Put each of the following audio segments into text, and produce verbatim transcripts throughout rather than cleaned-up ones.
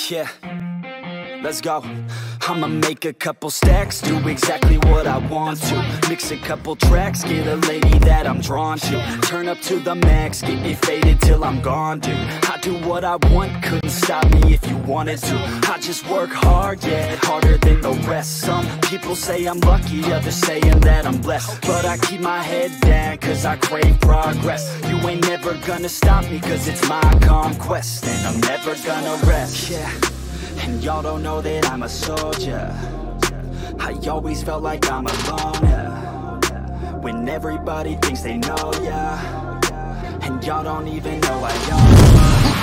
Yeah, let's go. I'ma make a couple stacks, do exactly what I want to. Mix a couple tracks, get a lady that I'm drawn to. Turn up to the max, get me faded till I'm gone, dude. I do what I want, couldn't stop me if you wanted to. I just work hard, yeah, harder than the rest. Some people say I'm lucky, others saying that I'm blessed. But I keep my head down, cause I crave progress. You ain't never gonna stop me, cause it's my conquest. And I'm never gonna rest, yeah. And y'all don't know that I'm a soldier. I always felt like I'm alone, yeah. When everybody thinks they know, yeah. And y'all don't even know I am.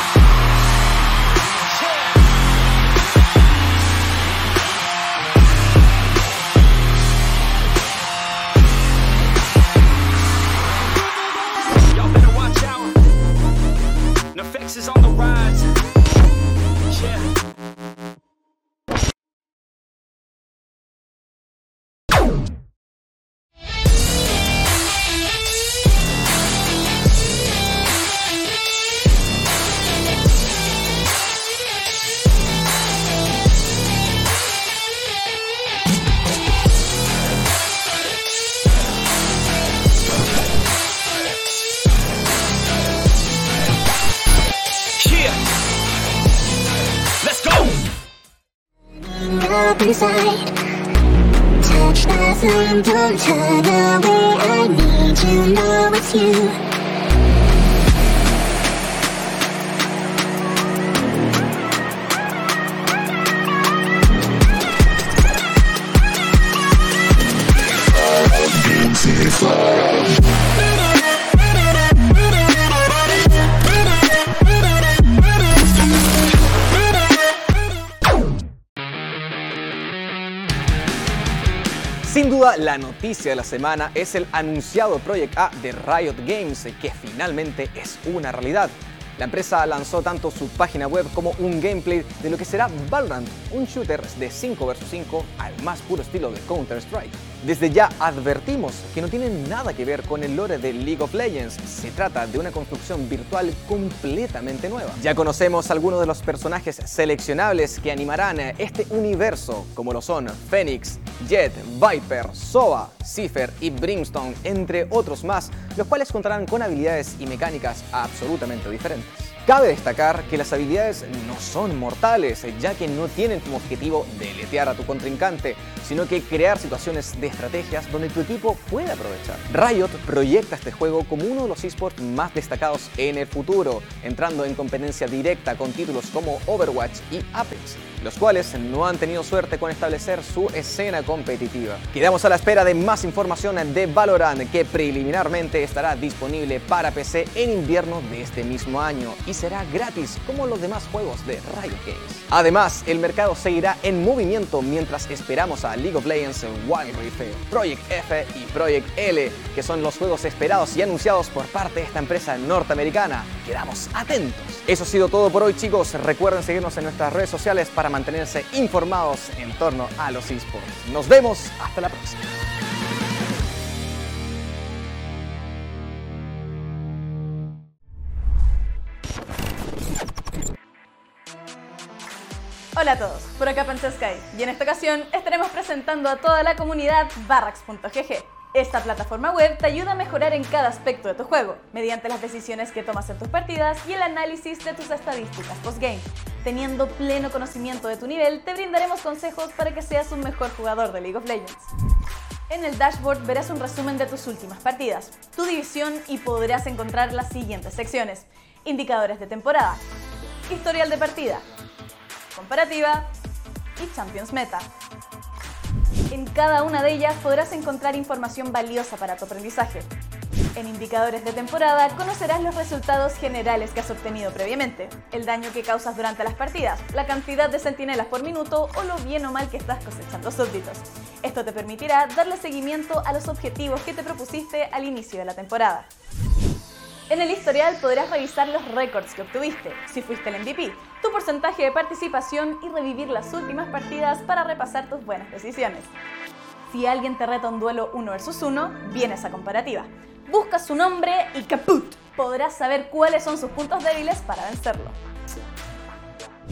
Y'all better watch out. Nefex is on the rise. Yeah. Beside, touch my thumb, don't turn away. I need to know it's you. Sin duda, la noticia de la semana es el anunciado Project A de Riot Games, que finalmente es una realidad. La empresa lanzó tanto su página web como un gameplay de lo que será Valorant, un shooter de cinco versus cinco al más puro estilo de Counter-Strike. Desde ya advertimos que no tiene nada que ver con el lore de League of Legends, se trata de una construcción virtual completamente nueva. Ya conocemos algunos de los personajes seleccionables que animarán este universo, como lo son Phoenix, Jett, Viper, Sova, Cypher y Brimstone, entre otros más, los cuales contarán con habilidades y mecánicas absolutamente diferentes. Cabe destacar que las habilidades no son mortales, ya que no tienen como objetivo deletear a tu contrincante, sino que crear situaciones de estrategias donde tu equipo puede aprovechar. Riot proyecta este juego como uno de los esports más destacados en el futuro, entrando en competencia directa con títulos como Overwatch y Apex, los cuales no han tenido suerte con establecer su escena competitiva. Quedamos a la espera de más información de Valorant, que preliminarmente estará disponible para P C en invierno de este mismo año y será gratis como los demás juegos de Riot Games. Además, el mercado seguirá en movimiento mientras esperamos a League of Legends, Wild Rift, Project F y Project L, que son los juegos esperados y anunciados por parte de esta empresa norteamericana. Quedamos atentos. Eso ha sido todo por hoy, chicos. Recuerden seguirnos en nuestras redes sociales para mantenerse informados en torno a los esports. Nos vemos hasta la próxima. Hola a todos, por acá Panchasky, y en esta ocasión estaremos presentando a toda la comunidad Barracks punto g g. Esta plataforma web te ayuda a mejorar en cada aspecto de tu juego, mediante las decisiones que tomas en tus partidas y el análisis de tus estadísticas postgame. Teniendo pleno conocimiento de tu nivel, te brindaremos consejos para que seas un mejor jugador de League of Legends. En el dashboard verás un resumen de tus últimas partidas, tu división y podrás encontrar las siguientes secciones: indicadores de temporada, historial de partida, comparativa y Champions Meta. En cada una de ellas podrás encontrar información valiosa para tu aprendizaje. En indicadores de temporada conocerás los resultados generales que has obtenido previamente, el daño que causas durante las partidas, la cantidad de centinelas por minuto o lo bien o mal que estás cosechando súbditos. Esto te permitirá darle seguimiento a los objetivos que te propusiste al inicio de la temporada. En el historial podrás revisar los récords que obtuviste, si fuiste el M V P, tu porcentaje de participación y revivir las últimas partidas para repasar tus buenas decisiones. Si alguien te reta un duelo uno versus uno, viene esa comparativa. Buscas su nombre y ¡caput! Podrás saber cuáles son sus puntos débiles para vencerlo.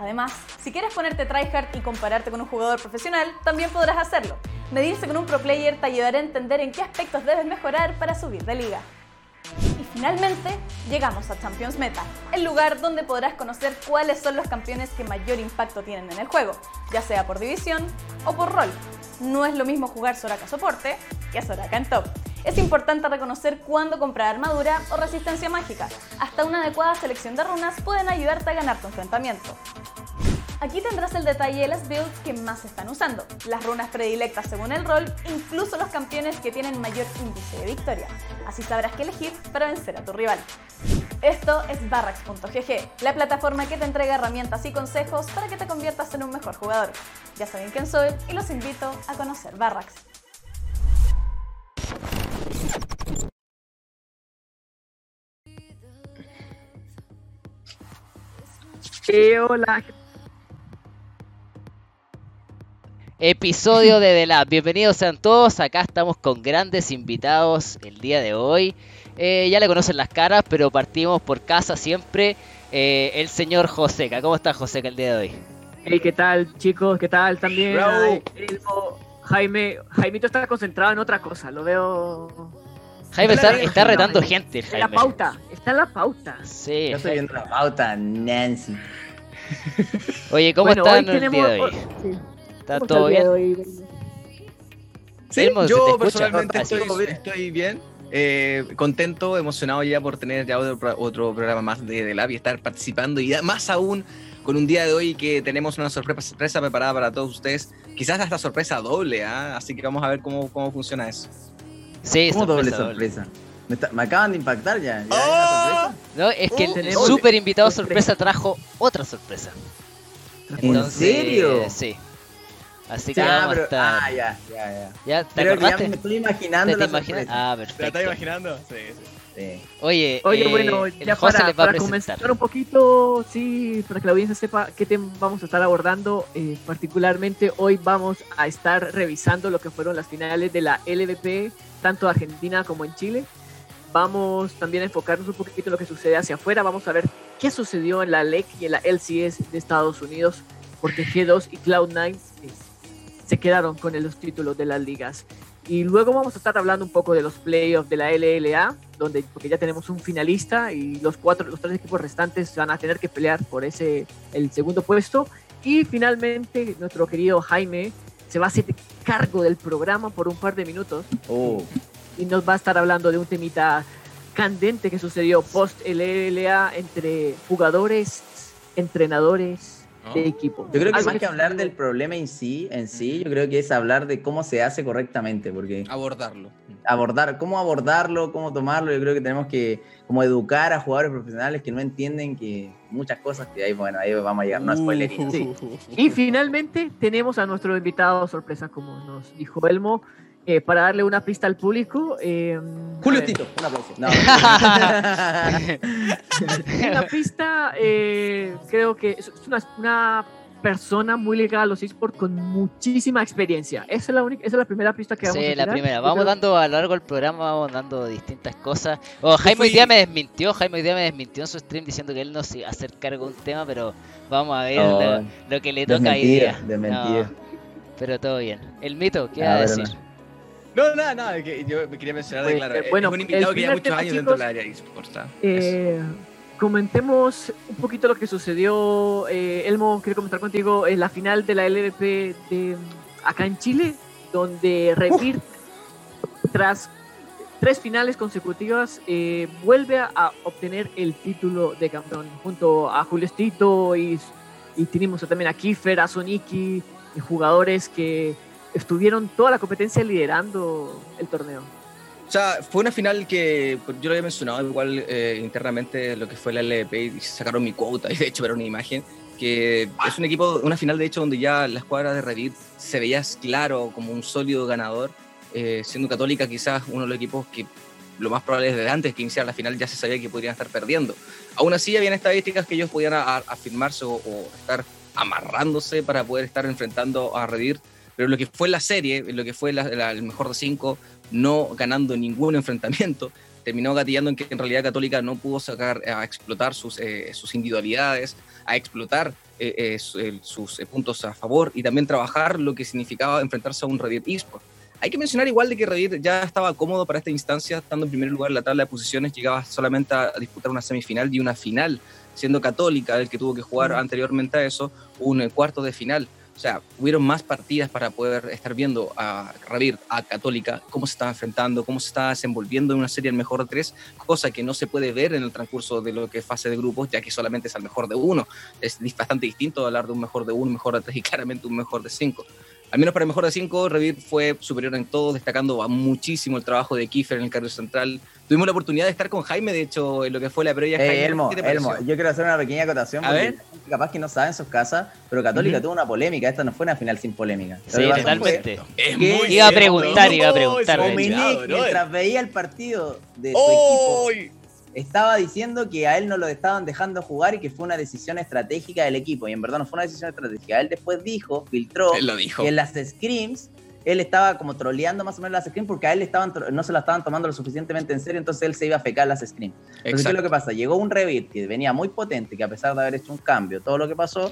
Además, si quieres ponerte tryhard y compararte con un jugador profesional, también podrás hacerlo. Medirse con un pro player te ayudará a entender en qué aspectos debes mejorar para subir de liga. Y finalmente, llegamos a Champions Meta, el lugar donde podrás conocer cuáles son los campeones que mayor impacto tienen en el juego, ya sea por división o por rol. No es lo mismo jugar Soraka soporte que Soraka en top. Es importante reconocer cuándo comprar armadura o resistencia mágica. Hasta una adecuada selección de runas pueden ayudarte a ganar tu enfrentamiento. Aquí tendrás el detalle de las builds que más se están usando, las runas predilectas según el rol, incluso los campeones que tienen mayor índice de victoria. Así sabrás qué elegir para vencer a tu rival. Esto es Barracks punto g g, la plataforma que te entrega herramientas y consejos para que te conviertas en un mejor jugador. Ya saben quién soy y los invito a conocer Barracks. Eh, hola. Episodio de The Lab. Bienvenidos sean todos. Acá estamos con grandes invitados el día de hoy. Eh, ya le conocen las caras, pero partimos por casa siempre. Eh, el señor Joseca. ¿Cómo está Joseca el día de hoy? Hey, ¿qué tal, chicos? ¿Qué tal también? Ay, Elmo, Jaime. Jaimito está concentrado en otra cosa. Lo veo. Jaime está, está retando gente. Está en la Jaime. pauta. Está en la pauta. Sí. Yo estoy viendo la pauta, Nancy. Oye, ¿cómo Bueno, están hoy el tenemos- día de hoy? Sí. ¿Está ¿Cómo todo el día de bien? hoy? Sí, Elmo, ¿se te yo escucha? personalmente Ah, sí. estoy, estoy bien, eh, contento, emocionado ya por tener ya otro, pro- otro programa más de, de Lab y estar participando, y más aún con un día de hoy que tenemos una sorpresa, sorpresa preparada para todos ustedes, quizás hasta sorpresa doble, ¿ah? Así que vamos a ver cómo, cómo funciona eso. Sí, ¿Cómo doble sorpresa, doble. sorpresa? Me, está- me acaban de impactar ya. ¿Ya ¡Oh! hay una sorpresa? No, es que el Tenemos- super invitado sorpresa. sorpresa trajo otra sorpresa. ¿En serio? Sí. Así Sí, que ah, vamos a pero- estar. ah, ya, ya, ya. ¿Ya te Creo que ya acordaste? me estoy ¿Te, imaginando te la imaginas? sorpresa. Ah, perfecto. imaginando? Sí, sí. Sí. Oye, Oye, eh, bueno, el ya José para, les va a para presentar. comenzar un poquito, sí, para que la audiencia sepa qué tema vamos a estar abordando, eh, particularmente hoy vamos a estar revisando lo que fueron las finales de la L V P, tanto Argentina como en Chile. Vamos también a enfocarnos un poquito en lo que sucede hacia afuera, vamos a ver qué sucedió en la L E C y en la L C S de Estados Unidos, porque G dos y Cloud nueve eh, se quedaron con los títulos de las ligas. Y luego vamos a estar hablando un poco de los playoffs de la L L A, donde porque ya tenemos un finalista y los cuatro, los tres equipos restantes van a tener que pelear por ese el segundo puesto. Y finalmente nuestro querido Jaime se va a hacer cargo del programa por un par de minutos Oh, y nos va a estar hablando de un temita candente que sucedió post L L A entre jugadores, entrenadores de equipo. yo creo que Algo más que hablar sucedió- del problema en sí, en sí, yo creo que es hablar de cómo se hace correctamente, porque Abordarlo. abordar, cómo abordarlo, cómo tomarlo, yo creo que tenemos que como educar a jugadores profesionales que no entienden que muchas cosas que ahí, bueno, ahí vamos a llegar, no spoiler. Sí. Y finalmente tenemos a nuestro invitado sorpresa, como nos dijo Elmo, eh, para darle una pista al público. eh, Julio a ver, Tito, un aplauso. No. Una pista, eh, creo que es una, una persona muy ligada a los esports con muchísima experiencia. Esa es la única, esa es la primera pista que vamos a Sí, la tirar. primera. Yo Vamos creo- dando a lo largo del programa, vamos dando distintas cosas. Oh, Jaime fui- hoy día me desmintió, Jaime hoy día me desmintió en su stream diciendo que él no se iba a hacer cargo de un tema, pero vamos a ver Oh, lo, lo que le toca hoy Desmentida, día. desmentida. No, pero todo bien. El mito, ¿qué Ah, va a pero decir? No, nada, nada, que yo me quería mencionar de Pues, claro. eh, bueno, es un invitado el que lleva primer muchos tema, años dentro chicos, del área de esports. ¿ah? Eso. Eh, comentemos un poquito lo que sucedió. eh, Elmo, quiero comentar contigo en la final de la L V P de acá en Chile, donde Revir, tras tres finales consecutivas, eh, vuelve a, a obtener el título de campeón junto a Julio Estito y, y tenemos también a Kiefer, a Soniki, y jugadores que estuvieron toda la competencia liderando el torneo. O sea, fue una final que pues, yo lo había mencionado igual eh, internamente lo que fue la L V P y sacaron mi cuota y de hecho era una imagen que es un equipo, una final de hecho donde ya la escuadra de Revit se veía claro como un sólido ganador, eh, siendo Católica quizás uno de los equipos que lo más probable es desde antes que iniciara la final ya se sabía que podrían estar perdiendo. Aún así habían estadísticas que ellos podían a- a- afirmarse o, o estar amarrándose para poder estar enfrentando a Revit, pero lo que fue la serie, lo que fue la- la- el mejor de cinco, no ganando ningún enfrentamiento, terminó gatillando en que en realidad Católica no pudo sacar a explotar sus, eh, sus individualidades, a explotar eh, eh, su- el- sus eh, puntos a favor y también trabajar lo que significaba enfrentarse a un Revit eSport. Hay que mencionar igual de que Revit ya estaba cómodo para esta instancia, estando en primer lugar en la tabla de posiciones, llegaba solamente a disputar una semifinal y una final, siendo Católica el que tuvo que jugar anteriormente a eso un eh, cuarto de final. O sea, hubieron más partidas para poder estar viendo a Revit, a Católica, cómo se estaba enfrentando, cómo se estaba desenvolviendo en una serie al mejor de tres, cosa que no se puede ver en el transcurso de lo que es fase de grupos, ya que solamente es al mejor de uno. Es dis- bastante distinto hablar de un mejor de uno, un mejor de tres y claramente un mejor de cinco. Al menos para el mejor de cinco, Revit fue superior en todo, destacando a muchísimo el trabajo de Kiefer en el carril central. Tuvimos la oportunidad de estar con Jaime, de hecho, en lo que fue la previa. Eh, Jaime, Elmo, ¿qué te pareció? Elmo, yo quiero hacer una pequeña acotación A porque ver. la gente capaz que no sabe en sus casas, pero Católica Ujú. tuvo una polémica, esta no fue una final sin polémica. Lo Sí, que pasó totalmente. Es ¿Qué? muy Iba a cierto, preguntar, ¿no? iba a preguntar, Oh, de ese hecho. Dominic, brillado, mientras veía el partido de su ¡Oh! equipo, estaba diciendo que a él no lo estaban dejando jugar y que fue una decisión estratégica del equipo. Y en verdad no fue una decisión estratégica. Él después dijo, filtró, Él lo dijo. que en las scrims él estaba como troleando más o menos las scrims porque a él le estaban tro- no se la estaban tomando lo suficientemente en serio, entonces él se iba a fecar las scrims. Entonces, ¿qué es Exacto. lo que pasa? Llegó un Revit que venía muy potente, que a pesar de haber hecho un cambio, todo lo que pasó,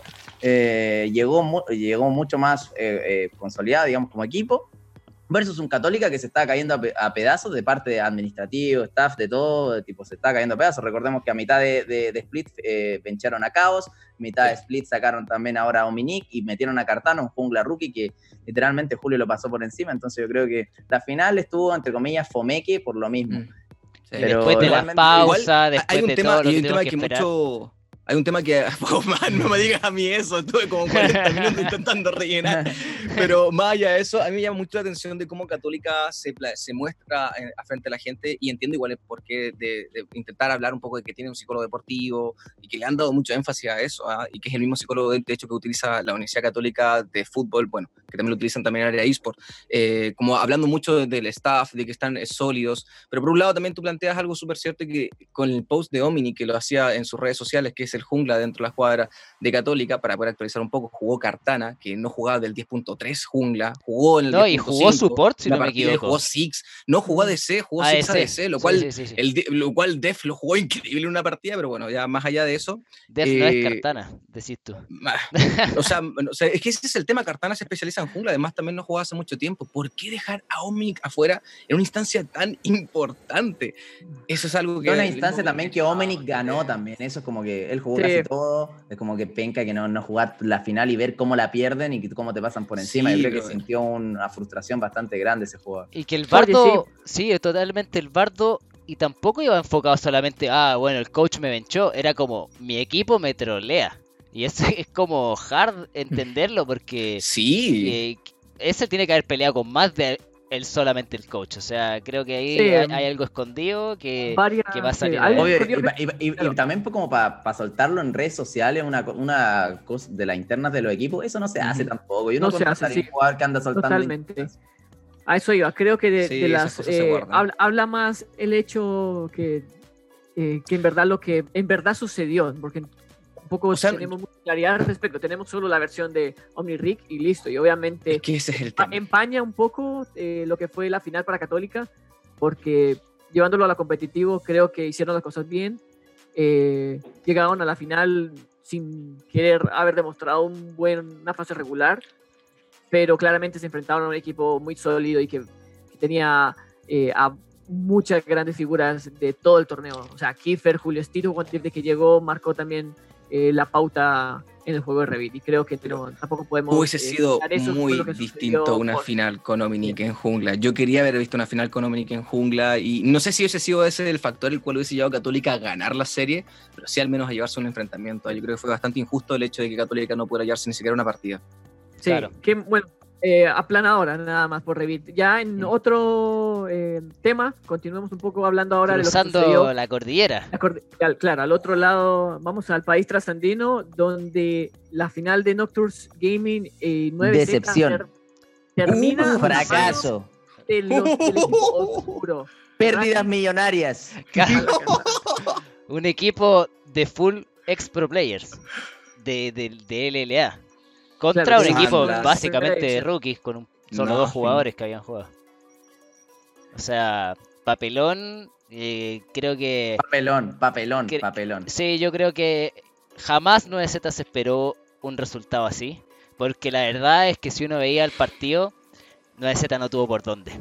eh, llegó, mu- llegó mucho más eh, eh, consolidado, digamos, como equipo, versus un Católica que se está cayendo a, pe- a pedazos de parte de administrativo, staff, de todo, de tipo, se está cayendo a pedazos. Recordemos que a mitad de, de, de Split eh, bencharon a Caos, mitad de Split sacaron también ahora a Ominic y metieron a Cartano, un jungla rookie que literalmente Julio lo pasó por encima. Entonces yo creo que la final estuvo, entre comillas, fomeque por lo mismo. Mm. Sí. Y Pero después de la igualmente- pausa, Igual, después hay un de tema, todo lo hay que un tema tuvimos que, que esperar. mucho. Hay un tema que. Oh, man, no me digas a mí eso. Estuve como cuarenta minutos intentando rellenar. Pero más allá de eso, a mí me llama mucho la atención de cómo Católica se, pla- se muestra eh, a frente a la gente. Y entiendo igual el porqué de, de intentar hablar un poco de que tiene un psicólogo deportivo y que le han dado mucho énfasis a eso. ¿ah? Y que es el mismo psicólogo, de hecho, que utiliza la Universidad Católica de Fútbol. Bueno, que también lo utilizan también en el área eSport. Eh, como hablando mucho del staff, de que están eh, sólidos. Pero por un lado también tú planteas algo súper cierto que con el post de Omni que lo hacía en sus redes sociales, que es el jungla dentro de la escuadra de Católica, para poder actualizar un poco, jugó Cartana, que no jugaba del diez punto tres jungla, jugó en el No, y diez punto jugó cinco, support, si una no me partida, equivoco. jugó Six, no jugó A D C, jugó Six A D C, lo Sí, cual, sí, sí, sí. El, de- lo cual Def lo jugó increíble en una partida, pero bueno, ya más allá de eso, Def no es eh, Cartana, decís tú. Ah, o sea, o sea, es que ese es el tema. Cartana se especializa en jungla, además también no jugaba hace mucho tiempo. ¿Por qué dejar a Omnic afuera en una instancia tan importante? Eso es algo que... Fue una instancia también que Omenic ganó también. Eso es como que él jugó Sí. casi todo. Es como que penca que no, no jugar la final y ver cómo la pierden y que- cómo te pasan por encima. Sí, Yo creo que bro. sintió una frustración bastante grande ese jugador. Y que el Oye, bardo, sí, totalmente el bardo, y tampoco iba enfocado solamente, ah, bueno, el coach me benchó, era como, mi equipo me trolea. Y eso es como hard entenderlo porque Sí. eh, ese tiene que haber peleado con más de él solamente el coach. O sea, creo que ahí Sí, hay, em, hay algo escondido que, varias, que va a salir. sí, algo de- Obvio, escondido y, que- y- y- y claro. también fue como para soltarlo en redes sociales, una, co- una cosa de las internas de los equipos. Eso no se hace Ujú. tampoco. Yo No no, se contrataría hace, a un sí. jugador que anda soltando. Totalmente. internas. A eso iba. Creo que de, Sí, de esas las cosas se eh, guardan. habla, habla más el hecho que, eh, que en verdad lo que en verdad sucedió, porque un poco O sea, tenemos mucha claridad al respecto. Tenemos solo la versión de OmniRig y listo. Y obviamente Es que ese es el empa- tema. empaña un poco eh, lo que fue la final para Católica, porque llevándolo a la competitivo creo que hicieron las cosas bien. Eh, llegaron a la final sin querer haber demostrado un buen, una fase regular, pero claramente se enfrentaron a un equipo muy sólido y que, que tenía eh, a muchas grandes figuras de todo el torneo. O sea, Kiefer, Julio Estito, desde que llegó, marcó también eh, la pauta en el juego de Revit. Y creo que no, tampoco podemos. Hubiese eh, sido quitar eso, muy fue lo que distinto sucedió una con- final con Omnic en jungla. Yo quería haber visto una final con Omnic en jungla y no sé si hubiese sido ese el factor el cual hubiese llevado a Católica a ganar la serie, pero sí al menos a llevarse un enfrentamiento. Yo creo que fue bastante injusto el hecho de que Católica no pudiera llevarse ni siquiera una partida. Sí, Claro. que bueno, eh, aplanadora nada más por Revit. Ya en Mm. otro eh, tema, continuemos un poco hablando ahora de lo que Cruzando sucedió. la cordillera. La corde- al- Claro, al otro lado, vamos al país trasandino, donde la final de Nocturnes Gaming eh, nueve Z Decepción. ter- termina Uh, a Fracaso. manos de los- del equipo oscuro. Pérdidas millonarias. Un equipo de full ex pro players de, de, de L L A contra Claro, un sí. equipo Sandra. básicamente de Perfecto. rookies con un- solo No, dos sí. jugadores que habían jugado. O sea, papelón, eh, creo que... Papelón, papelón, que- papelón. Sí, yo creo que jamás nueve zeta se esperó un resultado así, porque la verdad es que si uno veía el partido, nueve zeta no tuvo por dónde.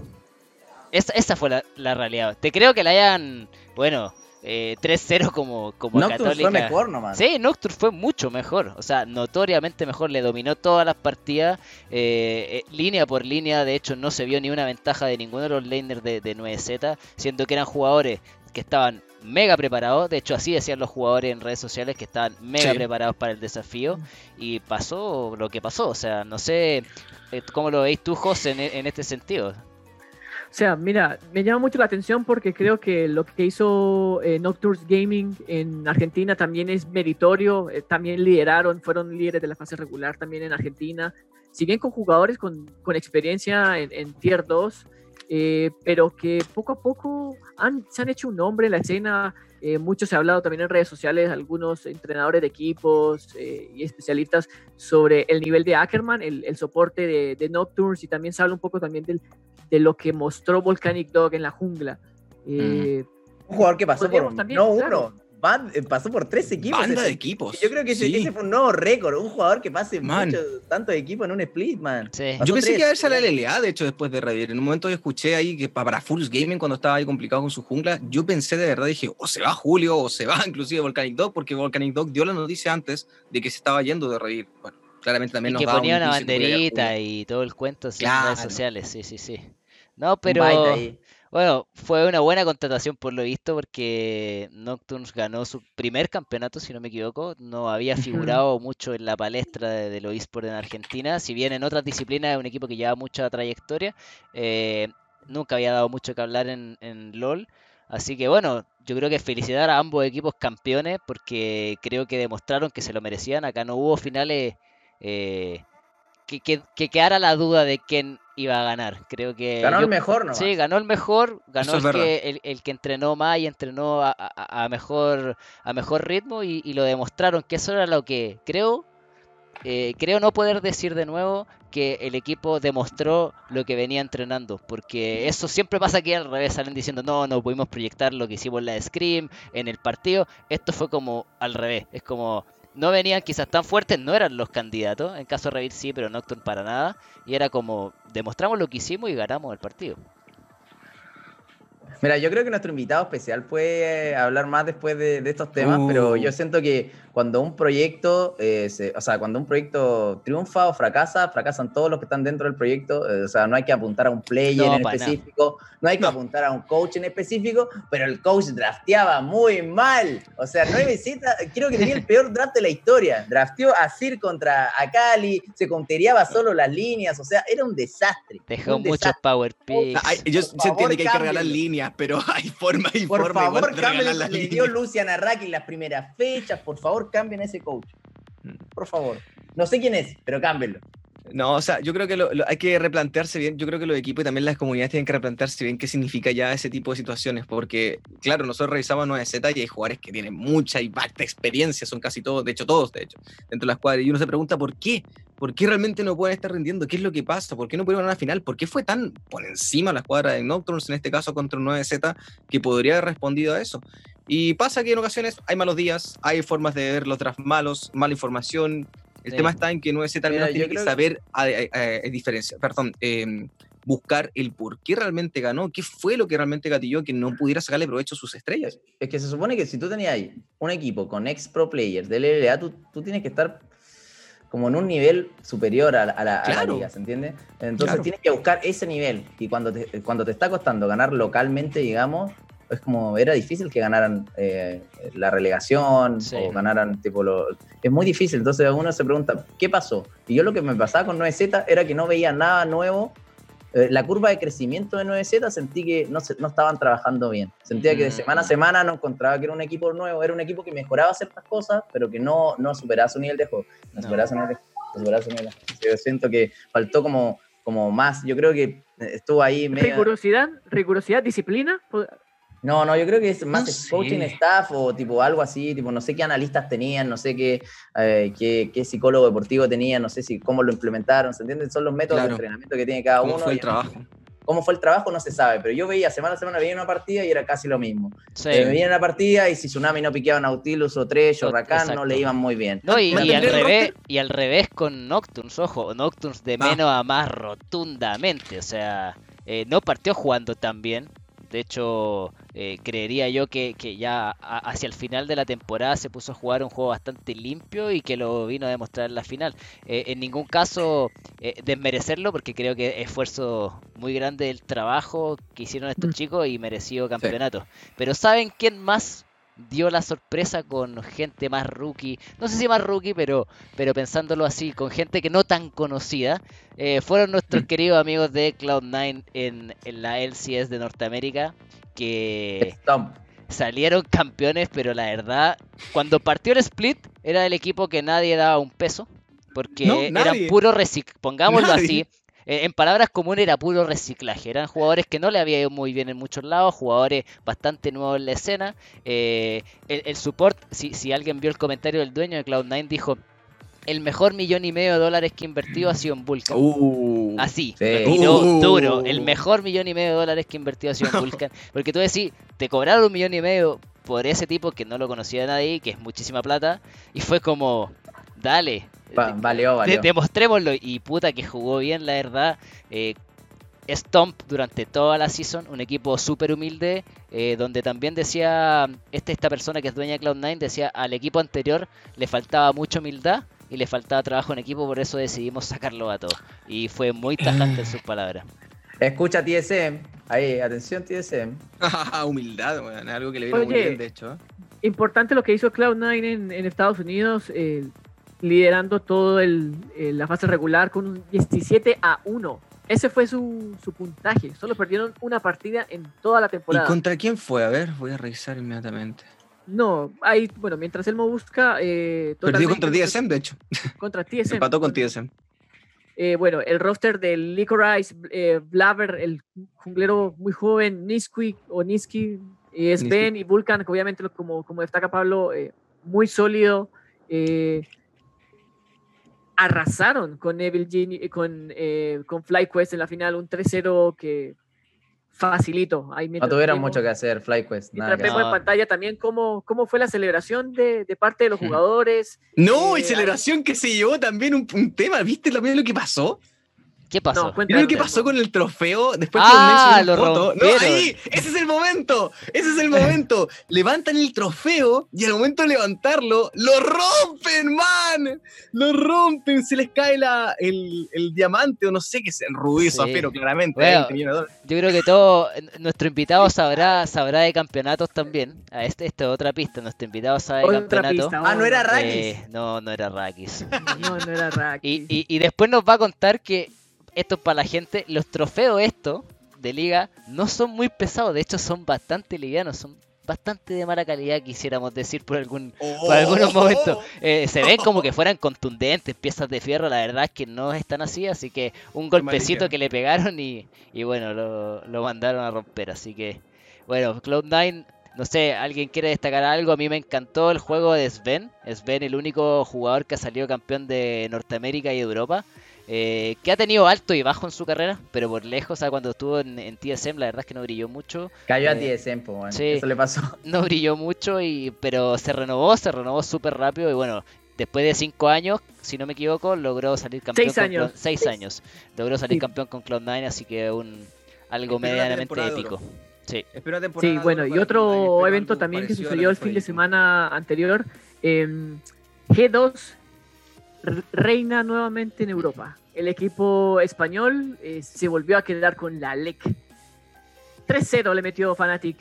Esa, esa fue la, la realidad. Te creo que la hayan, bueno, eh, tres cero como, como Nocturne Católica. fue mejor nomás. Sí, Nocturne fue mucho mejor, o sea, notoriamente mejor, le dominó todas las partidas, eh, eh, línea por línea, de hecho no se vio ni una ventaja de ninguno de los laners de, de nueve zeta, siendo que eran jugadores que estaban mega preparados, de hecho así decían los jugadores en redes sociales que estaban mega Sí. preparados para el desafío, y pasó lo que pasó, o sea, no sé eh, cómo lo veis tú, José, en, en este sentido. O sea, mira, me llama mucho la atención porque creo que lo que hizo eh, Nocturne Gaming en Argentina también es meritorio. Eh, también lideraron, fueron líderes de la fase regular también en Argentina. Si bien con jugadores con, con experiencia en, en Tier dos, eh, pero que poco a poco han, se han hecho un nombre en la escena. Eh, mucho se ha hablado también en redes sociales, algunos entrenadores de equipos eh, y especialistas sobre el nivel de Ackerman, el, el soporte de, de Nocturnes, y también se habla un poco también del, de lo que mostró Volcanic Dog en la jungla. Eh, Un jugador que pasó por, Podríamos también, no claro. uno, van- eh, pasó por tres equipos. Banda Ese- de equipos. Yo creo que ese, Sí. ese fue un nuevo récord, un jugador que pase Man. mucho, tantos equipos en un split, man. Sí. Pasó Yo pensé tres. que iba a verse a la L L A, de hecho, después de Revivir. En un momento yo escuché ahí que pa- para Furious Gaming, cuando estaba ahí complicado con su jungla, yo pensé de verdad, dije, o se va Julio, o se va inclusive Volcanic Dog, porque Volcanic Dog dio la noticia antes de que se estaba yendo de Revivir. Bueno, claramente también Y nos que daba ponía un una indicio que podía llegar banderita Julio. y todo el cuento así en Claro. redes sociales, sí, sí, sí. No, Un pero bite ahí. bueno, fue una buena contratación por lo visto porque Nocturnes ganó su primer campeonato, si no me equivoco. No había Ujú. figurado mucho en la palestra de, de los esports en Argentina. Si bien en otras disciplinas es un equipo que lleva mucha trayectoria, eh, nunca había dado mucho que hablar en, en LoL. Así que bueno, yo creo que felicitar a ambos equipos campeones porque creo que demostraron que se lo merecían. Acá no hubo finales eh, que, que, que quedara la duda de quién iba a ganar. Creo que Ganó yo- el mejor nomás. Sí, ganó el mejor, ganó Eso es el que, verdad. el, el que entrenó más y entrenó a, a- a mejor, a mejor ritmo y, y lo demostraron, que eso era lo que creo, eh, creo no poder decir de nuevo que el equipo demostró lo que venía entrenando, porque eso siempre pasa aquí al revés, salen diciendo no, no pudimos proyectar lo que hicimos en la de Scream, en el partido, esto fue como al revés, es como... No venían quizás tan fuertes, no eran los candidatos, en caso de Revit sí, pero Nocturne para nada, y era como, demostramos lo que hicimos y ganamos el partido. Mira, yo creo que nuestro invitado especial puede hablar más después de, de estos temas, Uh. pero yo siento que cuando un proyecto, eh, se- o sea, cuando un proyecto triunfa o fracasa, fracasan todos los que están dentro del proyecto. Eh, o sea, no hay que apuntar a un player No, en para específico, no hay que No. apuntar a un coach en específico, pero el coach drafteaba muy mal. O sea, nueve zeta, creo que tenía el peor draft de la historia. Drafteó a Sir contra Akali, se conteriaba solo las líneas, o sea, era un desastre. Dejó un muchos desastre. power picks. Ay, yo Por se favor, entiende que hay que regalar cámbienlo. líneas, pero hay forma y Por forma favor, igual de regalar cambien, las le líneas. dio Lucian Arraki en las primeras fechas. Por favor, cambien a ese coach. Por favor. No sé quién es, pero cámbienlo. No, o sea, yo creo que lo, lo- hay que replantearse bien, yo creo que los equipos y también las comunidades tienen que replantearse bien qué significa ya ese tipo de situaciones, porque, claro, nosotros revisamos nueve zeta y hay jugadores que tienen mucha y vasta experiencia, son casi todos, de hecho todos, de hecho, dentro de la escuadra, y uno se pregunta por qué, por qué realmente no pueden estar rindiendo, qué es lo que pasa, por qué no pudieron ganar una final, por qué fue tan por encima la escuadra de Nocturnes, en este caso contra un nueve zeta, que podría haber respondido a eso. Y pasa que en ocasiones hay malos días, hay formas de ver los drafts malos, mala información. El Sí. tema está en que nueve zeta al Mira, menos yo tiene que creo que- saber a, a- a- a diferencia, perdón, eh, buscar el por qué realmente ganó, qué fue lo que realmente gatilló que no pudiera sacarle provecho a sus estrellas. Es que se supone que si tú tenías ahí un equipo con ex pro players del L L A, tú, tú tienes que estar como en un nivel superior a la, a la- a la Claro. liga, ¿se entiende? Entonces Claro. tienes que buscar ese nivel. Y cuando te, cuando te está costando ganar localmente, digamos, es como, era difícil que ganaran eh, la relegación Sí. o ganaran tipo lo... Es muy difícil, entonces uno se pregunta, ¿qué pasó? Y yo lo que me pasaba con nueve zeta era que no veía nada nuevo. Eh, la curva de crecimiento de nueve zeta sentí que no, se, no estaban trabajando bien. Sentía que de Mm. semana a semana no encontraba que era un equipo nuevo, era un equipo que mejoraba ciertas cosas, pero que no, no superaba su nivel de juego. No, No. superaba su nivel de juego. no superaba su nivel de juego. Yo siento que faltó como, como más, yo creo que estuvo ahí medio... Rigurosidad, rigurosidad, disciplina. pues, No, no, yo creo que es más No es coaching sé. staff o tipo algo así, tipo no sé qué analistas tenían, no sé qué, eh, qué, qué psicólogo deportivo tenían, no sé si cómo lo implementaron, ¿se entienden? Son los métodos Claro. de entrenamiento que tiene cada ¿Cómo uno. fue y el trabajo? cómo fue el trabajo no se sabe, pero yo veía semana a semana, veía una partida y era casi lo mismo. Sí. Eh, me veía una partida y si Tsunami no piqueaba Nautilus o Thresh o Rakan, Exacto. no le iban muy bien. No, y, y ¿Mantendría al el revés, roster? y al revés con Nocturnes, ojo, Nocturnes de Ah. menos a más rotundamente, o sea, eh, no partió jugando tan bien. De hecho, eh, creería yo que, que ya a- hacia el final de la temporada se puso a jugar un juego bastante limpio y que lo vino a demostrar en la final. Eh, en ningún caso eh, desmerecerlo, porque creo que esfuerzo muy grande el trabajo que hicieron estos Mm. chicos y merecido campeonato. Pero ¿saben quién más dio la sorpresa con gente más rookie? No sé si más rookie, pero, pero pensándolo así, con gente que no tan conocida. Eh, fueron nuestros queridos amigos de Cloud nine en, en la L C S de Norteamérica, que Stomp. salieron campeones, pero la verdad, cuando partió el split, era el equipo que nadie daba un peso, porque No, eran nadie. puro reciclaje, pongámoslo Nadie. así, eh, en palabras comunes era puro reciclaje, eran jugadores que no le había ido muy bien en muchos lados, jugadores bastante nuevos en la escena, eh, el, el support, si, si alguien vio el comentario del dueño de Cloud nine, dijo, el mejor millón y medio de dólares que he invertido ha sido en Vulcan. Uh, Así, Sí. lo tiró Uh. duro. El mejor millón y medio de dólares que he invertido ha sido en Vulcan. Porque tú decís, te cobraron un millón y medio por ese tipo que no lo conocía nadie, que es muchísima plata. Y fue como, dale, Va- valió, de- valió. demostrémoslo. Y puta que jugó bien, la verdad. Eh, Stomp durante toda la season, un equipo súper humilde, eh, donde también decía, este, esta persona que es dueña de Cloud nine, decía, al equipo anterior le faltaba mucha humildad y le faltaba trabajo en equipo, por eso decidimos sacarlo a todos. Y fue muy tajante en sus palabras. Escucha T S M. Ahí, atención T S M. humildad, weón, es algo que le vino muy Oye. bien, de hecho. ¿eh? Importante lo que hizo Cloud nine en, en Estados Unidos, eh, liderando todo el, eh, la fase regular con un diecisiete a uno. Ese fue su, su puntaje. Solo perdieron una partida en toda la ¿Y temporada. contra quién fue? A ver, voy a revisar inmediatamente. No, ahí, bueno, mientras Elmo busca. Eh, Perdió totalmente contra T S M, de hecho. Contra T S M. Empató con T S M. Eh, bueno, el roster del Licorice, eh, Blaver, el junglero muy joven, Niski o Niski, eh, Sven y Vulcan, que obviamente, lo- como, como destaca Pablo, eh, muy sólido. eh, arrasaron con Evil Genie, con, eh, con FlyQuest en la final, un tres cero que facilito. Ahí No mientras tuvieron vemos- mucho que hacer, FlyQuest. Nada Mientras que vemos hacer. No. en pantalla también cómo, cómo fue la celebración de, de parte de los Hmm. jugadores. No, y Eh, celebración que se llevó también un, un tema. ¿Viste también lo que pasó? ¿Qué pasó? No, cuéntame, ¿Vieron lo que Elmo. pasó con el trofeo? Después Ah, que lo lo foto. No, rompieron. ahí, ese es el momento. Ese es el momento. Levantan el trofeo y al momento de levantarlo, lo rompen, man. Lo rompen, se les cae la, el, el diamante o no sé qué es el rubí, Sí. zafiro, claramente. Bueno, veinte millones de dólares. Yo creo que todo, nuestro invitado sabrá, sabrá de campeonatos también. Ah, este, esta es otra pista, nuestro invitado sabe de Otra campeonato. pista, Ah, no era otra. Rakis. Eh, no, no era Rakis. No, no era Rakis. Y, y, y después nos va a contar que esto es para la gente, los trofeos estos de liga no son muy pesados, de hecho son bastante livianos, son bastante de mala calidad, quisiéramos decir por algún por algunos momentos. Eh, se ven como que fueran contundentes, piezas de fierro, la verdad es que no están así, así que un golpecito ligero. que le pegaron y, y bueno, lo, lo mandaron a romper, así que bueno, Cloud nine, no sé, ¿alguien quiere destacar algo? A mí me encantó el juego de Sven, Sven el único jugador que ha salido campeón de Norteamérica y Europa. Eh, que ha tenido alto y bajo en su carrera, pero por lejos, o sea, cuando estuvo en, en T S M, la verdad es que no brilló mucho. Cayó a Eh, T S M, pues, bueno. sí. Eso le pasó. No brilló mucho, y pero se renovó, se renovó súper rápido y bueno, después de cinco años, si no me equivoco, logró salir campeón. Seis con años. Cloud- seis años. Logró salir Sí. campeón con Cloud nine, así que un algo Espero una medianamente temporada de épico. oro. Sí. Espero una temporada Sí, de bueno, oro y para Cloud nine, otro espero evento algo también que parecido a lo sucedió el fue fin de Ico. semana anterior, eh, G dos r- reina nuevamente en Europa. El equipo español eh, se volvió a quedar con la L E C. tres cero le metió Fnatic.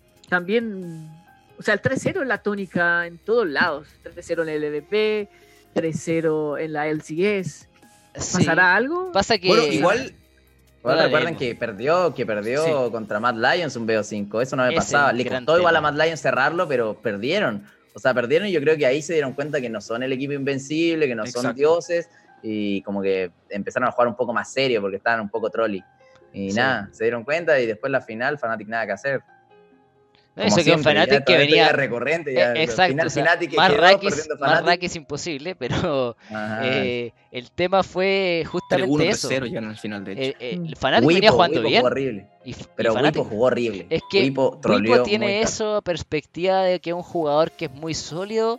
También, o sea, el tres cero es la tónica en todos lados. tres cero en el L V P, tres cero en la L C S. Sí. ¿Pasará algo? Pasa que... Bueno, igual, Igual Dale, recuerden Elmo. que perdió, que perdió contra Mad Lions un B O cinco. Eso no me Ese pasaba. es un Le gran costó igual a tema. Mad Lions cerrarlo, pero perdieron. O sea, perdieron y yo creo que ahí se dieron cuenta que no son el equipo invencible, que no son Exacto. dioses. Y como que empezaron a jugar un poco más serio porque estaban un poco trolly. Y Sí. nada, se dieron cuenta y después la final, Fnatic nada que hacer. como Eso que un siempre, Fnatic ya que todo esto venía. ya es recurrente, ya, Eh, exacto, final o sea, Fnatic que más quedó Rakis, perdiendo más Fnatic. Rakis imposible, pero Ajá. eh, el tema fue Pero justamente uno eso. cero ya en el final, de hecho. Eh, eh, Mm. el Fnatic venía Wipo, jugando Wipo bien. jugó horrible. Y, y Pero Fnatic- Wipo jugó horrible. Es que Wipo Wipo troleó tiene muy eso, perspectiva de que es un jugador que es muy sólido,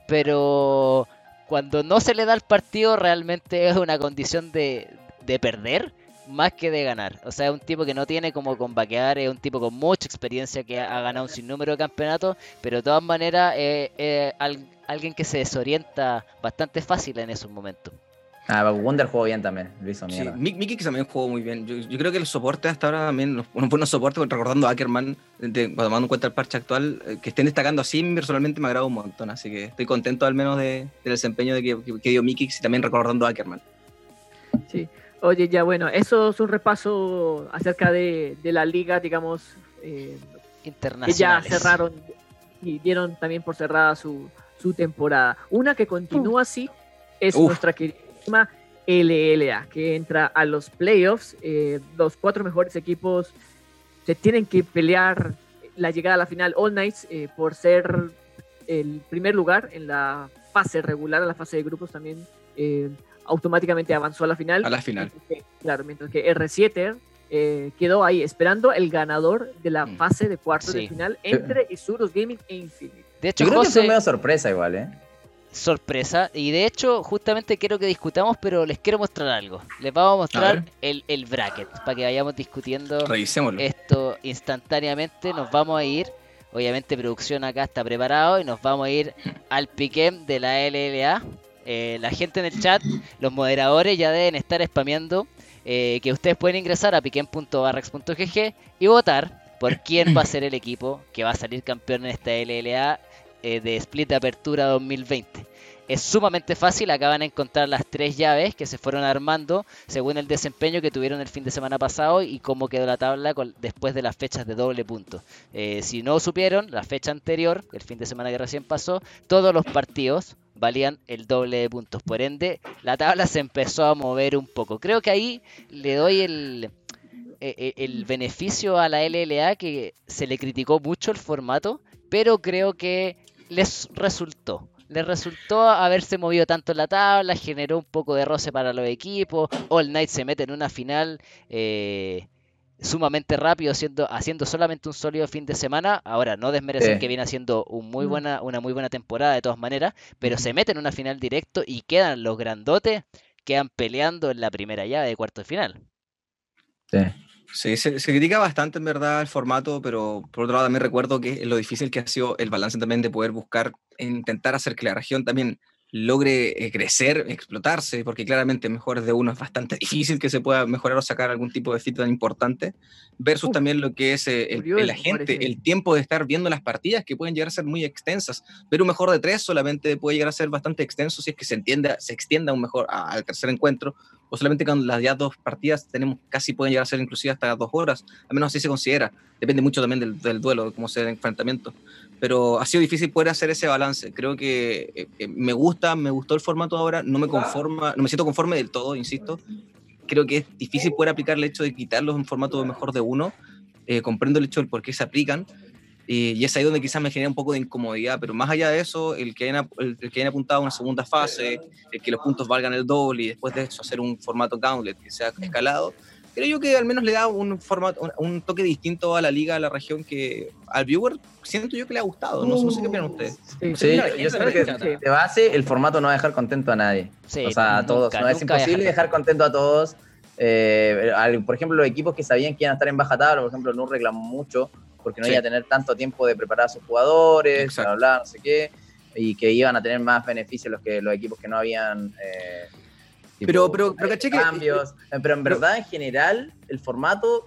pero cuando no se le da el partido realmente es una condición de, de perder más que de ganar. O sea, es un tipo que no tiene como con vaquear, es un tipo con mucha experiencia que ha, ha ganado un sinnúmero de campeonatos, pero de todas maneras es eh, al- alguien que se desorienta bastante fácil en esos momentos. Ah, Wunder jugó bien también, lo hizo Sí, mierda. Mick Mickey también jugó muy bien. Yo, yo creo que el soporte hasta ahora también, los- unos buenos soportes, recordando a Ackerman, de, cuando tomando en cuenta el parche actual, eh, que estén destacando así, personalmente me agrada un montón. Así que estoy contento al menos de, del desempeño de que, que, que dio Mickey y también recordando a Ackerman. Sí. Oye, ya bueno, eso es un repaso acerca de, de la liga, digamos, eh, que ya Internacionales. cerraron y dieron también por cerrada su, su temporada. Una que continúa así es Uf. nuestra queridísima L L A, que entra a los playoffs. Eh, los cuatro mejores equipos se tienen que pelear la llegada a la final All Knights eh, por ser el primer lugar en la fase regular, en la fase de grupos también. Eh, automáticamente avanzó a la final. A la final. Mientras que, claro, mientras que R siete eh, quedó ahí esperando el ganador de la Mm. fase de cuartos Sí. de final entre Isurus Gaming e Infinity. De hecho, Yo creo que José, fue medio sorpresa igual, ¿eh? sorpresa. Y de hecho, justamente quiero que discutamos, pero les quiero mostrar algo. Les vamos a mostrar ver. el, el bracket para que vayamos discutiendo Revisémoslo. esto instantáneamente. Nos vamos a ir, obviamente producción acá está preparado y nos vamos a ir al piquem de la L L A. Eh, la gente en el chat, los moderadores ya deben estar spameando eh, que ustedes pueden ingresar a piquem punto barrax punto g g y votar por quién va a ser el equipo que va a salir campeón en esta L L A eh, de Split de Apertura dos mil veinte. Es sumamente fácil, acá van a encontrar las tres llaves que se fueron armando según el desempeño que tuvieron el fin de semana pasado y cómo quedó la tabla con- después de las fechas de doble punto. Eh, si no supieron, la fecha anterior, el fin de semana que recién pasó, todos los partidos valían el doble de puntos. Por ende, la tabla se empezó a mover un poco. Creo que ahí le doy el, el, el beneficio a la L L A, que se le criticó mucho el formato, pero creo que les resultó. Les resultó haberse movido tanto en la tabla, generó un poco de roce para los equipos. All Knight se mete en una final eh, sumamente rápido, siendo, haciendo solamente un sólido fin de semana. Ahora, no desmerecer Sí. que viene haciendo un muy Mm. buena, una muy buena temporada de todas maneras, pero se mete en una final directo y quedan los grandotes, quedan peleando en la primera llave de cuarto de final. Sí. Sí, se, se critica bastante en verdad el formato, pero por otro lado también recuerdo que lo difícil que ha sido el balance también de poder buscar, e intentar hacer que la región también logre eh, crecer, explotarse, porque claramente mejores de uno es bastante difícil que se pueda mejorar o sacar algún tipo de fit tan importante, versus Uf, también lo que es eh, el, curioso, el agente, parece. el tiempo de estar viendo las partidas que pueden llegar a ser muy extensas, pero un mejor de tres solamente puede llegar a ser bastante extenso si es que se entienda, se extienda un mejor a- al tercer encuentro, o solamente con las ya dos partidas tenemos casi pueden llegar a ser inclusive hasta dos horas, al menos así se considera, depende mucho también del, del duelo, de cómo sea el enfrentamiento, pero ha sido difícil poder hacer ese balance. Creo que eh, eh, me gusta, me gustó el formato ahora, no me conforma, no me siento conforme del todo, insisto. Creo que es difícil poder aplicar el hecho de quitarlos en formato de mejor de uno. Eh, comprendo el hecho del por qué se aplican. Eh, y es ahí donde quizás me genera un poco de incomodidad, pero más allá de eso, el que hayan, el, el que hayan apuntado a una segunda fase, el que los puntos valgan el doble y después de eso hacer un formato gauntlet que sea escalado, creo yo que al menos le da un formato, un, un toque distinto a la liga, a la región, que al viewer siento yo que le ha gustado. No, no sé qué opinan ustedes. Sí, Sí, sí, yo creo que sí. de base el formato no va a dejar contento a nadie. Sí, o sea, a nunca, todos. No es nunca imposible dejar dejar contento a todos. Eh, al- por ejemplo, los equipos que sabían que iban a estar en baja tabla, por ejemplo, no reclamó mucho porque no Sí. iba a tener tanto tiempo de preparar a sus jugadores, Exacto. bla, bla, no sé qué, y que iban a tener más beneficios los que los equipos que no habían eh, tipo, Pero- pero- pero caché que- cambios. Eh, Pero en verdad, en general, el formato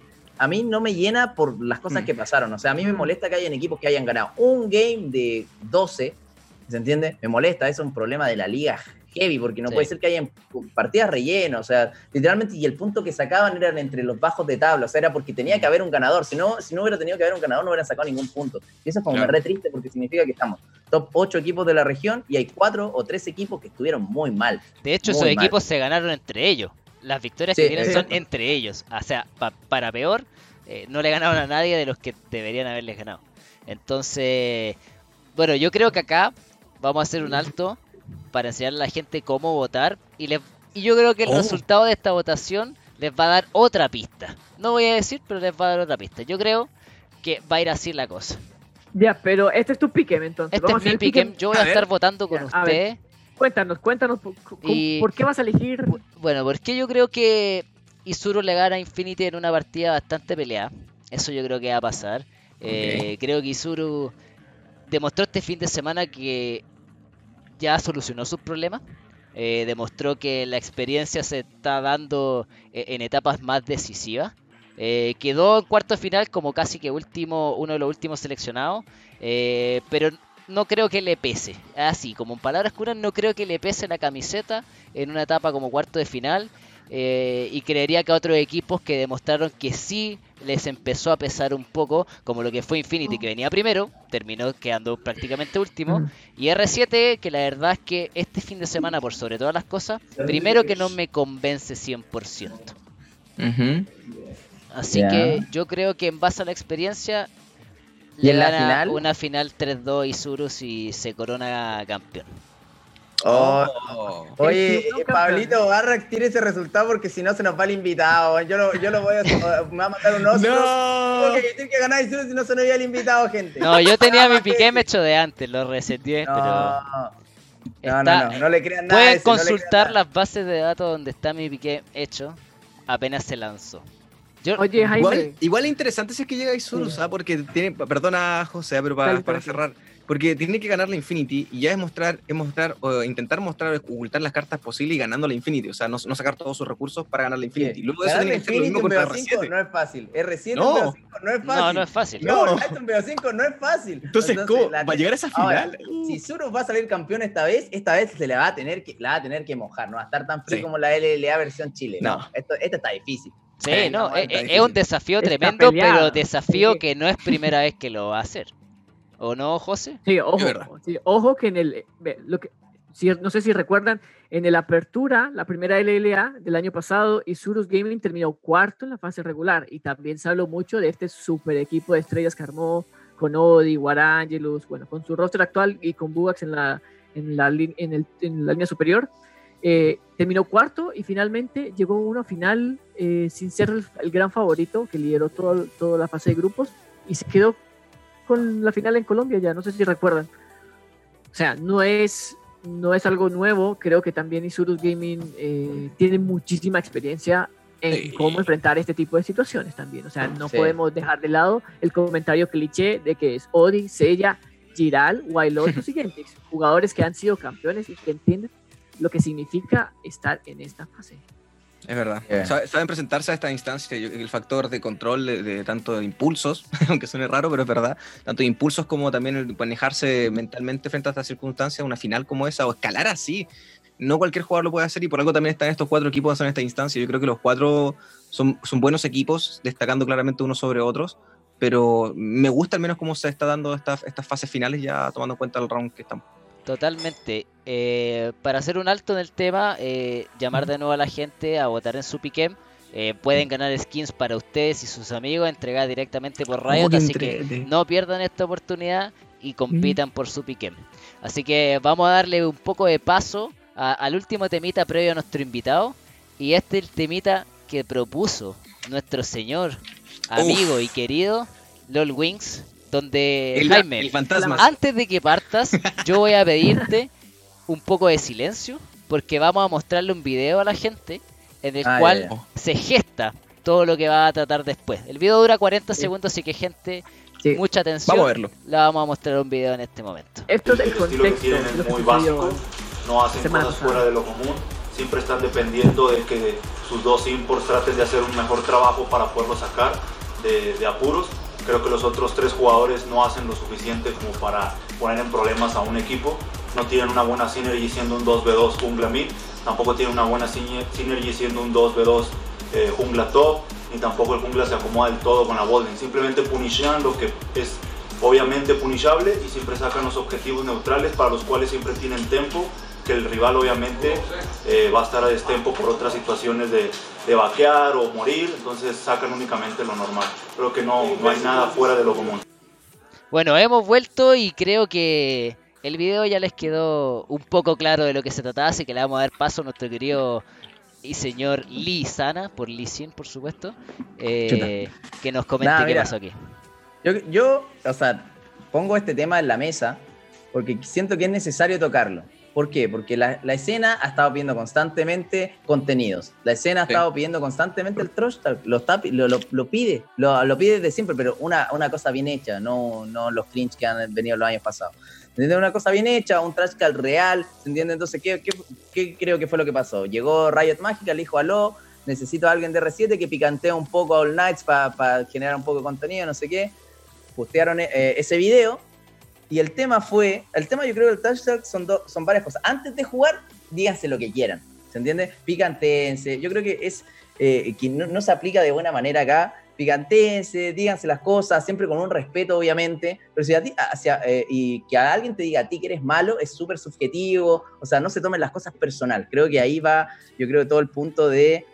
a mí no me llena por las cosas Mm. que pasaron. O sea, a mí me molesta que hayan equipos que hayan ganado un game de doce, ¿se entiende? Me molesta, eso es un problema de la liga heavy, porque no Sí. puede ser que hayan partidas rellenas, o sea, literalmente, y el punto que sacaban eran entre los bajos de tabla, o sea, era porque tenía que haber un ganador, si no, si no hubiera tenido que haber un ganador no hubieran sacado ningún punto. Y eso es como Claro. me re triste porque significa que estamos top ocho equipos de la región y hay cuatro o tres equipos que estuvieron muy mal. De hecho, Muy esos mal. equipos se ganaron entre ellos. Las victorias Sí, que tienen son exacto. entre ellos. O sea, pa- para peor, eh, no le ganaron a nadie de los que deberían haberles ganado. Entonces, bueno, yo creo que acá vamos a hacer un alto para enseñarle a la gente cómo votar y, les, y yo creo que el Oh. resultado de esta votación les va a dar otra pista. No voy a decir, pero les va a dar otra pista. Yo creo que va a ir así la cosa. Ya, pero este es tu piquem entonces. Este Vamos es a mi hacer el pick'em. Yo voy a, A ver. estar votando con Ya, a ver. ustedes. Cuéntanos, cuéntanos por, por- Y- por qué vas a elegir. Bueno, porque yo creo que Isuru le gana a Infinity en una partida bastante peleada. Eso yo creo que va a pasar. Eh, creo que Isuru demostró este fin de semana que ya solucionó sus problemas. Eh, demostró que la experiencia se está dando eh, en etapas más decisivas. Eh, quedó en cuarto de final como casi que último, uno de los últimos seleccionados. Eh, pero no creo que le pese. Así, como en palabras curas, no creo que le pese la camiseta en una etapa como cuarto de final. Eh, y creería que a otros equipos que demostraron que sí les empezó a pesar un poco, como lo que fue Infinity, que venía primero, terminó quedando prácticamente último, Mm. y R siete, que la verdad es que este fin de semana, por sobre todas las cosas, primero que no me convence cien por ciento. Ujú. Así Ya. que yo creo que en base a la experiencia ¿Y le en la gana final? una final tres dos Isuru y se corona campeón. Oh, Oh. Oye, Sí, no, eh, Pablito Barrax, tire ese resultado porque si no se nos va el invitado. Yo lo, yo lo voy a... Me va a matar un oso. Tengo No. que decir que ganar Isuru si no se nos iba el invitado, gente. No, yo tenía mi Nada más que piquem decir. hecho de antes, lo reseteé, pero... No, no, está- no, no, no le crean nada. a Pueden ese, no le crean consultar nada. las bases de datos donde está mi piqué hecho apenas se lanzó. Yo, Oye, Jaime. Igual, igual es interesante si es que llega Isuru, ¿sabes? Porque tiene, perdona José, pero para, Dale, para tranquilo. cerrar, porque tiene que ganar la Infinity y ya es mostrar, es mostrar, o intentar mostrar, ocultar las cartas posibles y ganando la Infinity, o sea, no, no sacar todos sus recursos para ganar la Infinity. Luego de eso Ganar tiene que hacer lo Infinity mismo en contra B O R cinco siete. no es fácil. R siete No. en B O cinco no es fácil. no, no es fácil. No, No. esto en B O cinco no es fácil. Entonces, ¿cómo? la- ¿Va a llegar a esa Ahora, final? si Zuru va a salir campeón esta vez, esta vez se le va a tener que, la va a tener que mojar, no va a estar tan frío Sí. como la L L A versión Chile. No, No. esto, esto está difícil. Sí, Eh, no, no, es, está es difícil. un desafío Está tremendo, peleado. pero desafío Sí. que no es primera vez que lo va a hacer. ¿O no, José? Sí, ojo, verdad. sí, ojo que en el, ve, lo que, si, no sé si recuerdan, en el Apertura, la primera L L A del año pasado, Isurus Gaming terminó cuarto en la fase regular y también se habló mucho de este super equipo de estrellas que armó con Odi, Warangelus, bueno, con su roster actual y con Bugax en la, en la, lin- en el- en la línea superior. Eh, terminó cuarto y finalmente llegó a una final eh, sin ser el, el gran favorito que lideró todo, toda la fase de grupos y se quedó con la final en Colombia ya, no sé si recuerdan. O sea, no es, no es algo nuevo, creo que también Isurus Gaming eh, tiene muchísima experiencia en Sí. cómo enfrentar este tipo de situaciones también. O sea, no Sí. podemos dejar de lado el comentario cliché de que es Odi, Seiya, Giral, Wailoto y Gentrix, jugadores que han sido campeones y que entienden lo que significa estar en esta fase. Es verdad. Yeah. Sabe- Saben presentarse a esta instancia. Yo- El factor de control de, de tanto de impulsos, aunque suene raro, pero es verdad. Tanto de impulsos como también el manejarse mentalmente frente a estas circunstancias, una final como esa, o escalar así. No cualquier jugador lo puede hacer y por algo también están estos cuatro equipos en esta instancia. Yo creo que los cuatro son, son buenos equipos, destacando claramente unos sobre otros. Pero me gusta al menos cómo se está dando esta- estas fases finales, ya tomando en cuenta el round que estamos. Totalmente. Eh, para hacer un alto en el tema, eh, llamar de nuevo a la gente a votar en su piquem. Eh, pueden ganar skins para ustedes y sus amigos, entregadas directamente por Riot, qué así que entrete. no pierdan esta oportunidad y compitan por su piquem. Así que vamos a darle un poco de paso a- al último temita previo a nuestro invitado. Y este es el temita que propuso nuestro señor, amigo y querido LOL Wings, donde El, Jaime, el fantasma. antes de que partas, yo voy a pedirte un poco de silencio, porque vamos a mostrarle un video a la gente en el Ah, cual ya, se gesta todo lo que va a tratar después. El video dura cuarenta segundos, así que gente, Sí. mucha atención. Vamos a verlo. La vamos a mostrar un video en este momento. Esto es el El estilo que contexto tienen de es lo que muy sucedió. básico, no hacen semana cosas pasada. fuera de lo común, siempre están dependiendo de que sus dos imports traten de hacer un mejor trabajo para poderlo sacar de, de apuros. Creo que los otros tres jugadores no hacen lo suficiente como para poner en problemas a un equipo. No tienen una buena synergy siendo un dos ve dos jungla mid, tampoco tienen una buena syne- synergy siendo un dos ve dos eh, jungla top, ni tampoco el jungla se acomoda del todo con la botlane. Simplemente punishan lo que es obviamente punishable y siempre sacan los objetivos neutrales para los cuales siempre tienen tempo, que el rival obviamente eh, va a estar a destempo por otras situaciones de, de vaquear o morir, entonces sacan únicamente lo normal. Creo que no, no hay nada fuera de lo común. Bueno, hemos vuelto y creo que el video ya les quedó un poco claro de lo que se trataba, así que le vamos a dar paso a nuestro querido y señor Lee Sana, por Lee Sin, por supuesto, eh, que nos comente Nah, qué mira, pasó aquí. Yo, yo, o sea, pongo este tema en la mesa porque siento que es necesario tocarlo. ¿Por qué? Porque la, la escena ha estado pidiendo constantemente contenidos. La escena ha Sí. estado pidiendo constantemente el trash talk. Lo, está, lo, lo, lo pide, lo, lo pide desde siempre, pero una, una cosa bien hecha, no, no los cringe que han venido los años pasados. ¿Entiendes? Una cosa bien hecha, un trash talk real, ¿se entiende? Entonces, ¿qué, qué, qué creo que fue lo que pasó? Llegó Riot Magical, le dijo, aló, necesito a alguien de R siete que picantee un poco a All Knights para pa generar un poco de contenido, no sé qué. Postearon eh, ese video y el tema fue, el tema yo creo que el trash talk son, do, son varias cosas. Antes de jugar, díganse lo que quieran, ¿se entiende? Picantense, yo creo que es eh, que no, no se aplica de buena manera acá. Picantense, díganse las cosas, siempre con un respeto, obviamente, pero si a ti, hacia, eh, y que a alguien te diga a ti que eres malo, es súper subjetivo, o sea, no se tomen las cosas personal. Creo que ahí va, yo creo que todo el punto de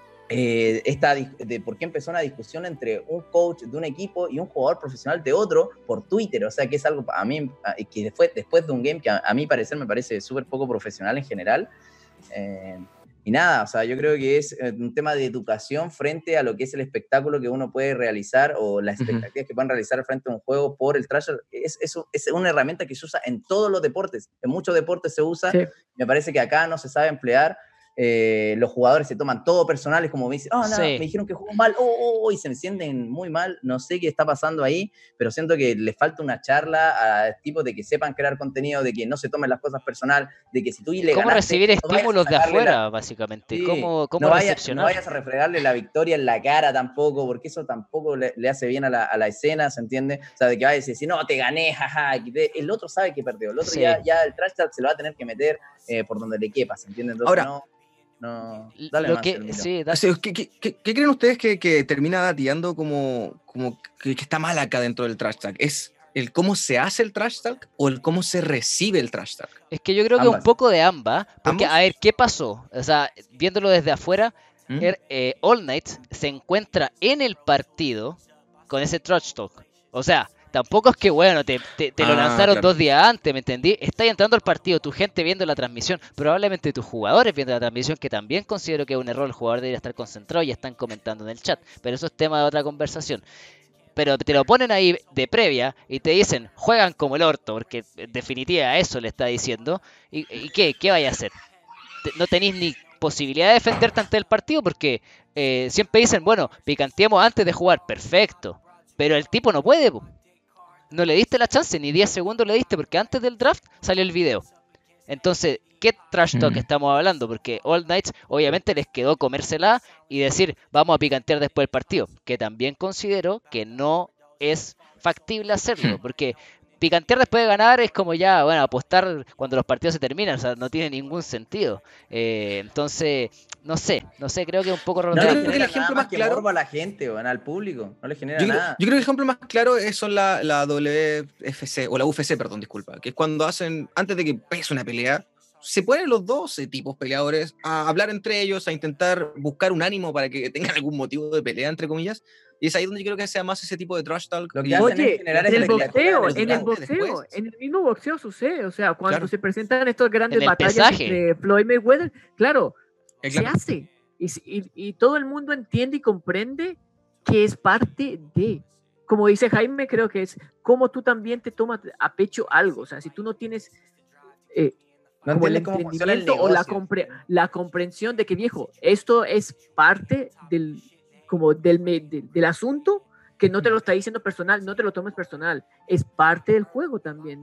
Eh, esta, de por qué empezó una discusión entre un coach de un equipo y un jugador profesional de otro por Twitter, o sea que es algo a mí, que después, después de un game que a, a mi parecer me parece súper poco profesional en general, eh, y nada, o sea, yo creo que es un tema de educación frente a lo que es el espectáculo que uno puede realizar o las expectativas uh-huh. que puedan realizar frente a un juego por el trash. Es, es, es una herramienta que se usa en todos los deportes, en muchos deportes se usa, sí. Me parece que acá no se sabe emplear. Eh, los jugadores se toman todo personal, es como me dicen, oh, no, sí. me dijeron que jugó mal, oh, oh, oh, y se me sienten muy mal, no sé qué está pasando ahí, pero siento que les falta una charla a tipos de que sepan crear contenido, de que no se tomen las cosas personal, de que si tú le ¿Cómo ganaste, recibir no estímulos de afuera, la... básicamente? Sí, ¿Cómo, cómo no, vaya, recepcionar? No vayas a refregarle la victoria en la cara tampoco, porque eso tampoco le, le hace bien a la, a la escena, ¿se entiende? O sea, de que vayas a decir, no, te gané, jaja, el otro sabe que perdió, el otro sí. ya, ya el trash talk se lo va a tener que meter eh, por donde le quepa, ¿se entiende? Entonces, Ahora, no... No, dale lo más, que, sí, dale. ¿Qué, qué, qué, ¿Qué creen ustedes que, que termina gatillando como, como que, que está mal acá dentro del trash talk? ¿Es el cómo se hace el trash talk o el cómo se recibe el trash talk? Es que yo creo ambas. que un poco de ambas, porque ¿Ambos? a ver, ¿qué pasó? O sea, viéndolo desde afuera, ¿Mm? er, eh, All Knight se encuentra en el partido con ese trash talk. O sea, tampoco es que, bueno, te, te, te ah, lo lanzaron claro. dos días antes, ¿me entendí? Estás entrando al partido, tu gente viendo la transmisión, probablemente tus jugadores viendo la transmisión, que también considero que es un error, el jugador debería estar concentrado y están comentando en el chat, pero eso es tema de otra conversación. Pero te lo ponen ahí de previa y te dicen, juegan como el orto, porque en definitiva eso le está diciendo. ¿Y, y qué? ¿Qué vaya a hacer? No tenéis ni posibilidad de defenderte ante el partido, porque eh, siempre dicen, bueno, picanteamos antes de jugar, perfecto, pero el tipo no puede, po. No le diste la chance, ni diez segundos le diste, porque antes del draft salió el video. Entonces, ¿qué trash talk mm. estamos hablando? Porque All Knights obviamente les quedó comérsela y decir, vamos a picantear después del partido, que también considero que no es factible hacerlo, porque picantear después de ganar es como ya, bueno, apostar cuando los partidos se terminan, o sea, no tiene ningún sentido. Eh, entonces, no sé, no sé, creo que es un poco... No, no creo que el ejemplo más claro... a la gente o al público, no le genera yo nada. Creo, yo creo que el ejemplo más claro es son la, la W F C, o la U F C, perdón, disculpa, que es cuando hacen, antes de que empiece una pelea, se ponen los dos tipos peleadores a hablar entre ellos, a intentar buscar un ánimo para que tengan algún motivo de pelea, entre comillas. Y es ahí donde yo creo que sea más ese tipo de trash talk. Lo que hacen Oye, es generar en el boxeo, en el boxeo, después. En el mismo boxeo sucede. O sea, cuando claro. se presentan estas grandes batallas pesaje. entre Floyd Mayweather, claro, eh, claro. se hace. Y, y, y todo el mundo entiende y comprende que es parte de. Como dice Jaime, creo que es como tú también te tomas a pecho algo. O sea, si tú no tienes eh, no como el cómo entendimiento el o la, compre la comprensión de que, viejo, esto es parte del... como del, de, del asunto, que no te lo está diciendo personal, no te lo tomes personal, es parte del juego también.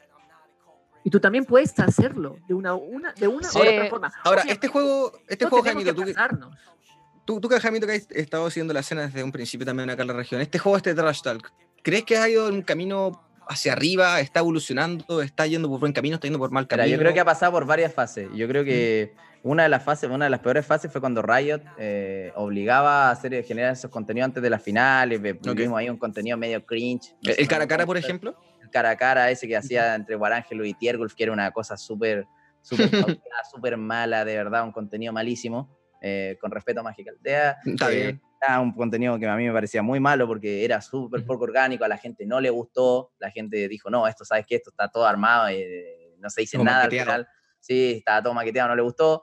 Y tú también puedes hacerlo de una, una, de una sí. u otra forma. Ahora, o sea, este juego, este no juego, Jaimito, tú, tú, tú que Jaimito, que has estado haciendo la escena desde un principio también acá en la región, este juego, este Trash Talk, ¿crees que ha ido en un camino hacia arriba, está evolucionando, está yendo por buen camino, está yendo por mal camino? Mira, yo creo que ha pasado por varias fases. Yo creo que mm. una de las fases, una de las peores fases fue cuando Riot eh, obligaba a hacer, generar esos contenidos antes de las finales. Vimos okay. ahí un contenido medio cringe. ¿El, el cara a cara, por ejemplo? El cara a cara ese que hacía mm. entre Guarángelo y Tiergulf, que era una cosa súper, súper súper mala, de verdad, un contenido malísimo. Eh, con respeto a Magical Aldea. Está eh, bien. Era un contenido que a mí me parecía muy malo porque era súper poco orgánico, a la gente no le gustó, la gente dijo, no, esto, ¿sabes qué? Esto está todo armado, eh, no se dice Todo nada maqueteado. al final. Sí, estaba todo maqueteado, no le gustó.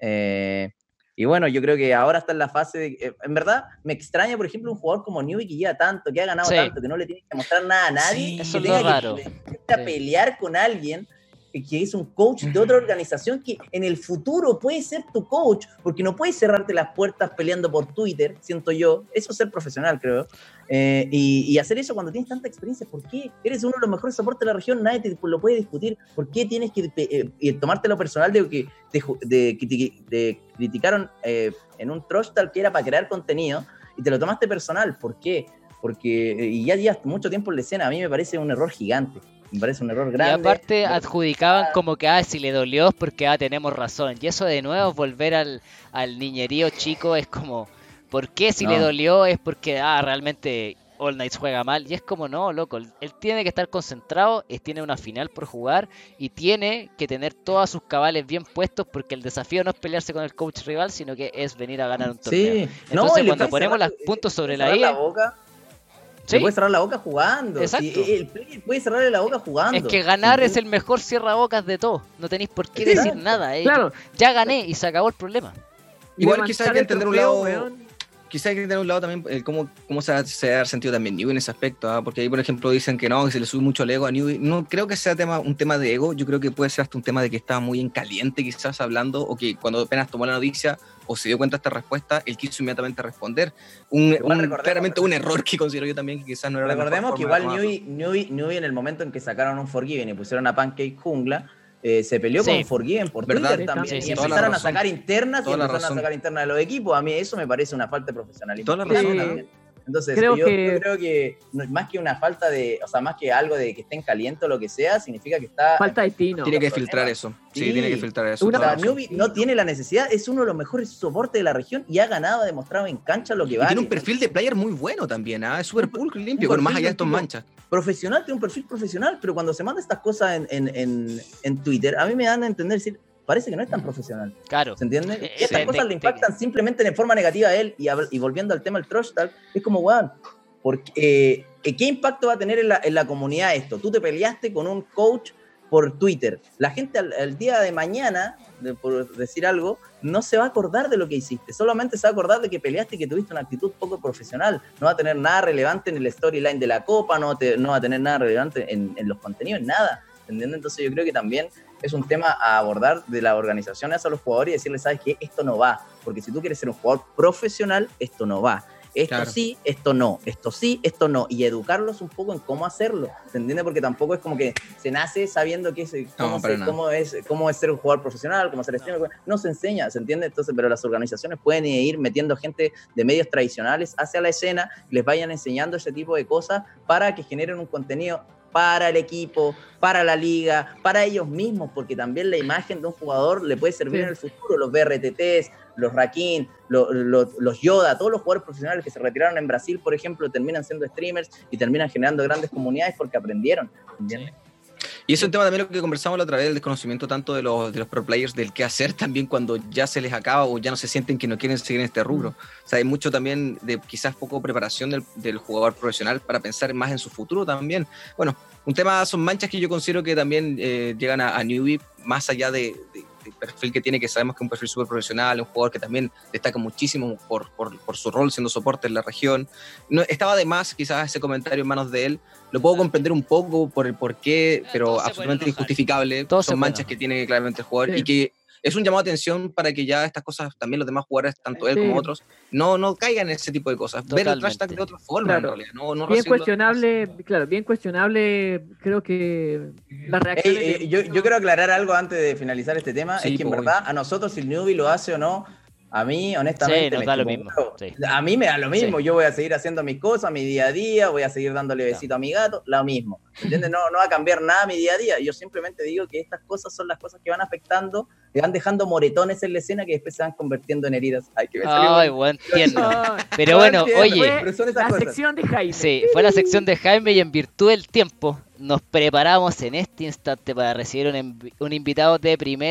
Eh, y bueno, yo creo que ahora está en la fase de... Eh, en verdad, me extraña, por ejemplo, un jugador como Newbie que lleva tanto, que ha ganado Sí. tanto, que no le tiene que mostrar nada a nadie, Sí, que eso es tenga lo que- raro. que, que tenga que Sí. pelear con alguien que es un coach de otra organización que en el futuro puede ser tu coach, porque no puedes cerrarte las puertas peleando por Twitter, siento yo. Eso es ser profesional, creo. Eh, y, y hacer eso cuando tienes tanta experiencia, ¿por qué? Eres uno de los mejores soportes de la región, nadie te lo puede discutir. ¿Por qué tienes que eh, eh, tomártelo personal de que te, de, que te, te criticaron eh, en un trash talk que era para crear contenido y te lo tomaste personal? ¿Por qué? Porque, eh, y ya llevas mucho tiempo en la escena, a mí me parece un error gigante. Me parece un error Y grande. aparte adjudicaban como que, ah, si le dolió es porque, ah, tenemos razón. Y eso de nuevo, volver al, al niñerío chico, es como, ¿por qué si No. le dolió es porque, ah, realmente All Knights juega mal? Y es como, no, loco, él tiene que estar concentrado, él tiene una final por jugar y tiene que tener todas sus cabales bien puestos porque el desafío no es pelearse con el coach rival, sino que es venir a ganar un torneo. Sí, Entonces, no, y le cuando puedes ponemos cerrar- los puntos sobre le la puedes I, cerrar la boca, ¿sí? le puedes cerrar la boca jugando. Exacto. Sí, el player puede cerrarle la boca jugando. Es que ganar es ¿Entiendes? el mejor cierra-bocas de todo. No tenéis por qué Exacto. decir nada. eh. Claro. Ya gané y se acabó el problema. Igual levantar quizás hay que el entender un trofeo, lado- weón. Quizá hay que tener un lado también eh, cómo, cómo se, ha, se ha sentido también Newbie en ese aspecto, ¿ah? Porque ahí, por ejemplo, dicen que no, que se le sube mucho el ego a Newbie. No creo que sea tema, un tema de ego, yo creo que puede ser hasta un tema de que estaba muy en caliente quizás hablando, o que cuando apenas tomó la noticia o se dio cuenta de esta respuesta, él quiso inmediatamente responder. Un, Igual un- recordemos- claramente un error que considero yo también, que quizás no era la mejor Recordemos que forma de igual tomarlo. Newbie, Newbie, Newbie en el momento en que sacaron un Forgiven y pusieron a Pancake Jungla, eh, se peleó Sí. con Forgiven por ¿Verdad? Twitter Sí, también. sí, y sí, toda la empezaron a razón. sacar internas y Toda la empezaron razón. a sacar internas de los equipos. A mí eso me parece una falta de profesionalismo. Toda la razón, También. Entonces, Creo yo, que- yo creo que no- más que una falta de, o sea, más que algo de que estén caliente o lo que sea, significa que está... Falta de tino. Tiene que problema. filtrar eso. Sí, Sí. tiene que filtrar eso. Una- O toda sea, la razón. Newbie no tiene la necesidad, es uno de los mejores soportes de la región y ha ganado, ha demostrado en cancha lo que Y vale. tiene un perfil de player muy bueno también, ¿ah? Es súper pulcro y limpio, un pero más perfil allá de estos de un tipo- manchas. Profesional, tiene un perfil profesional, pero cuando se manda estas cosas en, en, en, en Twitter, a mí me dan a entender, decir, parece que no es tan profesional. Claro. ¿Se entiende? Eh, Y estas sí. cosas de- le impactan simplemente de forma negativa a él. Y, hab- y volviendo al tema del trash talk, es como, weón, porque, eh, eh, ¿qué impacto va a tener en la, en la comunidad esto? Tú te peleaste con un coach por Twitter. La gente al, al día de mañana, de- por decir algo, no se va a acordar de lo que hiciste. Solamente se va a acordar de que peleaste y que tuviste una actitud poco profesional. No va a tener nada relevante en el storyline de la copa, no, te- no va a tener nada relevante en, en los contenidos, nada. ¿Entiendes? Entonces yo creo que también es un tema a abordar de la organización hacia los jugadores y decirles, ¿sabes qué? Esto no va. Porque si tú quieres ser un jugador profesional, esto no va. Esto Claro. sí, esto no, esto sí, esto no, y educarlos un poco en cómo hacerlo, ¿se entiende? Porque tampoco es como que se nace sabiendo que es, cómo, No, para se- nada. cómo es, cómo es ser un jugador profesional, cómo ser streamer, no se enseña, ¿se entiende? Entonces, pero las organizaciones pueden ir metiendo gente de medios tradicionales hacia la escena, les vayan enseñando ese tipo de cosas para que generen un contenido para el equipo, para la liga, para ellos mismos, porque también la imagen de un jugador le puede servir Sí. en el futuro, los B R T Ts, los Rakin, los, los, los Yoda, todos los jugadores profesionales que se retiraron en Brasil, por ejemplo, terminan siendo streamers y terminan generando grandes comunidades porque aprendieron, ¿entiendes? Y eso es un tema también lo que conversamos la otra vez, el desconocimiento tanto de los, de los pro players del qué hacer también cuando ya se les acaba o ya no se sienten que no quieren seguir en este rubro. O sea, hay mucho también de quizás poco preparación del, del jugador profesional para pensar más en su futuro también. Bueno, un tema son manchas que yo considero que también eh, llegan a, a Newbie más allá de, de, del perfil que tiene, que sabemos que es un perfil súper profesional, un jugador que también destaca muchísimo por, por, por su rol siendo soporte en la región. No, estaba de más quizás ese comentario en manos de él. Lo puedo comprender un poco por el porqué, pero Todo se absolutamente puede enojar. injustificable. Todo se Son puede manchas enojar. que tiene claramente el jugador Sí. y que es un llamado de atención para que ya estas cosas, también los demás jugadores, tanto él Sí. como otros, no, no caigan en ese tipo de cosas. Ver el Totalmente. trash talk de otra forma, Claro. en realidad. No, no Bien recibirlo- cuestionable, claro, bien cuestionable, creo que las Ey, reacciones... eh, de- yo, yo quiero aclarar algo antes de finalizar este tema, Sí, es que en pues, verdad a nosotros si el newbie lo hace o no, a mí honestamente Sí, nos me da lo chupa un mismo, huevo. sí. A mí me da lo mismo, Sí. yo voy a seguir haciendo mis cosas, mi día a día, voy a seguir dándole besito a mi gato, lo mismo, ¿entiendes? No, no va a cambiar nada mi día a día, yo simplemente digo que estas cosas son las cosas que van afectando, que van dejando moretones en la escena que después se van convirtiendo en heridas. Ay, que me salió Ay, bonito. buen tierno. Ah, Pero No bueno, entiendo, oye, pero son esas la cosas. sección de Jaime. sí, fue la sección de Jaime y en virtud del tiempo nos preparamos en este instante para recibir un, envi- un invitado de primera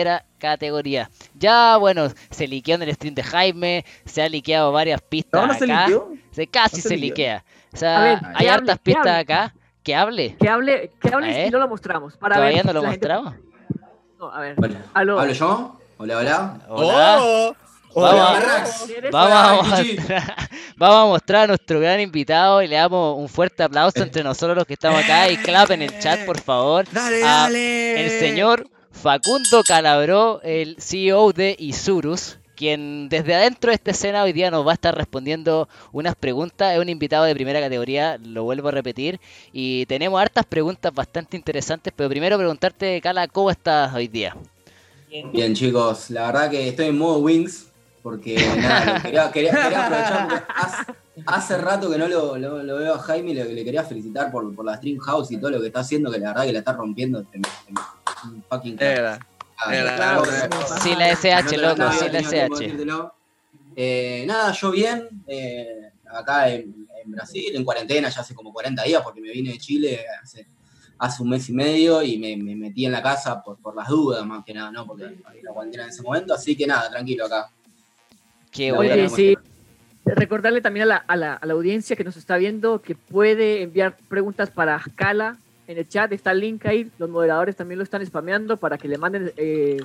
categoría. Ya, bueno, se liqueó en el stream de Jaime, se ha liqueado varias pistas ¿No, no se acá. liqueó? Se, casi ¿No se, se liqueó? liquea. O sea, A ver, hay que hartas hable, que pistas hable. acá. Que hable. Que hable, que hable A ver. y no lo mostramos. Para ¿Todavía ver no lo la gente- mostramos? No, a ver. Bueno, Aló. ¿hablo yo? Hola, hola. Hola. ¡Oh! Vamos, Hola, a- Barrax. ¿Eres? vamos, a Hola, Gigi. mostrar, vamos a mostrar a nuestro gran invitado y le damos un fuerte aplauso entre nosotros los que estamos acá y clap en el chat, por favor. ¡Dale, a dale! El señor Facundo Calabró, el C E O de Isurus, quien desde adentro de esta escena hoy día nos va a estar respondiendo unas preguntas. Es un invitado de primera categoría, lo vuelvo a repetir, y tenemos hartas preguntas bastante interesantes, pero primero preguntarte, Cala, ¿cómo estás hoy día? Bien, chicos, la verdad que estoy en modo Wings, porque nada, lo quería, quería, quería aprovechar porque hace, hace rato que no lo, lo, lo veo a Jaime y le, le quería felicitar por, por la Stream House y todo lo que está haciendo, que la verdad que la está rompiendo. Este, este, un fucking Es crack. verdad. Ah, es verdad, claro, es verdad. claro. Sí, la S H, No te lo loco, andaba, sí, la tenía S tiempo de H. decírtelo. Eh, nada, yo bien, eh, acá en, en Brasil, en cuarentena, ya hace como cuarenta días, porque me vine de Chile hace, hace un mes y medio y me, me metí en la casa por, por las dudas, más que nada, ¿no? Porque había la cuarentena en ese momento, así que nada, tranquilo acá. Qué La bueno. Oye, verdad, sí. Recordarle también a la, a, la, a la audiencia que nos está viendo que puede enviar preguntas para Cala en el chat. Está el link ahí. Los moderadores también lo están spameando para que le manden eh,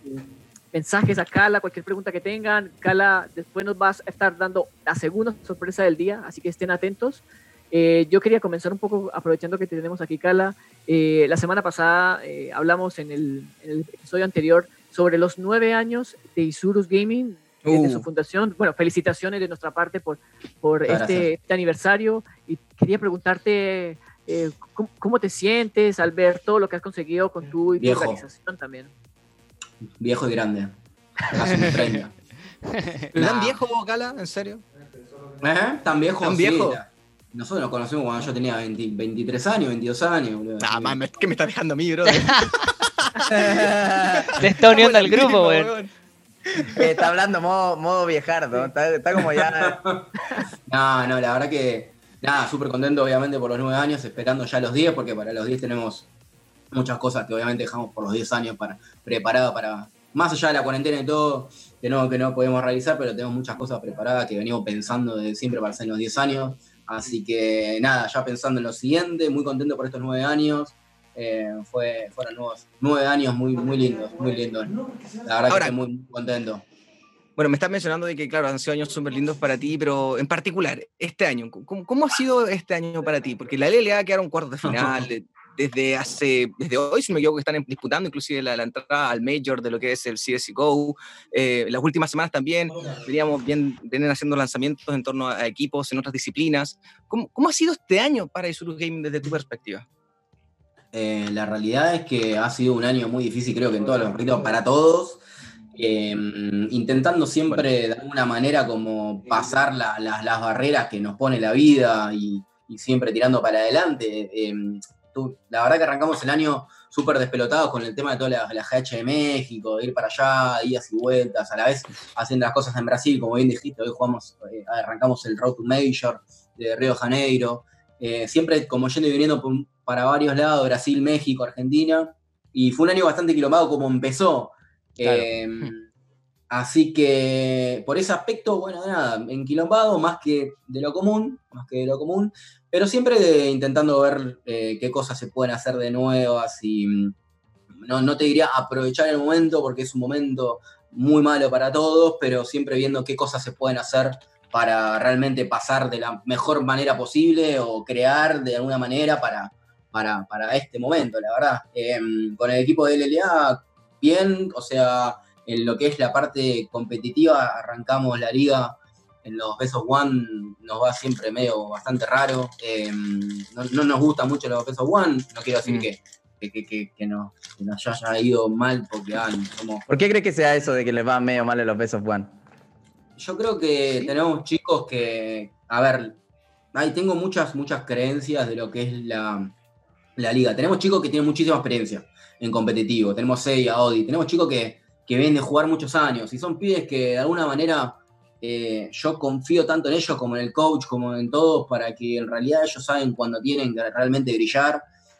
mensajes a Cala, cualquier pregunta que tengan. Cala después nos va a estar dando la segunda sorpresa del día, así que estén atentos. Eh, yo quería comenzar un poco aprovechando que tenemos aquí Cala. Eh, la semana pasada eh, hablamos en el, en el episodio anterior sobre los nueve años de Isurus Gaming, desde Uh. su fundación. Bueno, felicitaciones de nuestra parte por, por Muchas este, gracias. este aniversario. Y quería preguntarte eh, ¿cómo, cómo te sientes al ver todo lo que has conseguido con tu, y tu Viejo. organización también. Viejo y grande, casi mis treinta. ¿Pero tan Nah. viejo, Cala? ¿En serio? ¿Eh? ¿Tan viejo? ¿Tan Sí, viejo? la- nosotros nos conocimos cuando yo tenía veinte, veintitrés años, veintidós años. Boludo. Nah, man, me- ¿qué me estás dejando a mí, bro? Te está uniendo al grupo, weón. Eh, está hablando modo, modo viejardo, está, está como ya... No, no, la verdad que nada, súper contento obviamente por los nueve años, esperando ya los diez, porque para los diez tenemos muchas cosas que obviamente dejamos por los diez años para preparadas para, más allá de la cuarentena y todo, que no, que no podemos realizar, pero tenemos muchas cosas preparadas que venimos pensando de siempre para hacer en los diez años. Así que nada, ya pensando en lo siguiente, muy contento por estos nueve años. Eh, fue, fueron nuevos, nueve años muy, muy lindos, muy lindos. La verdad Ahora- que estoy muy, muy contento. Bueno, me estás mencionando de que, claro, han sido años súper lindos para ti, pero en particular, este año, ¿cómo, cómo ha sido este año para ti? Porque la L L A quedaron cuartos de final, de- desde hace, desde hoy, si no me equivoco, que están disputando inclusive la, la entrada al Major de lo que es el C S G O. Eh, las últimas semanas también veníamos bien, vienen haciendo lanzamientos en torno a, a equipos en otras disciplinas. ¿Cómo, cómo ha sido este año para Isurus Gaming desde tu perspectiva? Eh, la realidad es que ha sido un año muy difícil, creo que en todos los aspectos, para todos. Eh, intentando siempre de alguna manera como pasar la- la- las barreras que nos pone la vida y, y siempre tirando para adelante. Eh, tú- la verdad que arrancamos el año súper despelotados con el tema de toda la, la G H de México, de ir para allá, idas y vueltas, a la vez haciendo las cosas en Brasil, como bien dijiste, hoy jugamos, eh, arrancamos el Road to Major de Río de Janeiro. Eh, siempre como yendo y viniendo por- para varios lados, Brasil, México, Argentina, y fue un año bastante quilombado como empezó. Claro. Eh, así que por ese aspecto, bueno, nada, enquilombado, más que de lo común, más que de lo común, pero siempre de- intentando ver eh, qué cosas se pueden hacer de nuevas y mm, no, no te diría aprovechar el momento porque es un momento muy malo para todos, pero siempre viendo qué cosas se pueden hacer para realmente pasar de la mejor manera posible o crear de alguna manera para, para, para este momento, la verdad. Eh, con el equipo de L L A, bien, o sea, en lo que es la parte competitiva, arrancamos la liga en los Best of One, nos va siempre medio bastante raro. Eh, no, no nos gustan mucho los Best of One, no quiero decir Mm. que, que, que, que, que nos, que nos haya ido mal porque ah, somos... ¿Por qué crees que sea eso de que les va medio mal a los Best of One? Yo creo que tenemos chicos que, a ver, ahí tengo muchas, muchas creencias de lo que es la, la liga. Tenemos chicos que tienen muchísima experiencia en competitivo. Tenemos Seiya, Odi. Tenemos chicos que, que vienen de jugar muchos años. Y son pibes que de alguna manera eh, yo confío tanto en ellos como en el coach, como en todos, para que en realidad ellos saben cuando tienen que realmente brillar.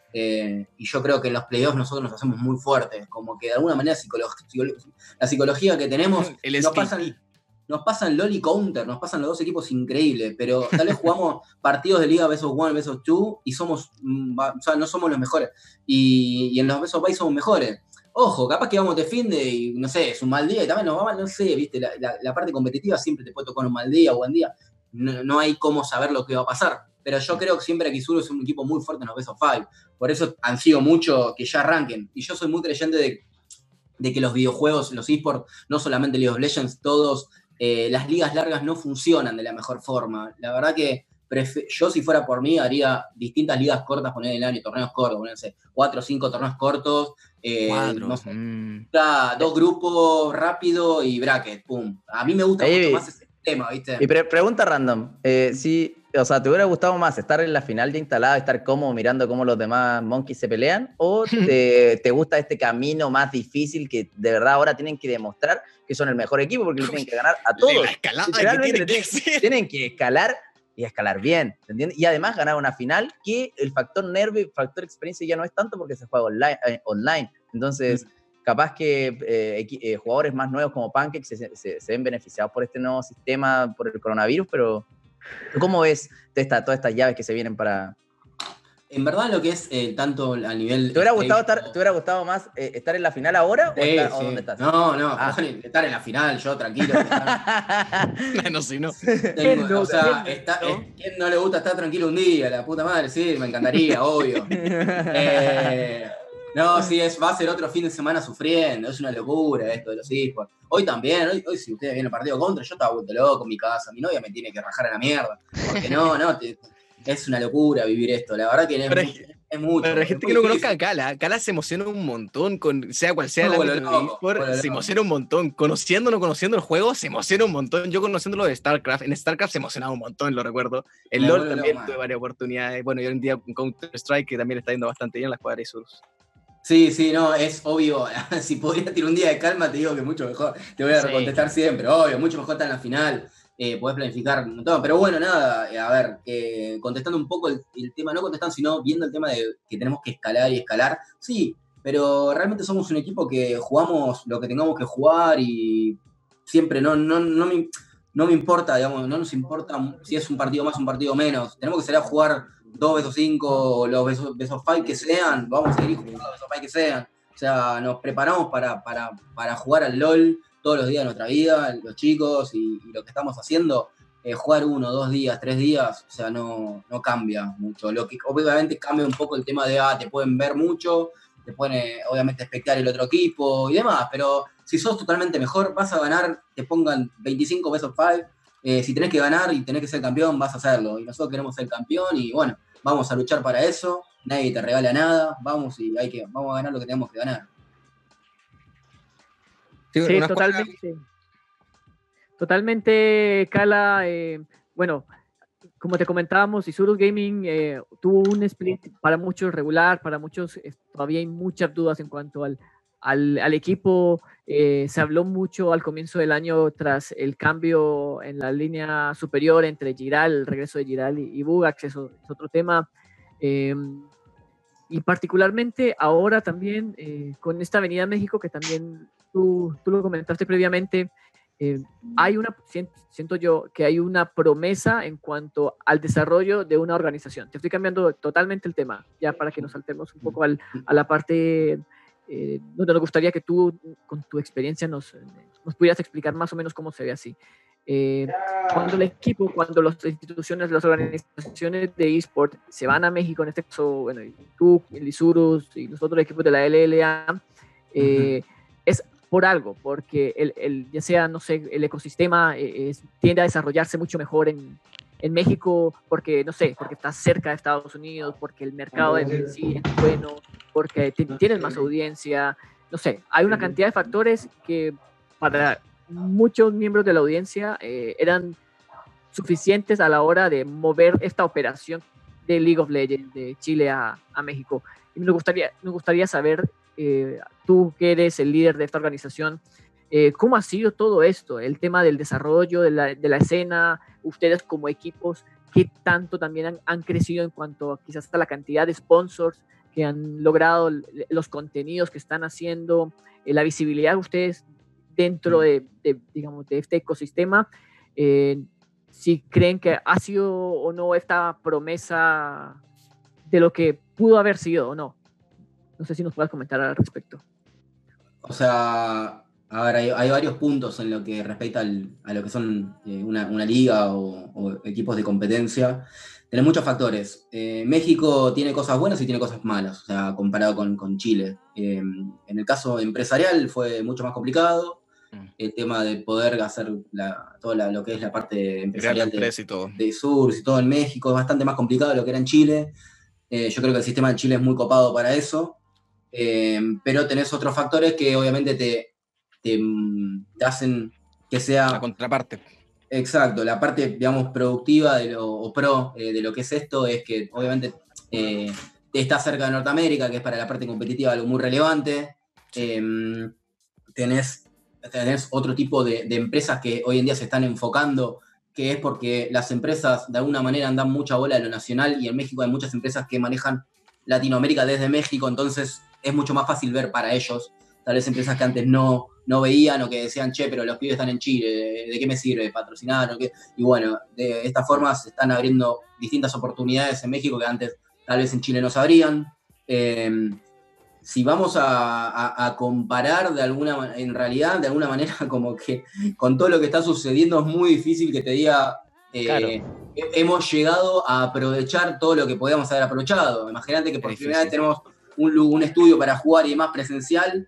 Eh, y yo creo que en los playoffs nosotros nos hacemos muy fuertes, como que de alguna manera psicolo- psicolo- la psicología que tenemos El nos escape. pasan, nos pasan LOL y Counter, nos pasan los dos equipos increíbles, pero tal vez jugamos partidos de liga versus one, versus two y somos, mm, va- o sea, no somos los mejores. Y, y en los versus bye somos mejores. Ojo, capaz que vamos de fin de y no sé, es un mal día y también nos va mal, no sé, viste, la, la- la parte competitiva siempre te puede tocar un mal día o buen día. No, no hay cómo saber lo que va a pasar. Pero yo creo que siempre que Isuru es un equipo muy fuerte en los Best of Five. Por eso han sido mucho que ya arranquen. Y yo soy muy creyente de, de que los videojuegos, los esports, no solamente League of Legends, todos, eh, las ligas largas no funcionan de la mejor forma. La verdad que prefe- yo si fuera por mí haría distintas ligas cortas, poner el año, torneos cortos, ponerse cuatro o cinco torneos cortos. Eh, Cuadro. no sé, mm. da dos grupos rápido y bracket, pum. A mí me gusta Ey, mucho más ese tema, ¿viste? Y pre- pregunta random, eh, si, o sea, ¿te hubiera gustado más estar en la final ya instalada, estar cómodo mirando cómo los demás monkeys se pelean? ¿O te, te gusta este camino más difícil que de verdad ahora tienen que demostrar que son el mejor equipo porque le tienen que ganar a todos? La escalada que Literalmente tienen le que tienen, hacer. tienen que escalar y escalar bien, ¿entiendes? Y además ganar una final que el factor nervio y factor experiencia ya no es tanto porque se juega online. eh, online. Entonces, capaz que eh, equi- eh, jugadores más nuevos como Pancake se, se, se ven beneficiados por este nuevo sistema, por el coronavirus, pero ¿cómo ves de esta, todas estas llaves que se vienen para...? En verdad lo que es eh, tanto a nivel... ¿Te hubiera stage- gustado, estar, ¿te hubiera gustado más eh, estar en la final ahora o, Sí, estar- o sí. dónde estás? No, no, Ah. ojalá estar en la final, yo tranquilo. Bueno, si no. Tengo- no? o sea, ¿Quién no? está, eh, ¿quién no le gusta estar tranquilo un día? La puta madre, sí, me encantaría, obvio. Eh, no, sí, es, va a ser otro fin de semana sufriendo, es una locura esto de los esports. Hoy también, hoy, hoy si ustedes vienen el partido contra, yo estaba vuelto loco en mi casa, mi novia me tiene que rajar a la mierda. Porque no, no, te- es una locura vivir esto, la verdad que es, Pero mu- es mucho. Para la es gente muy que no difícil. conozca a Cala, Cala se emociona un montón, con sea cual sea el No, vuelve ámbito de loco, eSport, vuelve se loco. emociona un montón. Conociendo o no conociendo el juego, se emociona un montón. Yo conociéndolo de StarCraft, en StarCraft se emocionaba un montón, lo recuerdo. En Me LoL vuelve también loco, tuve man. varias oportunidades. Bueno, y hoy en día con Counter-Strike, que también le está yendo bastante bien la escuadra de Isurus. Sí, sí, no, es obvio. Si podría tener un día de calma, te digo que mucho mejor. Te voy a Sí. contestar siempre, obvio, mucho mejor estar en la final. Eh, podés planificar un montón. Pero bueno, nada, eh, a ver, eh, contestando un poco el, el tema, no contestando, sino viendo el tema de que tenemos que escalar y escalar. Sí, pero realmente somos un equipo que jugamos lo que tengamos que jugar y siempre no, no, no, me, no me importa, digamos, no nos importa si es un partido más o un partido menos. Tenemos que salir a jugar dos besos cinco o los besos, besos five que sean, vamos a seguir jugando los besos five que sean. O sea, nos preparamos para, para, para jugar al LOL todos los días de nuestra vida, los chicos y, y lo que estamos haciendo. Eh, jugar uno, dos días, tres días, o sea, no, no cambia mucho. Lo que obviamente cambia un poco el tema de, ah, te pueden ver mucho, te pueden eh, obviamente espectar el otro equipo y demás, pero si sos totalmente mejor, vas a ganar, te pongan veinticinco besos five, eh, si tenés que ganar y tenés que ser campeón, vas a hacerlo. Y nosotros queremos ser campeón y bueno, vamos a luchar para eso, nadie te regala nada, vamos y hay que, vamos a ganar lo que tenemos que ganar. Sí, Sí, una escuadra- totalmente. Totalmente, Cala. eh, bueno, como te comentábamos, Isurus Gaming eh, tuvo un split para muchos regular, para muchos eh, todavía hay muchas dudas en cuanto al, al, al equipo. Eh, se habló mucho al comienzo del año tras el cambio en la línea superior entre Giral, el regreso de Giral y, y Bugax, eso es otro tema. Eh, y particularmente ahora también eh, con esta Avenida México que también tú, tú lo comentaste previamente, eh, hay una, siento, siento yo que hay una promesa en cuanto al desarrollo de una organización. Te estoy cambiando totalmente el tema, ya para que nos saltemos un poco al, a la parte eh, donde nos gustaría que tú, con tu experiencia, nos, nos pudieras explicar más o menos cómo se ve así. Eh, cuando el equipo, cuando las instituciones, las organizaciones de eSport se van a México, en este caso, bueno, tú, el Isurus y los otros equipos de la L L A, eh, uh-huh. es por algo, porque el, el, ya sea, no sé, el ecosistema eh, es, tiende a desarrollarse mucho mejor en, en México, porque, no sé, porque está cerca de Estados Unidos, porque el mercado en sí es bueno, porque tienes más audiencia, no sé, hay una cantidad de factores que para muchos miembros de la audiencia eh, eran suficientes a la hora de mover esta operación de League of Legends de Chile a, a México. Y me gustaría, me gustaría saber, eh, tú que eres el líder de esta organización, eh, ¿cómo ha sido todo esto? El tema del desarrollo de la, de la escena, ustedes como equipos, ¿qué tanto también han, han crecido en cuanto a quizás a la cantidad de sponsors que han logrado, los contenidos que están haciendo, eh, la visibilidad de ustedes dentro de, de, digamos, de este ecosistema, eh, si creen que ha sido o no esta promesa de lo que pudo haber sido o no. No sé si nos puedas comentar al respecto. O sea, a ver, hay, hay varios puntos en lo que respecta al, a lo que son eh, una, una liga o, o equipos de competencia. Tenés muchos factores. Eh, México tiene cosas buenas y tiene cosas malas, o sea, comparado con, con Chile. Eh, en el caso empresarial fue mucho más complicado. El tema de poder hacer la, todo la, lo que es la parte empresarial de, y todo. de Sur y todo en México es bastante más complicado de lo que era en Chile. Eh, yo creo que el sistema de Chile es muy copado para eso. Eh, pero tenés otros factores que obviamente te, te, te hacen que sea... La contraparte. Exacto, la parte, digamos, productiva de lo, o pro eh, de lo que es esto es que obviamente eh, está cerca de Norteamérica, que es para la parte competitiva algo muy relevante. Eh, tenés, tenés otro tipo de, de empresas que hoy en día se están enfocando, que es porque las empresas de alguna manera dan mucha bola a lo nacional y en México hay muchas empresas que manejan Latinoamérica desde México, entonces es mucho más fácil ver para ellos, tal vez empresas que antes no, no veían o que decían, che, pero los pibes están en Chile, ¿de, de qué me sirve patrocinar? ¿O qué? Y bueno, de esta forma se están abriendo distintas oportunidades en México que antes tal vez en Chile no se abrían. Eh, si vamos a, a, a comparar de alguna en realidad, de alguna manera, como que con todo lo que está sucediendo es muy difícil que te diga... Eh, claro. Hemos llegado a aprovechar todo lo que podíamos haber aprovechado. Imagínate que por primera vez tenemos un, un estudio para jugar y demás presencial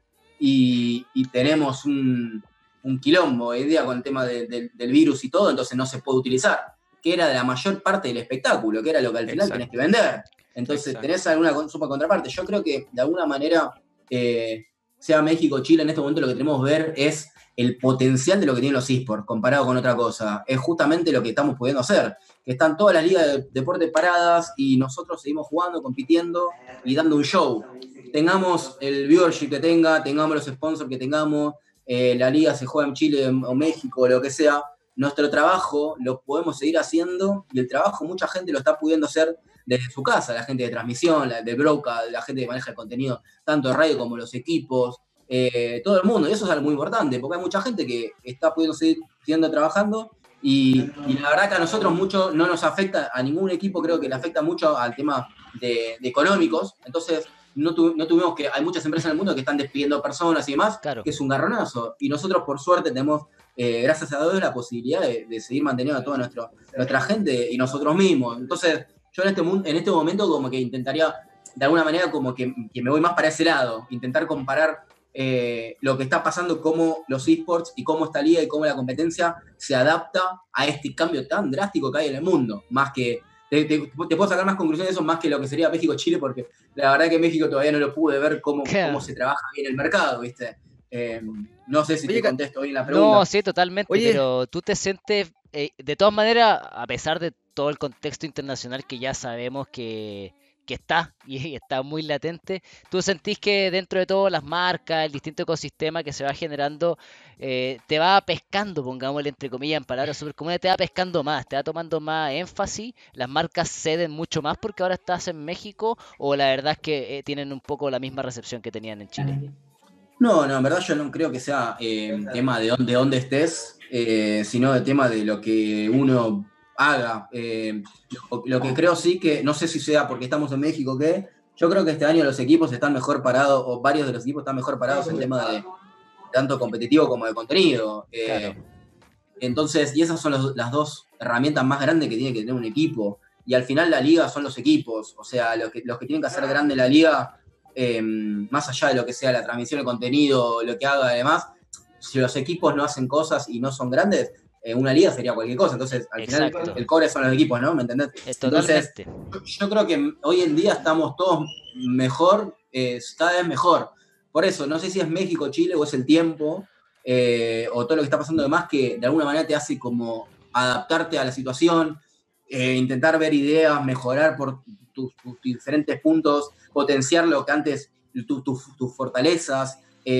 y, y tenemos un, un quilombo hoy en día con el tema de, de, del virus y todo, entonces no se puede utilizar, que era de la mayor parte del espectáculo, que era lo que al final Exacto. tenés que vender. Entonces Exacto. tenés alguna suma contraparte. Yo creo que de alguna manera, eh, sea México o Chile, en este momento lo que tenemos que ver es el potencial de lo que tienen los eSports comparado con otra cosa. Es justamente lo que estamos pudiendo hacer, que están todas las ligas de deporte paradas y nosotros seguimos jugando, compitiendo y dando un show. Tengamos el viewership que tenga, tengamos los sponsors que tengamos, eh, la liga se juega en Chile o México o lo que sea, nuestro trabajo lo podemos seguir haciendo y el trabajo mucha gente lo está pudiendo hacer desde su casa, la gente de transmisión, la de broadcast, la gente que maneja el contenido, tanto de radio como los equipos, Eh, todo el mundo, y eso es algo muy importante, porque hay mucha gente que está pudiendo seguir siguiendo trabajando, y, y la verdad que a nosotros mucho no nos afecta, a ningún equipo creo que le afecta mucho al tema de, de económicos, entonces no, tu, no tuvimos que, hay muchas empresas en el mundo que están despidiendo personas y demás, claro. que es un garronazo, y nosotros por suerte tenemos, eh, gracias a Dios, la posibilidad de, de seguir manteniendo a toda nuestro, nuestra gente y nosotros mismos, entonces yo en este, en este momento como que intentaría, de alguna manera como que, que me voy más para ese lado, intentar comparar Eh, lo que está pasando, cómo los eSports y cómo esta liga y cómo la competencia se adapta a este cambio tan drástico que hay en el mundo. Más que, te, te, te puedo sacar más conclusiones de eso, más que lo que sería México-Chile, porque la verdad que México todavía no lo pude ver cómo, cómo se trabaja bien el mercado, ¿viste? Eh, no sé si Oye, te contesto bien la pregunta. No, sí, totalmente, Oye. pero tú te sientes, eh, de todas maneras, a pesar de todo el contexto internacional que ya sabemos que... que está, y está muy latente, ¿tú sentís que dentro de todo las marcas, el distinto ecosistema que se va generando, eh, te va pescando, pongámosle entre comillas en palabras súper comunes, te va pescando más, te va tomando más énfasis, las marcas ceden mucho más porque ahora estás en México, o la verdad es que eh, tienen un poco la misma recepción que tenían en Chile? No, no, en verdad yo no creo que sea eh, tema de dónde, de dónde estés, eh, sino el tema de lo que uno haga. Eh, lo, lo que creo sí que, no sé si sea porque estamos en México o qué, yo creo que este año los equipos están mejor parados, o varios de los equipos están mejor parados en tema de tanto competitivo como de contenido. Eh, claro. Entonces, y esas son los, las dos herramientas más grandes que tiene que tener un equipo. Y al final la liga son los equipos, o sea, los que, los que tienen que hacer grande la liga, eh, más allá de lo que sea la transmisión de contenido, lo que haga además, si los equipos no hacen cosas y no son grandes, Eh, una liga sería cualquier cosa, entonces al Exacto. final el core son los equipos, ¿no? ¿Me entendés? Entonces, yo, yo creo que hoy en día estamos todos mejor, eh, cada vez mejor. Por eso, no sé si es México, Chile o es el tiempo, eh, o todo lo que está pasando demás, que de alguna manera te hace como adaptarte a la situación, eh, intentar ver ideas, mejorar por tus, tus diferentes puntos, potenciar lo que antes, tus tu, tu fortalezas,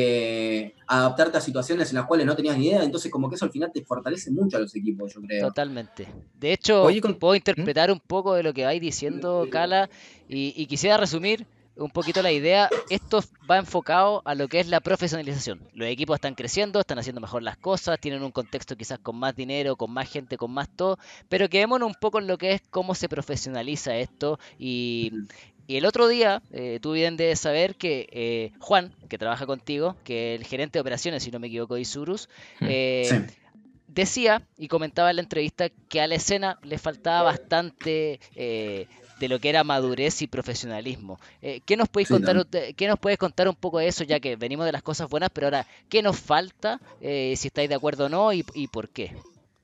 Eh, adaptarte a situaciones en las cuales no tenías ni idea, entonces como que eso al final te fortalece mucho a los equipos, yo creo. Totalmente. De hecho, Oye, con... puedo interpretar un poco de lo que vais diciendo, Cala, y, y quisiera resumir un poquito la idea, esto va enfocado a lo que es la profesionalización. Los equipos están creciendo, están haciendo mejor las cosas, tienen un contexto quizás con más dinero, con más gente, con más todo, pero quedémonos un poco en lo que es cómo se profesionaliza esto. Y, y el otro día, eh, tú bien debes saber que eh, Juan, que trabaja contigo, que es el gerente de operaciones, si no me equivoco, de Isurus, eh, Sí. decía y comentaba en la entrevista que a la escena le faltaba bastante eh, de lo que era madurez y profesionalismo. Eh, ¿qué nos podéis Sí, contar, también. usted- ¿qué nos puedes contar un poco de eso, ya que venimos de las cosas buenas, pero ahora, ¿qué nos falta? Eh, si estáis de acuerdo o no y, y por qué.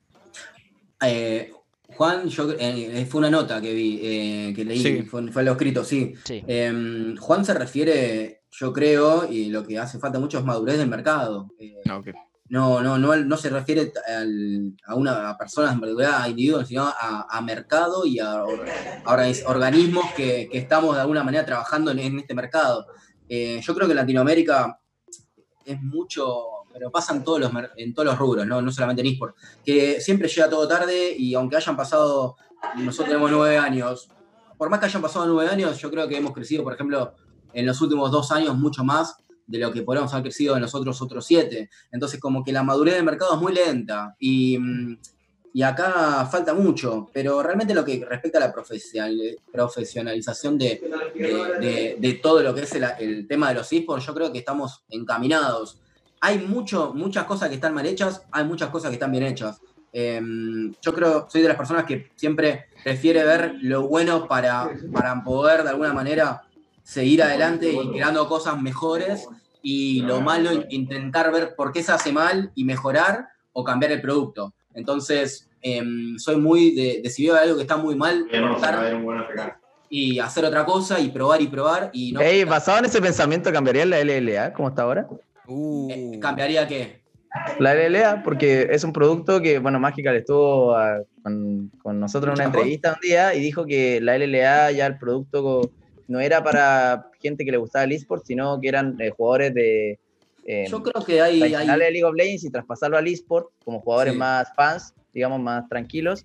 Eh, Juan, yo, eh, fue una nota que vi, eh, que leí, Sí. fue, fue lo escrito, sí. Sí. Eh, Juan se refiere, yo creo, y lo que hace falta mucho es madurez del mercado. Eh, Ah, ok. no, no, no, no se refiere al- a una a personas en particular, a individuos, sino a, a mercado y a, or- a organiz- organismos que, que estamos de alguna manera trabajando en, en este mercado. Eh, yo creo que en Latinoamérica es mucho, pero pasa en todos los, mer- en todos los rubros, ¿no? No solamente en eSport, que siempre llega todo tarde y aunque hayan pasado, nosotros tenemos nueve años, por más que hayan pasado nueve años, yo creo que hemos crecido, por ejemplo, en los últimos dos años mucho más de lo que podríamos haber crecido en los otros otros siete. Entonces, como que la madurez del mercado es muy lenta y, mm, y acá falta mucho, pero realmente lo que respecta a la profesional- profesionalización de, de, de- de todo lo que es el, el tema de los eSports, yo creo que estamos encaminados. Hay mucho, muchas cosas que están mal hechas, hay muchas cosas que están bien hechas. Eh, yo creo, soy de las personas que siempre prefiere ver lo bueno para, para poder de alguna manera seguir adelante y creando cosas mejores, y lo malo intentar ver por qué se hace mal y mejorar o cambiar el producto. Entonces, eh, soy muy de, de si veo algo que está muy mal, cortar y hacer otra cosa y probar y probar y no. Ey, basado en ese pensamiento, ¿cambiaría la L L A como está ahora? Eh, ¿Cambiaría qué? La L L A, porque es un producto que, bueno, Magical estuvo ah, con, con nosotros en una ¿Chapó? entrevista un día y dijo que la L L A ya el producto co- no era para gente que le gustaba el eSport, sino que eran eh, jugadores de eh, Yo creo que hay, tradicionales hay de League of Legends y traspasarlo al eSport como jugadores Sí. más fans, digamos, más tranquilos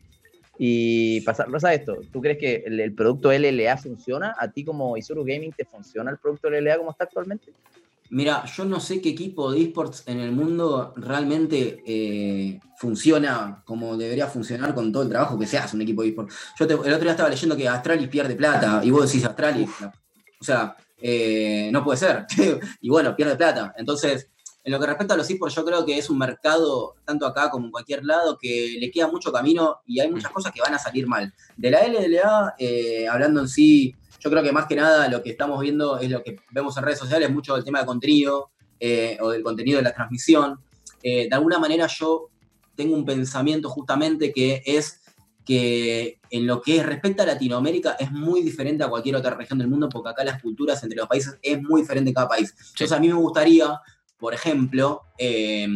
y pasarlos a esto. ¿Tú crees que el, el producto L L A funciona? ¿A ti como Isurus Gaming te funciona el producto L L A como está actualmente? Mira, yo no sé qué equipo de esports en el mundo realmente eh, funciona como debería funcionar con todo el trabajo que se hace un equipo de esports. Yo te- el otro día estaba leyendo que Astralis pierde plata y vos decís Astralis. O sea, eh, no puede ser. Y bueno, pierde plata. Entonces, en lo que respecta a los esports, yo creo que es un mercado, tanto acá como en cualquier lado, que le queda mucho camino y hay muchas cosas que van a salir mal. De la L L A, eh, hablando en sí, yo creo que más que nada lo que estamos viendo es lo que vemos en redes sociales, mucho del tema de contenido eh, o del contenido de la transmisión. Eh, de alguna manera yo tengo un pensamiento justamente que es que en lo que respecta a Latinoamérica es muy diferente a cualquier otra región del mundo, porque acá las culturas entre los países es muy diferente en cada país. Entonces a mí me gustaría, por ejemplo, eh,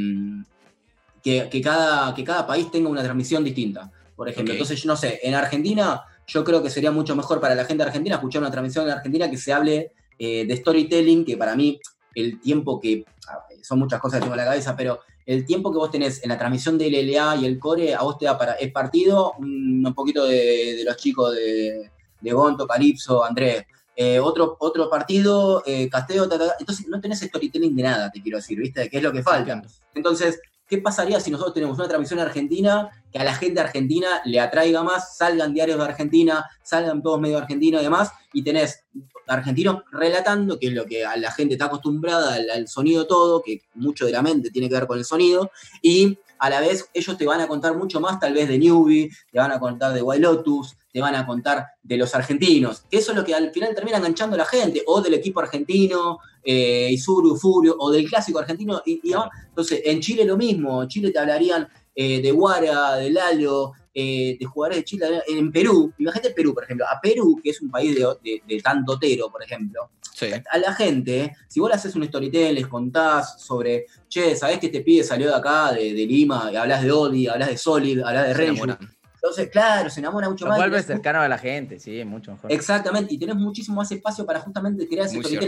que, que, cada, que cada país tenga una transmisión distinta. Por ejemplo, Ok. entonces, yo no sé, en Argentina yo creo que sería mucho mejor para la gente argentina escuchar una transmisión en Argentina que se hable eh, de storytelling, que para mí el tiempo que, ah, son muchas cosas que tengo en la cabeza, pero el tiempo que vos tenés en la transmisión del L L A y el core, a vos te da para, es partido, un, un poquito de, de los chicos de, de Gonto, Calipso, Andrés, eh, otro, otro partido, eh, Casteo, ta, ta, ta. Entonces no tenés storytelling de nada, te quiero decir, ¿viste? Que es lo que falta. Entonces, ¿qué pasaría si nosotros tenemos una transmisión argentina que a la gente argentina le atraiga más, salgan diarios de Argentina, salgan todos medio argentinos y demás, y tenés argentinos relatando, que es lo que a la gente está acostumbrada, al, al sonido todo, que mucho de la mente tiene que ver con el sonido, y a la vez ellos te van a contar mucho más tal vez de Newbie, te van a contar de Wild Lotus, te van a contar de los argentinos, que eso es lo que al final termina enganchando a la gente, o del equipo argentino, eh, Isuru, Furio, o del clásico argentino, y, y demás. Entonces, en Chile lo mismo, en Chile te hablarían eh, de Guara, de Lalo, eh, de jugadores de Chile. En Perú, imagínate Perú, por ejemplo, a Perú, que es un país de, de, de tanto tero, por ejemplo, Sí. a la gente, si vos le haces un storytelling, les contás sobre, che, ¿sabés que este pibe salió de acá, de, de Lima, y hablas de Odi, hablas de Solid, hablas de Se Renju? enamoran. Entonces, claro, se enamora mucho Lo más. vuelve Tenés- cercano a la gente, sí, mucho mejor. Exactamente, y tenés muchísimo más espacio para justamente crear ese Muy storytelling.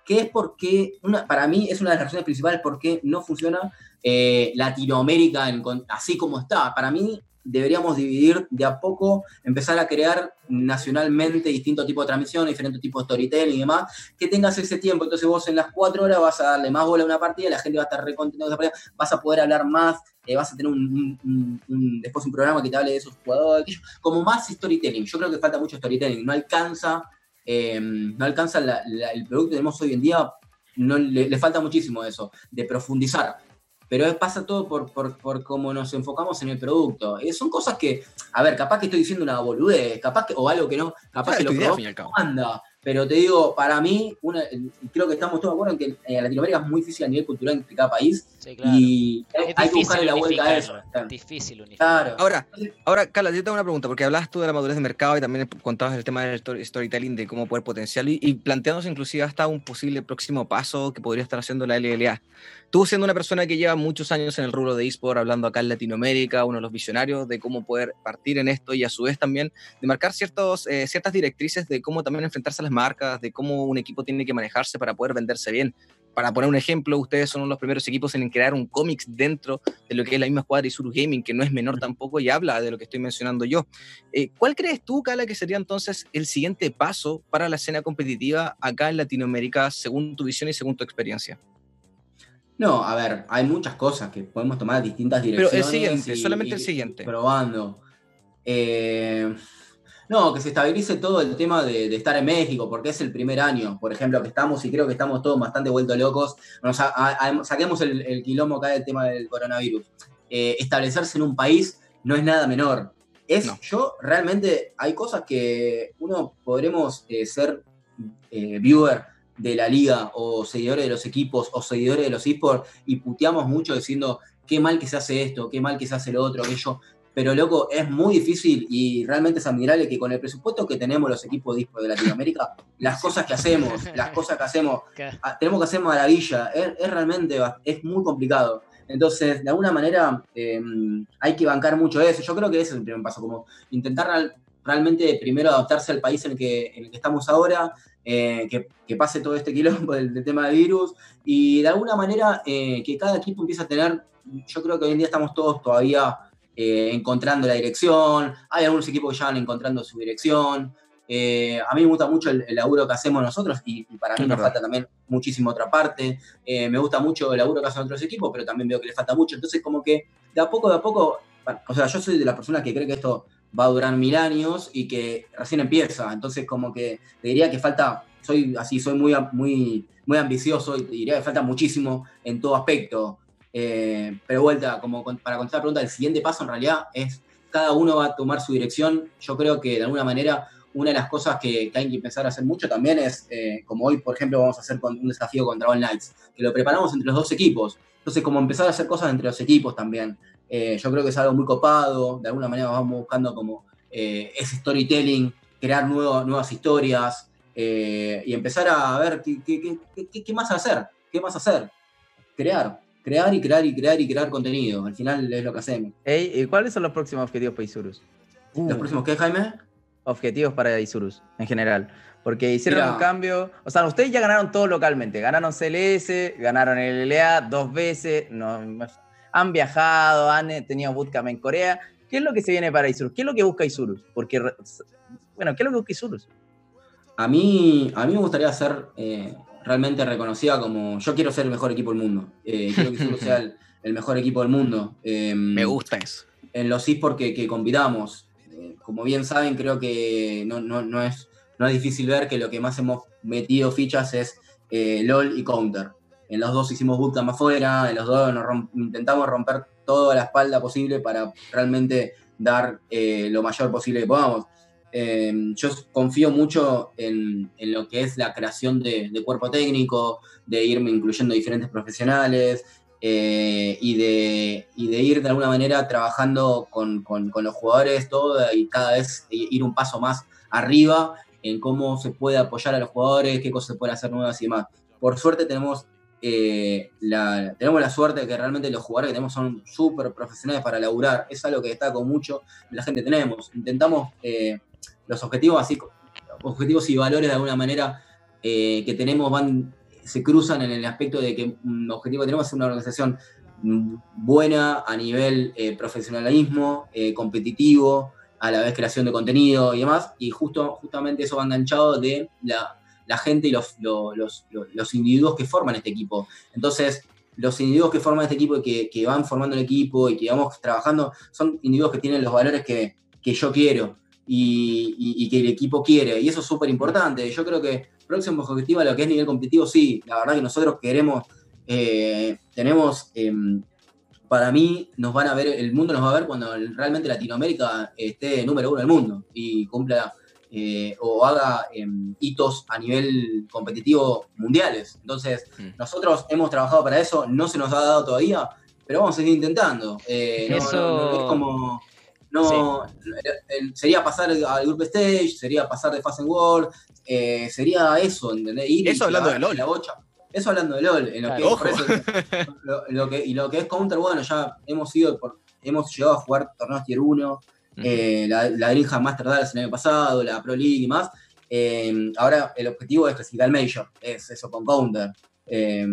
que es porque, una, para mí es una de las razones principales por qué no funciona eh, Latinoamérica en, así como está. Para mí deberíamos dividir de a poco, empezar a crear nacionalmente distintos tipos de transmisión, diferentes tipos de storytelling y demás, que tengas ese tiempo. Entonces vos en las cuatro horas vas a darle más bola a una partida, la gente va a estar recontenta de esa partida, vas a poder hablar más, eh, vas a tener un, un, un, un, después un programa que te hable de esos jugadores, como más storytelling. Yo creo que falta mucho storytelling, no alcanza... Eh, no alcanza la, la, el producto que tenemos hoy en día, no, le, le falta muchísimo eso, de profundizar. Pero pasa todo por, por, por cómo nos enfocamos en el producto. Eh, son cosas que, a ver, capaz que estoy diciendo una boludez, capaz que, o algo que no, capaz que lo que no anda. Pero te digo, para mí, una, creo que estamos todos de acuerdo en que eh, Latinoamérica es muy difícil a nivel cultural entre cada país. Sí, claro. Y es hay que buscarle la vuelta a eso. Es difícil unificar. Claro. Ahora, ahora, Carla, yo tengo una pregunta, porque hablas tú de la madurez de mercado y también contabas el tema del storytelling, de cómo poder potenciarlo y, y planteándose inclusive hasta un posible próximo paso que podría estar haciendo la L L A. Tú siendo una persona que lleva muchos años en el rubro de eSport, hablando acá en Latinoamérica, uno de los visionarios de cómo poder partir en esto y a su vez también de marcar ciertos, eh, ciertas directrices de cómo también enfrentarse a las marcas, de cómo un equipo tiene que manejarse para poder venderse bien. Para poner un ejemplo, ustedes son uno de los primeros equipos en crear un cómics dentro de lo que es la misma escuadra Isurus Gaming, que no es menor tampoco y habla de lo que estoy mencionando yo. Eh, ¿Cuál crees tú, Carla, que sería entonces el siguiente paso para la escena competitiva acá en Latinoamérica, según tu visión y según tu experiencia? No, a ver, hay muchas cosas que podemos tomar distintas direcciones. Pero el siguiente, y, solamente y, el siguiente. Probando. Eh, no, que se estabilice todo el tema de, de estar en México, porque es el primer año, por ejemplo, que estamos, y creo que estamos todos bastante vueltos locos. Nos a, a, a, saquemos el, el quilombo acá del tema del coronavirus. Eh, establecerse en un país no es nada menor. Es, no. Yo realmente, hay cosas que uno podremos eh, ser eh, viewer de la liga o seguidores de los equipos o seguidores de los eSports y puteamos mucho diciendo qué mal que se hace esto, qué mal que se hace lo otro, aquello, pero loco, es muy difícil y realmente es admirable que con el presupuesto que tenemos los equipos de eSports de Latinoamérica, las cosas que hacemos, las cosas que hacemos, tenemos que hacer maravilla, es, es realmente, es muy complicado. Entonces, de alguna manera, eh, hay que bancar mucho eso. Yo creo que ese es el primer paso, como intentar real, realmente primero adaptarse al país en el que, en el que estamos ahora, Eh, que, que pase todo este quilombo del, del tema de virus y de alguna manera eh, que cada equipo empiece a tener, yo creo que hoy en día estamos todos todavía eh, encontrando la dirección, hay algunos equipos que ya van encontrando su dirección, eh, a mí me gusta mucho el, el laburo que hacemos nosotros y, y para mí nos falta también muchísimo otra parte, eh, me gusta mucho el laburo que hacen otros equipos, pero también veo que les falta mucho, entonces como que de a poco, de a poco, o sea, yo soy de las personas que cree que esto va a durar mil años y que recién empieza, entonces como que te diría que falta, soy así, soy muy, muy, muy ambicioso y te diría que falta muchísimo en todo aspecto, eh, pero vuelta, como para contestar la pregunta, el siguiente paso en realidad es, cada uno va a tomar su dirección, yo creo que de alguna manera una de las cosas que, que hay que empezar a hacer mucho también es, eh, como hoy por ejemplo vamos a hacer con un desafío contra All Knights, que lo preparamos entre los dos equipos, entonces como empezar a hacer cosas entre los equipos también. Eh, yo creo que es algo muy copado, de alguna manera vamos buscando como eh, ese storytelling, crear nuevo, nuevas historias eh, y empezar a ver qué, qué, qué, qué más hacer, qué más hacer, crear, crear y crear y crear y crear contenido, al final es lo que hacemos. Hey, ¿y cuáles son los próximos objetivos para Isurus? Uh. ¿Los próximos qué, Jaime? Objetivos para Isurus, en general. Porque hicieron Mira. un cambio. O sea, ustedes ya ganaron todo localmente. Ganaron C L S, ganaron el L L A dos veces. No, han viajado, han tenido bootcamp en Corea. ¿Qué es lo que se viene para Isurus? ¿Qué es lo que busca Isurus? Porque, bueno, ¿qué es lo que busca Isurus? A mí, a mí me gustaría ser eh, realmente reconocida como... Yo quiero ser el mejor equipo del mundo. Eh, quiero que Isurus sea el, el mejor equipo del mundo. Eh, me gusta eso. En los eSports que, que compitamos. Eh, como bien saben, creo que no, no, no, es, no es difícil ver que lo que más hemos metido fichas es eh, LOL y Counter. En los dos hicimos bootcamp afuera, en los dos nos romp- intentamos romper toda la espalda posible para realmente dar eh, lo mayor posible que podamos. Eh, yo confío mucho en, en lo que es la creación de, de cuerpo técnico, de irme incluyendo diferentes profesionales eh, y, de, y de ir de alguna manera trabajando con, con, con los jugadores todo y cada vez ir un paso más arriba en cómo se puede apoyar a los jugadores, qué cosas se pueden hacer nuevas y demás. Por suerte tenemos Eh, la, tenemos la suerte de que realmente los jugadores que tenemos son súper profesionales para laburar. Es algo que destaco mucho de la gente que tenemos. Intentamos eh, los objetivos así, objetivos y valores de alguna manera eh, que tenemos van se cruzan en el aspecto de que un objetivo que tenemos es una organización buena a nivel eh, profesionalismo, eh, competitivo, a la vez creación de contenido y demás, y justo, justamente eso va enganchado de la, la gente y los, los, los, los individuos que forman este equipo. Entonces, los individuos que forman este equipo y que, que van formando el equipo y que vamos trabajando, son individuos que tienen los valores que, que yo quiero y, y, y que el equipo quiere, y eso es súper importante. Yo creo que próximo objetivo a lo que es nivel competitivo, sí, la verdad que nosotros queremos, eh, tenemos... Eh, para mí, nos van a ver, el mundo nos va a ver cuando realmente Latinoamérica esté número uno del mundo y cumpla eh, o haga eh, hitos a nivel competitivo mundiales. Entonces, mm. nosotros hemos trabajado para eso, no se nos ha dado todavía, pero vamos a seguir intentando. Eh, no, eso... no, no, es como... No, sí. Sería pasar al Group Stage, sería pasar de Fast and World, eh, sería eso, ¿entendés? Ir eso hablando de LOL. La bocha. Eso hablando de LOL, en lo claro, que, eso, lo, lo que y lo que es Counter, bueno, ya hemos ido por, hemos llegado a jugar torneos tier uno, uh-huh. eh, la, la Dreamhack Master Dallas el año pasado, la Pro League y más. Eh, ahora el objetivo es clasificar el Major, es eso con Counter. Eh,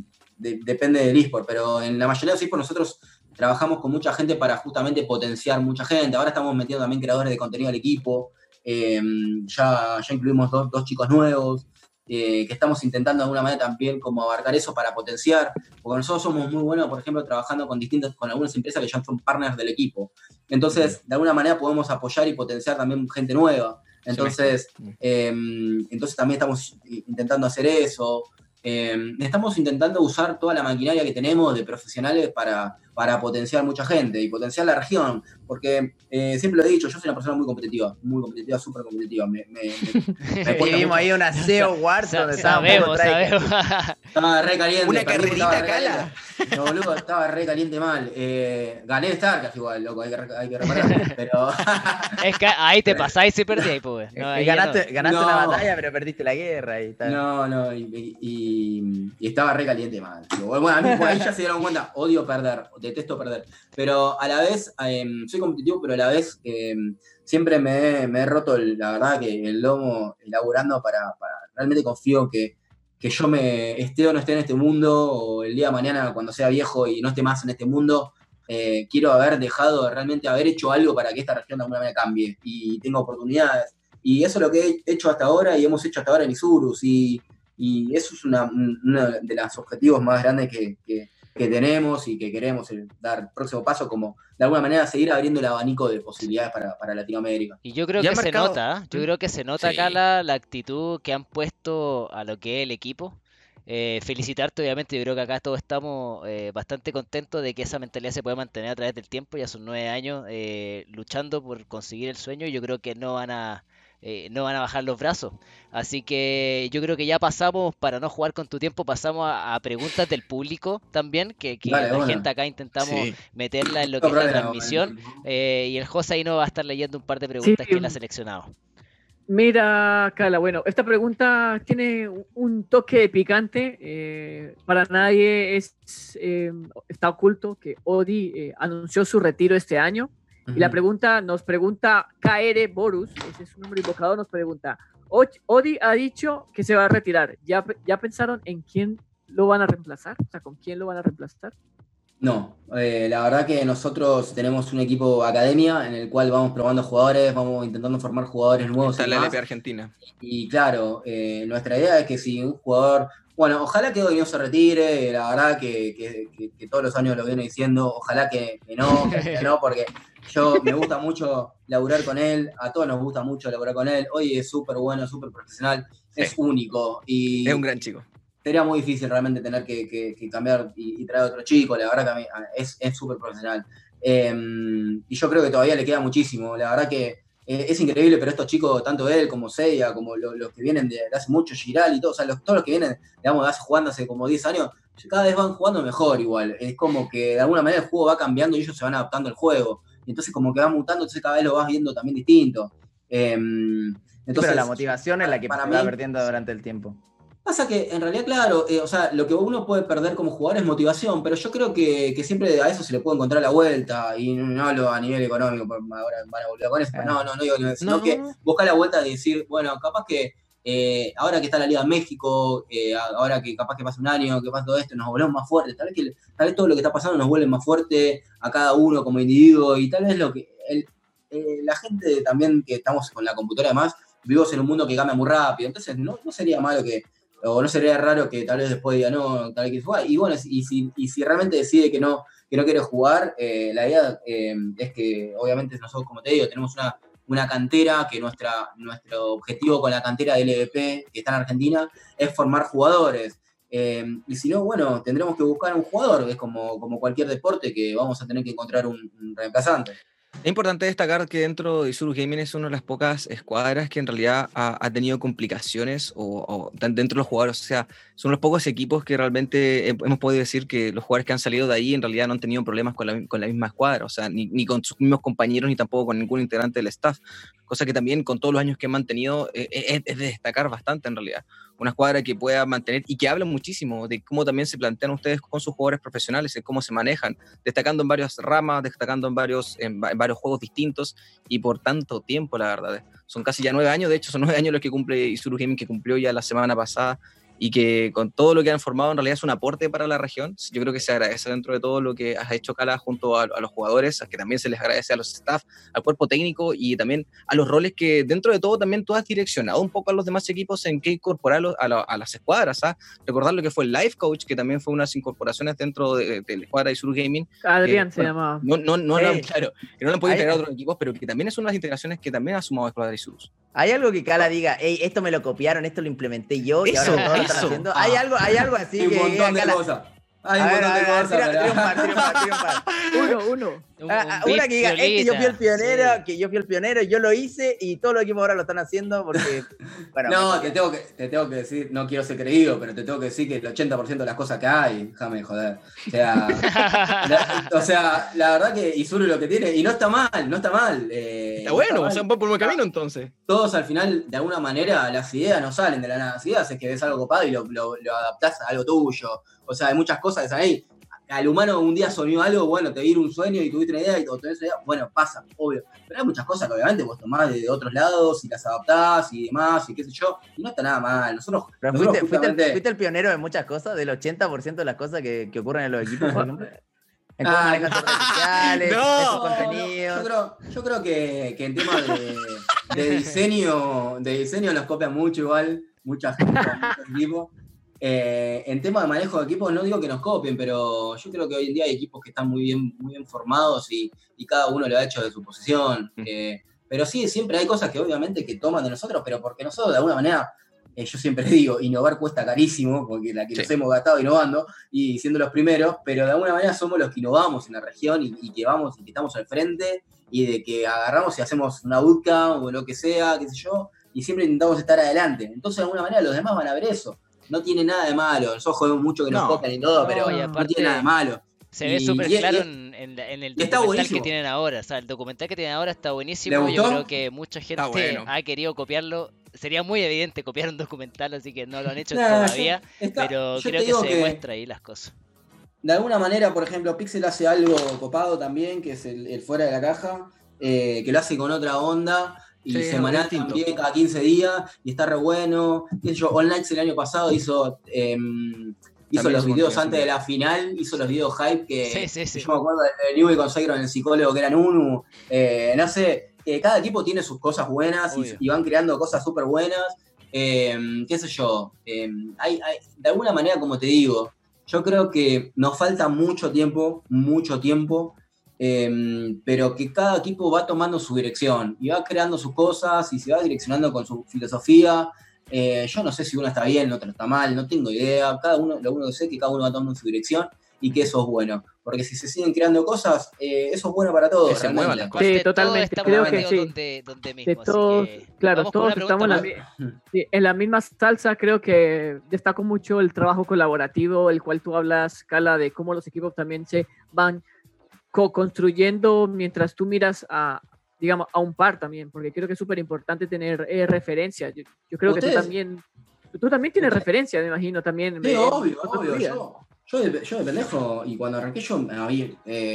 de, depende del eSport, pero en la mayoría de los eSports nosotros trabajamos con mucha gente para justamente potenciar mucha gente. Ahora estamos metiendo también creadores de contenido al equipo. Eh, ya, ya incluimos dos, dos chicos nuevos. Eh, que estamos intentando de alguna manera también como abarcar eso para potenciar, porque nosotros somos muy buenos, por ejemplo, trabajando con distintas, con algunas empresas que ya son partners del equipo. Entonces, de alguna manera podemos apoyar y potenciar también gente nueva. Entonces, eh, entonces también estamos intentando hacer eso. Eh, estamos intentando usar toda la maquinaria que tenemos de profesionales para, para potenciar mucha gente y potenciar la región, porque eh, siempre lo he dicho, yo soy una persona muy competitiva, muy competitiva, súper competitiva. Me, me, me, me y vimos ahí una S E O Wars donde sabemos, sabemos. Estaba re caliente. Una carrerita cala. No, boludo, estaba re caliente mal. Eh, gané Starcraft igual, loco, hay que, hay que reparar, pero... Es que ahí te pasáis y perdí, pues. No, ganaste no. ganaste no. una batalla, pero perdiste la guerra y tal. No, no, y, y, y estaba re caliente mal. Bueno, a mí ahí ya se dieron cuenta, odio perder, detesto perder. Pero a la vez, eh, soy competitivo, pero a la vez eh, siempre me, me he roto, el, la verdad, que el lomo elaborando para, para realmente confío que, que yo me esté o no esté en este mundo, o el día de mañana cuando sea viejo y no esté más en este mundo, eh, quiero haber dejado, realmente haber hecho algo para que esta región de alguna manera cambie y tenga oportunidades. Y eso es lo que he hecho hasta ahora y hemos hecho hasta ahora en Isurus, y, y eso es una, uno de los objetivos más grandes que, que, que tenemos y que queremos dar el próximo paso, como de alguna manera seguir abriendo el abanico de posibilidades para, para Latinoamérica. Y yo creo que marcado... se nota, yo creo que se nota sí. acá la, la actitud que han puesto a lo que es el equipo. Eh, felicitarte, obviamente, yo creo que acá todos estamos eh, bastante contentos de que esa mentalidad se puede mantener a través del tiempo. Ya son nueve años eh, luchando por conseguir el sueño, y yo creo que no van a Eh, no van a bajar los brazos. Así que yo creo que ya pasamos, para no jugar con tu tiempo, pasamos a, a preguntas del público también, que, que vale, la bueno. gente acá intentamos sí. meterla en lo que no, es la transmisión, eh, y el José ahí nos va a estar leyendo un par de preguntas sí. que él ha seleccionado. Mira, Cala, bueno, esta pregunta tiene un toque picante. Eh, para nadie es eh, está oculto que Odi eh, anunció su retiro este año. Y la pregunta, nos pregunta K R Borus, ese es su nombre invocador, nos pregunta, Odi ha dicho que se va a retirar, ¿ya, ya pensaron en quién lo van a reemplazar? O sea, ¿con quién lo van a reemplazar? No, eh, la verdad que nosotros tenemos un equipo academia en el cual vamos probando jugadores, vamos intentando formar jugadores nuevos. Está la L P Argentina. Y claro, eh, nuestra idea es que si un jugador... Bueno, ojalá que Odi no se retire, la verdad que, que, que, que todos los años lo viene diciendo, ojalá que, que no, que no, porque yo me gusta mucho laburar con él, a todos nos gusta mucho laburar con él, Odi es súper bueno, súper profesional, sí. es único. Y es un gran chico. Sería muy difícil realmente tener que, que, que cambiar y, y traer a otro chico, la verdad que a mí es súper profesional. Eh, y yo creo que todavía le queda muchísimo, la verdad que es increíble, pero estos chicos, tanto él como Seiya, como los, los que vienen de, de hace mucho, Giral y todo, o sea, los, todos los que vienen, digamos, de hace jugando hace como diez años, cada vez van jugando mejor igual. Es como que de alguna manera el juego va cambiando y ellos se van adaptando al juego. Y entonces como que va mutando, entonces cada vez lo vas viendo también distinto. Eh, entonces, pero la motivación es la que para se va mí, perdiendo durante el tiempo. Pasa que en realidad, claro, eh, o sea, lo que uno puede perder como jugador es motivación, pero yo creo que, que siempre a eso se le puede encontrar la vuelta, y no hablo a nivel económico, ahora van a volver con eso, eh. no, no, no digo, sino no. que buscar la vuelta de decir, bueno, capaz que eh, ahora que está la Liga de México, eh, ahora que capaz que pasa un año, que pasa todo esto, nos volvemos más fuertes, tal vez, que, tal vez todo lo que está pasando nos vuelve más fuerte a cada uno como individuo, y tal vez lo que el, eh, la gente también que estamos con la computadora además, vivimos en un mundo que cambia muy rápido, entonces no, no sería malo que, o no sería raro que tal vez después diga, no, tal vez que jugar, y bueno, y si, y si realmente decide que no, que no quiere jugar, eh, la idea eh, es que obviamente nosotros, como te digo, tenemos una, una cantera, que nuestra, nuestro objetivo con la cantera de L V P, que está en Argentina, es formar jugadores. Eh, y si no, bueno, tendremos que buscar un jugador, es como, como cualquier deporte que vamos a tener que encontrar un, un reemplazante. Es importante destacar que dentro de Isurus Gaming es una de las pocas escuadras que en realidad ha, ha tenido complicaciones o, o dentro de los jugadores, o sea, son los pocos equipos que realmente hemos podido decir que los jugadores que han salido de ahí en realidad no han tenido problemas con la, con la misma escuadra, o sea, ni, ni con sus mismos compañeros ni tampoco con ningún integrante del staff, cosa que también con todos los años que han mantenido eh, es, es de destacar bastante en realidad. Una escuadra que pueda mantener y que habla muchísimo de cómo también se plantean ustedes con sus jugadores profesionales, de cómo se manejan, destacando en varias ramas, destacando en varios, en, en varios juegos distintos y por tanto tiempo, la verdad. Son casi ya nueve años, de hecho son nueve años los que cumple Isurus Gaming, que cumplió ya la semana pasada, y que con todo lo que han formado en realidad es un aporte para la región. Yo creo que se agradece dentro de todo lo que has hecho, Cala, junto a, a los jugadores, a que también se les agradece a los staff, al cuerpo técnico y también a los roles que dentro de todo también tú has direccionado un poco a los demás equipos en qué incorporarlos a, la, a las escuadras. ¿Ah? Recordar lo que fue el Life Coach, que también fue unas incorporaciones dentro de, de la escuadra de Isurus Gaming. Adrián que, se bueno, llamaba. No, no, no, Hey. no, claro, que no lo han podido Hay- integrar a otros equipos, pero que también es una de las integraciones que también ha sumado a escuadra de Isurus. Hay algo que Cala diga, hey, esto me lo copiaron, esto lo implementé yo, y Eso, ahora todos lo están eso. haciendo. Ah. Hay algo, hay algo así Hay un que montón de Cala- cosas. Hay A un ver, montón a de ver, cosas. tira, pero- tira un par, tira un par, tira un par. Uno, uno. Un- Ah, un una que diga, beat es que yo fui el violeta, pionero, sí. que yo fui el pionero, yo lo hice y todos los equipos ahora lo están haciendo porque, bueno, No, me- te tengo, que, te tengo que decir, no quiero ser creído, pero te tengo que decir que el ochenta por ciento de las cosas que hay, déjame de joder. O sea, la, o sea, la verdad que Isuru lo que tiene, y no está mal, no está mal. eh, Está no bueno, mal. o sea, un poco por buen camino entonces. Todos al final, de alguna manera, las ideas no salen de la nada. Las ideas es que ves algo copado y lo, lo, lo adaptás a algo tuyo. O sea, hay muchas cosas que están ahí. Al humano un día soñó algo, bueno, te vino un sueño y tuviste una idea y o tenés una idea, bueno, pasa, obvio. Pero hay muchas cosas que obviamente vos tomás de, de otros lados y las adaptás y demás y qué sé yo. Y no está nada mal. Nosotros, Pero nosotros fuiste, fuiste el, justamente- fuiste el pionero de muchas cosas, del ochenta por ciento de las cosas que, que ocurren en los equipos, por ejemplo. En cómo Ah, manejan sus redes sociales, no, en sus Yo contenidos. creo, yo creo que, que en tema de, de diseño, de diseño nos copian mucho igual, mucha gente, muchos equipos. Eh, en tema de manejo de equipos, no digo que nos copien, pero yo creo que hoy en día hay equipos que están muy bien, muy bien formados y, y cada uno lo ha hecho de su posición. Eh, pero sí, siempre hay cosas que obviamente que toman de nosotros, pero porque nosotros de alguna manera, eh, yo siempre digo, innovar cuesta carísimo, porque la que nos Sí. hemos gastado innovando y siendo los primeros, pero de alguna manera somos los que innovamos en la región y, y que vamos y que estamos al frente y de que agarramos y hacemos una bootcamp o lo que sea, qué sé yo, y siempre intentamos estar adelante. Entonces, de alguna manera, los demás van a ver eso. No tiene nada de malo. Nosotros jodemos mucho que nos No. copian y todo, No, pero y no aparte- tiene nada de malo. Se ve Y- súper y- claro y- en, en la- en el y está documental buenísimo. que tienen ahora. O sea, el documental que tienen ahora está buenísimo. ¿Le Yo gustó? creo que mucha gente bueno. ha querido copiarlo. Sería muy evidente copiar un documental, así que no lo han hecho Nah, todavía. yo- está- pero yo te creo que digo se que- demuestra ahí las cosas. De alguna manera, por ejemplo, Pixel hace algo copado también, que es el, el fuera de la caja, eh, que lo hace con otra onda y Sí, semanal distinto. también, cada quince días, y está re bueno. Qué sé yo, Online el año pasado hizo, em, hizo También los hizo videos contenido, antes sí. de la final, hizo los videos hype que Sí, sí, sí. yo me acuerdo de New y Consagro en el psicólogo que eran Unu. Eh, no sé, eh, cada equipo tiene sus cosas buenas y, Obvio. y van creando cosas súper buenas. Eh, qué sé yo, eh, hay, hay- de alguna manera, como te digo, yo creo que nos falta mucho tiempo, mucho tiempo, eh, pero que cada equipo va tomando su dirección y va creando sus cosas y se va direccionando con su filosofía. Eh, yo no sé si uno está bien, otro está mal, no tengo idea. Cada uno, lo único que sé es que cada uno va tomando su dirección y que eso es bueno. Porque si se siguen creando cosas, eh, eso es bueno para todos. Que se muevan realmente. las cosas. Sí, Aparte, totalmente, todos creo estamos que metidos sí. donde, donde mismo, Que así todos, que claro, vamos con todos una estamos en la, pregunta mi- sí, en la misma salsa. Creo que destaco mucho el trabajo colaborativo, el cual tú hablas, Cala, de cómo los equipos también se van co-construyendo mientras tú miras a, digamos, a un par también, porque creo que es súper importante tener eh, referencia. Yo, yo creo que tú Ustedes- también, tú también tienes Ustedes- referencia, me imagino, también. Sí, en obvio, otros obvio. días. Yo, yo, de, yo de pendejo, y cuando arranqué yo, había, eh,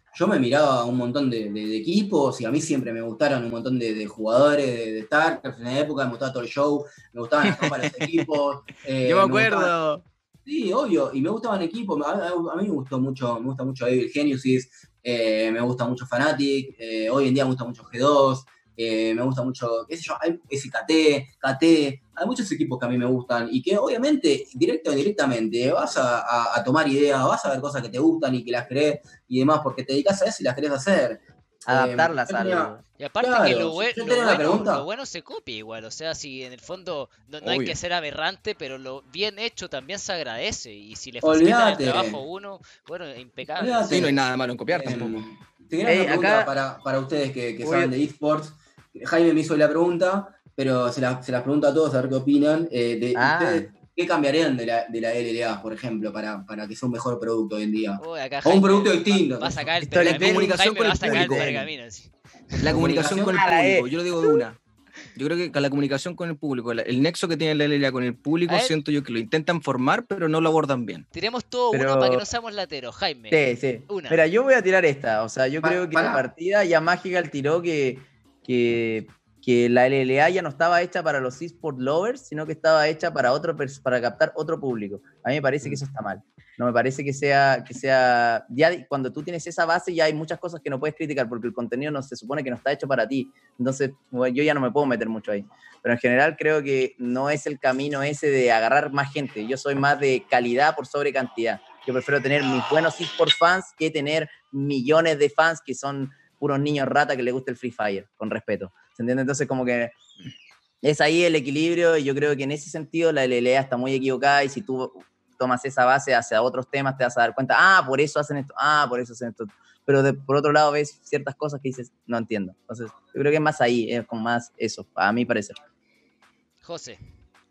yo me miraba un montón de, de, de equipos y a mí siempre me gustaron un montón de, de jugadores de, de StarCraft en la época, me gustaba todo el show, me gustaban las copas de los equipos. Eh, Yo me me acuerdo. gustaban- Sí, obvio, y me gustaban equipos, a, a- a mí me gustó mucho, me gusta mucho Evil Geniuses, eh, me gusta mucho Fnatic, eh, hoy en día me gusta mucho G dos, eh, me gusta mucho, qué sé yo, hay S K T, K T, hay muchos equipos que a mí me gustan y que obviamente, directo o indirectamente, vas a, a- a tomar ideas, vas a ver cosas que te gustan y que las crees y demás, porque te dedicas a eso y las querés hacer. Adaptarlas Eh, yo a tenía- algo. Y aparte Claro, que lo, yo bue- tenía lo una bueno, pregunta. lo bueno se copia igual, o sea, si en el fondo no, no hay Obvio. que ser aberrante, pero lo bien hecho también se agradece, y si le facilitan Olvídate. el trabajo a uno, bueno, impecable. Olvídate. Sí, no hay nada malo en copiar Eh, tampoco. Te quería Ey, hacer una pregunta acá- para, para ustedes que, que Voy- saben de esports. Jaime me hizo la pregunta, pero se las se las pregunto a todos a ver qué opinan. Eh, de, Ah. ¿Ustedes qué cambiarían de la, de la L L A, por ejemplo, para, para que sea un mejor producto hoy en día? Uy, acá O un Jaime producto va- distinto. Va, a sacar el Esto, la pergamino, comunicación Jaime con va a el sacar el público. pergamino. Sí. La comunicación con el Ah, público, eh. yo lo digo de una. Yo creo que con la comunicación con el público, la- el nexo que tiene la L L A con el público, A ver. siento yo que lo intentan formar, pero no lo abordan bien. Tiremos todo Pero- uno para que no seamos lateros, Jaime. Sí, sí. Una. Mira, yo voy a tirar esta. O sea, yo Pa- creo que para. la partida ya Magical tiró que, que, que la L L A ya no estaba hecha para los eSport lovers, sino que estaba hecha para otro pers- para captar otro público. A mí me parece que eso está mal. No me parece que sea, que sea, ya di- cuando tú tienes esa base ya hay muchas cosas que no puedes criticar porque el contenido no se supone que no está hecho para ti. Entonces, bueno, yo ya no me puedo meter mucho ahí. Pero en general creo que no es el camino ese de agarrar más gente. Yo soy más de calidad por sobre cantidad. Yo prefiero tener mis buenos eSport fans que tener millones de fans que son puros niños rata que les gusta el Free Fire, con respeto. ¿Se entiende? Entonces como que es ahí el equilibrio y yo creo que en ese sentido la L L A está muy equivocada y si tú tomas esa base hacia otros temas te vas a dar cuenta, ah, por eso hacen esto, ah, por eso hacen esto. Pero de- por otro lado ves ciertas cosas que dices, no entiendo. Entonces yo creo que es más ahí, es como más eso, a mi parecer. José.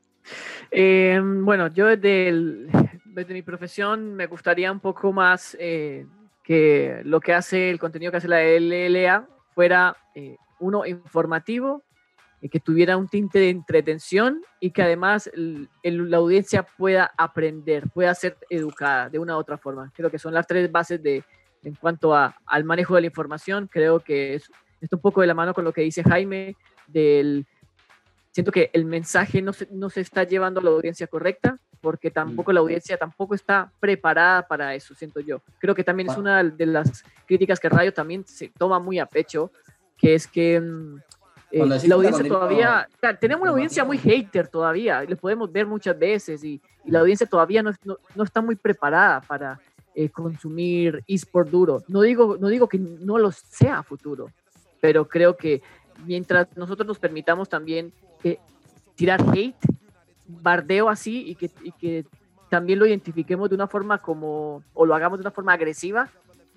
Eh, bueno, yo desde, el- desde mi profesión me gustaría un poco más eh, que lo que hace, el contenido que hace la L L A fuera eh, uno informativo, eh, que tuviera un tinte de entretención y que además el- el- la audiencia pueda aprender, pueda ser educada de una u otra forma. Creo que son las tres bases de, en cuanto a, al manejo de la información. Creo que es, está un poco de la mano con lo que dice Jaime del... Siento que el mensaje no se, no se está llevando a la audiencia correcta, porque tampoco la audiencia tampoco está preparada para eso, siento yo. Creo que también es una de las críticas que Radio también se toma muy a pecho, que es que mm, eh, Cuando decís la audiencia contenido todavía, o sea, tenemos una audiencia muy hater todavía, y lo podemos ver muchas veces, y, y la audiencia todavía no, no, no está muy preparada para eh, consumir eSport duro. No digo, no digo que no lo sea a futuro, pero creo que mientras nosotros nos permitamos también eh, tirar hate, bardeo así, y que, y que también lo identifiquemos de una forma como, o lo hagamos de una forma agresiva,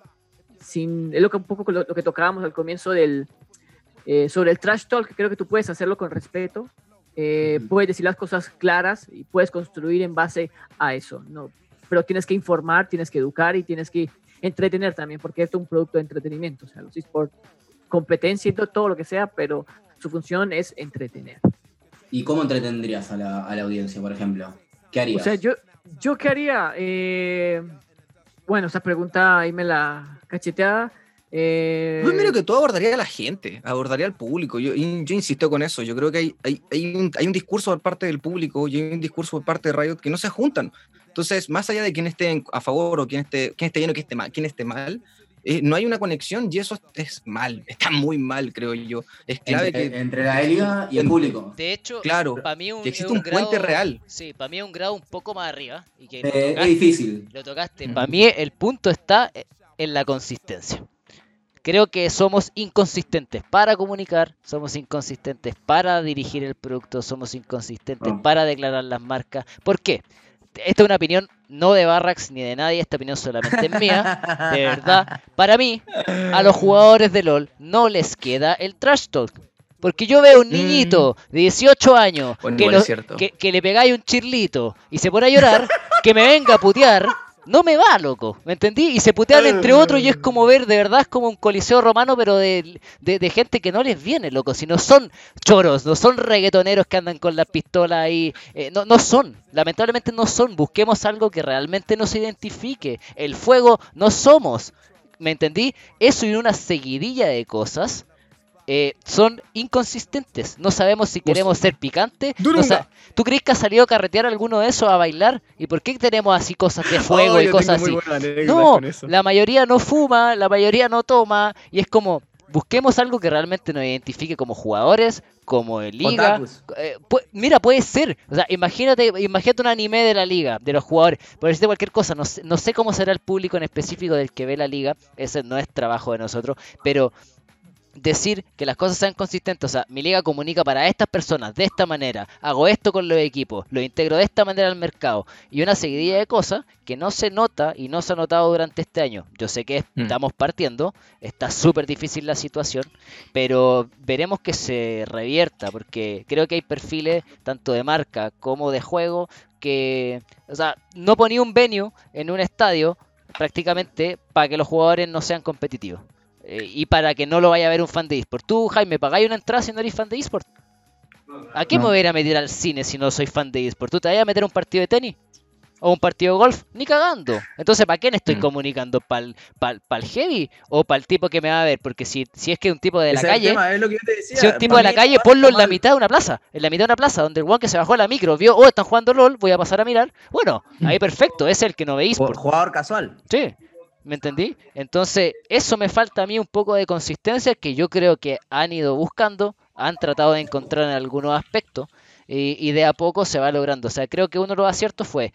sin, es lo que un poco lo, lo que tocábamos al comienzo del, eh, sobre el trash talk, que creo que tú puedes hacerlo con respeto, eh, puedes decir las cosas claras y puedes construir en base a eso, ¿no? Pero tienes que informar, tienes que educar y tienes que entretener también, porque esto es un producto de entretenimiento, o sea, los esports, competencia y todo, todo lo que sea, pero su función es entretener. ¿Y cómo entretendrías a la, a la audiencia, por ejemplo? ¿Qué harías? O sea, yo, yo qué haría, eh, bueno, esa pregunta ahí me la cacheteada. Eh, Yo primero que todo abordaría a la gente, abordaría al público. Yo, y- yo insisto con eso. Yo creo que hay, hay, hay, un, hay un discurso por parte del público y hay un discurso por parte de Riot que no se juntan. Entonces, más allá de quién esté en- a favor o quién esté, quién esté bien o quién esté mal, quién esté mal eh, no hay una conexión y eso es mal. Está muy mal, creo yo. Es clave entre, que. entre la liga y el público. De hecho, Claro, para mí un, que existe es un puente grado- real. Sí, para mí es un grado un poco más arriba. Y que lo Eh, es tocaste, difícil. Lo tocaste. Para mí el punto está en la consistencia. Creo que somos inconsistentes para comunicar, somos inconsistentes para dirigir el producto, somos inconsistentes Oh. para declarar las marcas. ¿Por qué? Esta es una opinión no de Barracks ni de nadie, esta opinión solamente es mía, de verdad. Para mí, a los jugadores de LoL no les queda el trash talk. Porque yo veo un niñito de dieciocho años Bueno, que, igual lo- es cierto. que, que le pegáis un chirlito y se pone a llorar, que me venga a putear, no me va, loco, ¿me entendí? Y se putean entre otros y es como ver, de verdad, es como un coliseo romano, pero de, de, de gente que no les viene, loco, si no son choros, no son reggaetoneros que andan con las pistolas ahí, eh, no, no son, lamentablemente no son, busquemos algo que realmente nos identifique, el fuego no somos. ¿Me entendí? Eso y una seguidilla de cosas eh, son inconsistentes. No sabemos si queremos ser picantes. No sa- ¿Tú crees que ha salido a carretear alguno de esos a bailar? ¿Y por qué tenemos así cosas de fuego Oh, y yo cosas tengo así? muy buena anécdota No, con eso. la mayoría no fuma, la mayoría no toma. Y es como, busquemos algo que realmente nos identifique como jugadores, como en liga. Otakus. Eh, pu- mira, puede ser. O sea, imagínate, imagínate un anime de la liga, de los jugadores. Por decirte cualquier cosa, no sé, no sé cómo será el público en específico del que ve la liga. Ese no es trabajo de nosotros. Pero decir que las cosas sean consistentes, o sea, mi liga comunica para estas personas de esta manera, hago esto con los equipos, lo integro de esta manera al mercado, y una seguidilla de cosas que no se nota y no se ha notado durante este año. Yo sé que Mm. estamos partiendo, está súper difícil la situación, pero veremos que se revierta, porque creo que hay perfiles tanto de marca como de juego que, o sea, no ponía un venue en un estadio prácticamente para que los jugadores no sean competitivos. Eh, y para que no lo vaya a ver un fan de eSport. Tú, Jaime, ¿pagáis una entrada si no eres fan de eSport? ¿A qué No. me voy a ir a meter al cine si no soy fan de eSport? ¿Tú te vas a meter a un partido de tenis? ¿O un partido de golf? Ni cagando. Entonces, ¿para quién estoy Mm. comunicando? ¿Para el heavy? ¿O para el tipo que me va a ver? Porque si, si es que un tipo de la Ese es el calle... tema, es lo que yo te decía. Si es un tipo Para de la mí, calle, no ponlo es en la mal. mitad de una plaza. En la mitad de una plaza, donde el guan que se bajó a la micro vio, oh, están jugando LOL, voy a pasar a mirar. Bueno, ahí perfecto, es el que no ve Ju- eSport. Jugador casual. Sí, ¿me entendí? Entonces, eso me falta a mí un poco de consistencia que yo creo que han ido buscando, han tratado de encontrar en algunos aspectos y, y de a poco se va logrando. O sea, creo que uno de los aciertos fue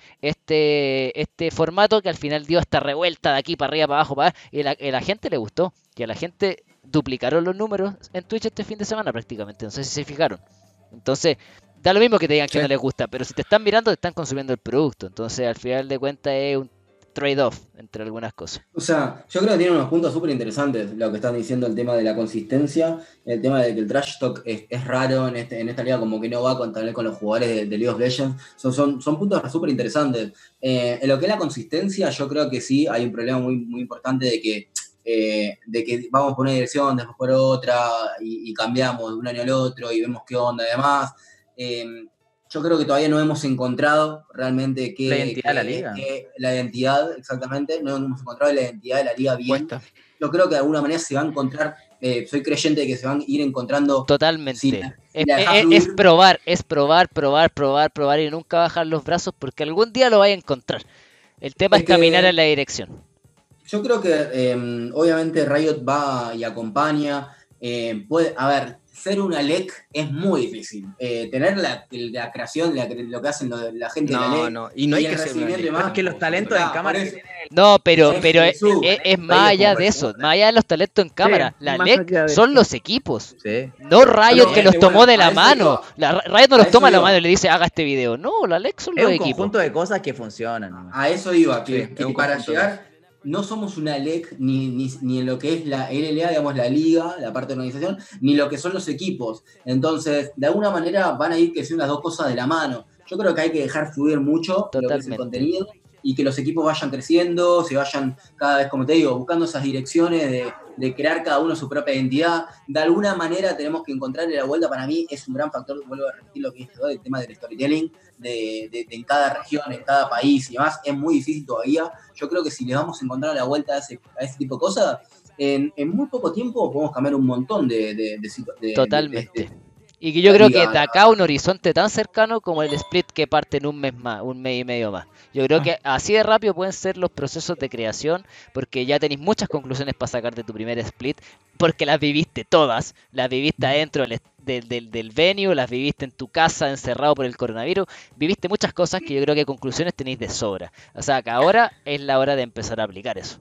este este formato que al final dio esta revuelta de aquí para arriba, para abajo, para abajo, y la, y a la gente le gustó. Y a la gente duplicaron los números en Twitch este fin de semana prácticamente. No sé si se fijaron. Entonces, da lo mismo que te digan que Sí. no les gusta, pero si te están mirando, te están consumiendo el producto. Entonces, al final de cuentas, es un trade-off entre algunas cosas. O sea, yo creo que tiene unos puntos súper interesantes lo que están diciendo, el tema de la consistencia, el tema de que el trash talk es, es raro en, este, en esta liga, como que no va con, tal vez con los jugadores de, de League of Legends. Son, son, son puntos súper interesantes. Eh, en lo que es la consistencia, yo creo que sí hay un problema muy, muy importante de que, eh, de que vamos por una dirección, después por otra, y, y cambiamos de un año al otro y vemos qué onda además. Eh, Yo creo que todavía no hemos encontrado realmente qué, La identidad qué- de la liga. qué- la identidad, exactamente, no hemos encontrado la identidad de la liga bien. Cuesta. Yo creo que de alguna manera se va a encontrar, eh, soy creyente de que se van a ir encontrando. Totalmente. Si la- si es, la dejás es- fluir. es probar, es probar, probar, probar, probar y nunca bajar los brazos porque algún día lo vais a encontrar. El tema Es es, que- caminar en la dirección. Yo creo que eh, obviamente Riot va y acompaña. eh, puede, a ver, ser una L E C es muy difícil. Eh, tener la, la creación, la- lo que hacen lo- la gente de la L E No, C. no. Y no hay el que ser una recibimiento y ley. demás. Es que los talentos en Ah, cámara por que eso. tiene No, pero, Es pero es, Jesús. es- es Riot más allá como de eso, persona. más allá de los talentos en cámara. la más L E allá de C son eso. los equipos. Sí. No Riot No, que es los que tomó bueno, de la a eso mano. iba. La, Riot no A los eso toma de la iba. mano y le dice haga este video. No, la L E C son Es los un equipos. conjunto de cosas que funcionan. ¿no? A eso iba, que, Sí, que es un para conjunto llegar no somos una L E C ni, ni, ni en lo que es la L L A, digamos, la liga, la parte de organización, ni lo que son los equipos. Entonces, de alguna manera van a ir creciendo las dos cosas de la mano. Yo creo que hay que dejar fluir mucho lo que es el Totalmente. contenido y que los equipos vayan creciendo, se vayan cada vez, como te digo, buscando esas direcciones de, de crear cada uno su propia identidad. De alguna manera tenemos que encontrarle la vuelta. Para mí es un gran factor, vuelvo a repetir lo que dije, ¿no? El tema del storytelling, de, de, de en cada región, en cada país y demás, es muy difícil todavía. Yo creo que si le vamos a encontrar la vuelta a ese, a ese tipo de cosas, en, en muy poco tiempo podemos cambiar un montón de... de, de, situ- de- Totalmente. de- de- Y que yo la creo liga, que de acá a un horizonte tan cercano como el split que parte en un mes más, un mes y medio más. Yo creo que así de rápido pueden ser los procesos de creación, porque ya tenéis muchas conclusiones para sacar de tu primer split, porque las viviste todas, las viviste adentro del, del, del, del venue, las viviste en tu casa encerrado por el coronavirus, viviste muchas cosas que yo creo que conclusiones tenéis de sobra. O sea que ahora es la hora de empezar a aplicar eso.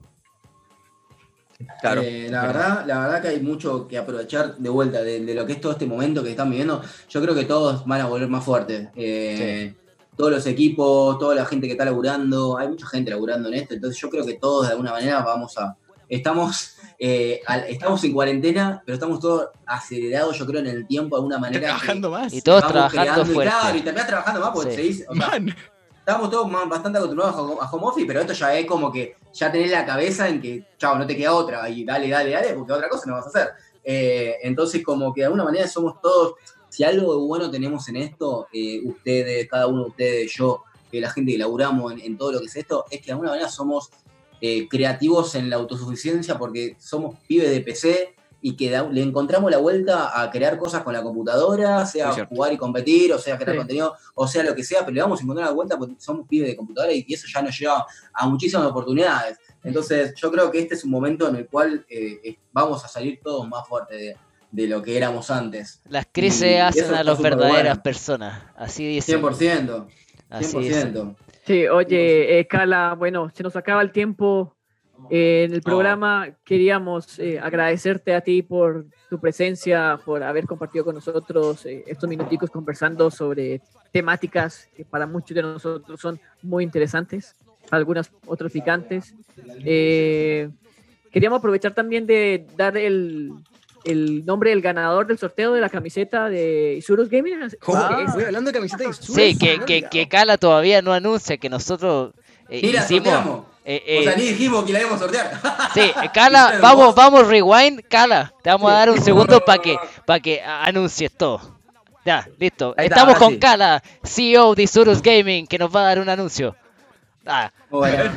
Claro. Eh, la verdad, la verdad que hay mucho que aprovechar de vuelta de, de lo que es todo este momento que están viviendo. Yo creo que todos van a volver más fuertes. Eh, Todos los equipos, toda la gente que está laburando, hay mucha gente laburando en esto, entonces yo creo que todos de alguna manera vamos a. Estamos, eh, al- estamos en cuarentena, pero estamos todos acelerados, yo creo, en el tiempo de alguna manera. que Trabajando más. Y todos vamos trabajando creando, y fuerte. claro, y terminás trabajando más porque Sí. se dice. O sea, Man. estábamos todos más- bastante acostumbrados a home- a home office, pero esto ya es como que ya tenés la cabeza en que, chao, no te queda otra, y dale, dale, dale, porque otra cosa no vas a hacer. Eh, entonces, como que de alguna manera somos todos, si algo de bueno tenemos en esto, eh, ustedes, cada uno de ustedes, yo, eh, la gente que laburamos en, en todo lo que es esto, es que de alguna manera somos eh, creativos en la autosuficiencia porque somos pibes de P C y que da, le encontramos la vuelta a crear cosas con la computadora, sea jugar y competir, o sea crear sí. contenido, o sea lo que sea, pero le vamos a encontrar la vuelta porque somos pibes de computadora y, y eso ya nos lleva a muchísimas oportunidades. Entonces yo creo que este es un momento en el cual eh, vamos a salir todos más fuertes de, de lo que éramos antes. Las crisis y, hacen y a las verdaderas bueno. personas, así dicen. cien por ciento. Así cien por ciento. Sí, oye, eh, Cala, bueno, se nos acaba el tiempo. Eh, en el programa oh. queríamos eh, agradecerte a ti por tu presencia, por haber compartido con nosotros eh, estos minuticos conversando sobre temáticas que para muchos de nosotros son muy interesantes, algunas otras picantes. Eh, queríamos aprovechar también de dar el, el nombre del ganador del sorteo de la camiseta de Isurus Gaming. Ah, estoy hablando de camiseta de Isurus. Sí, que, que, que Cala todavía no anuncia que nosotros eh, Mira, hicimos... sorteamos. Eh, eh, o sea, ni dijimos que la íbamos a sortear. Sí, Cala, vamos, vamos, rewind, Cala. Te vamos sí. a dar un segundo para que, para que anuncies todo. Ya, listo. Ahí Estamos está, con sí. Cala, C E O de Isurus Gaming, que nos va a dar un anuncio. Ah. Bueno.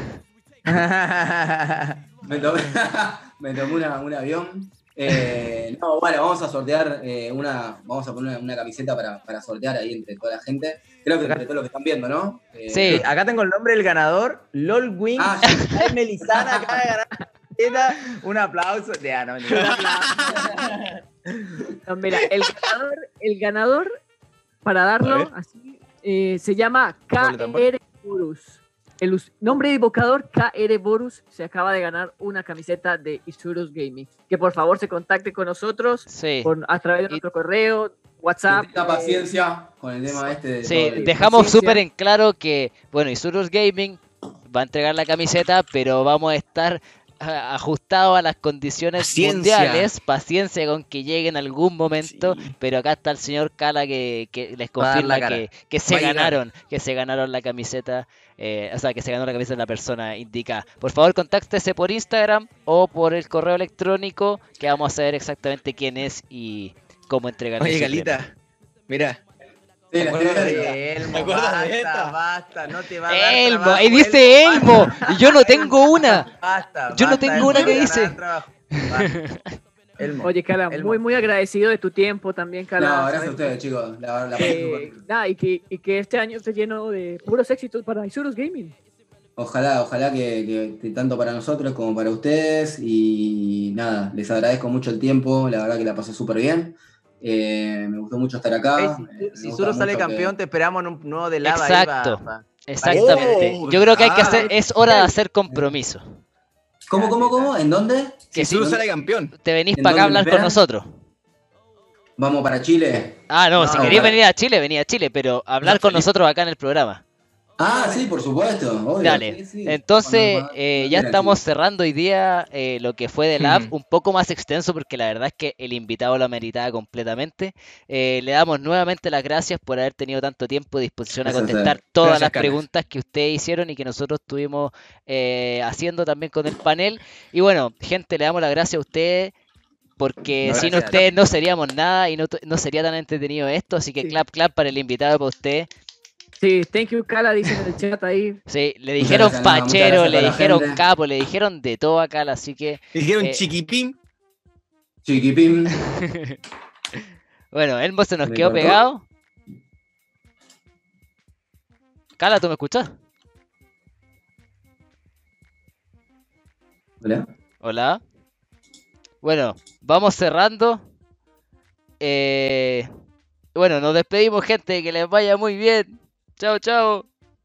me tomé, me tomé una, un avión. Eh, no, bueno, vamos a sortear eh, una, vamos a poner una, una camiseta para, para sortear ahí entre toda la gente. Creo que entre todos los que están viendo, ¿no? Eh, sí, acá tengo el nombre del ganador, LOLWing. Ah, sí. Melizana acaba de ganar. Un aplauso. Ya, no, un aplauso. No, mira, el ganador, el ganador, para darlo así, eh, se llama K R Borus. El nombre de invocador K R Borus se acaba de ganar una camiseta de Isurus Gaming. Que por favor se contacte con nosotros sí. por, a través de nuestro correo, WhatsApp. Que tenga paciencia con el tema este. De sí, todo dejamos súper en claro que, bueno, Isurus Gaming va a entregar la camiseta, pero vamos a estar ajustado a las condiciones Paciencia. mundiales, paciencia con que llegue en algún momento, sí. pero acá está el señor Cala que, que les confirma que, que se ganaron, que se ganaron la camiseta, eh, o sea, que se ganó la camiseta de la persona indicada. Por favor, contáctese por Instagram o por el correo electrónico, que vamos a saber exactamente quién es y cómo entregar. Oye, Galita, mira. Sí, ¿Te acuerdas de Elmo? Basta, de basta, no te va a dar Elmo, trabajo, ahí dice Elmo, Elmo, y yo no tengo una. Basta, yo basta, no tengo Elmo, una que no dice. Elmo, Oye, Cala, Elmo. muy, muy agradecido de tu tiempo también, Cala. No, gracias a ustedes, chicos. La, la eh, nada, y que, y que este año esté lleno de puros éxitos para Isurus Gaming. Ojalá, ojalá que, que tanto para nosotros como para ustedes. Y nada, les agradezco mucho el tiempo. La verdad que la pasé súper bien. Eh, me gustó mucho estar acá. Hey, si si Isurus sale campeón, que... te esperamos en un nuevo de lava. Exacto, ahí va, va, exactamente. Oh, Yo creo que hay que hacer, es hora de hacer compromiso. ¿Cómo, cómo, cómo? ¿En dónde? Que si Isurus sale campeón. Te venís para acá a hablar con nosotros. ¿Vamos para Chile? Ah, no, no si querías para... venir a Chile, venía a Chile, pero hablar no, con nosotros acá en el programa. Ah, sí, por supuesto. Obvio. Dale, sí, sí. Entonces eh, ya estamos cerrando hoy día eh, lo que fue de la app, un poco más extenso porque la verdad es que el invitado lo ameritaba completamente. Eh, le damos nuevamente las gracias por haber tenido tanto tiempo de disposición a contestar todas gracias, las Carlos. preguntas que ustedes hicieron y que nosotros estuvimos eh, haciendo también con el panel. Y bueno, gente, le damos las gracias a ustedes. Porque no, sin ustedes no seríamos nada y no, no sería tan entretenido esto. Así que sí. clap, clap para el invitado, para usted. Sí, thank you, Cala, dicen en el chat ahí. Sí, le dijeron fachero, le dijeron capo, le dijeron de todo a Cala, así que... Le dijeron eh... chiquipín. Chiquipín. Bueno, Elmo se nos quedó pegado. Cala, ¿tú me escuchás? Hola. Hola. Bueno, vamos cerrando. Eh... Bueno, nos despedimos, gente, que les vaya muy bien. Chao, chao.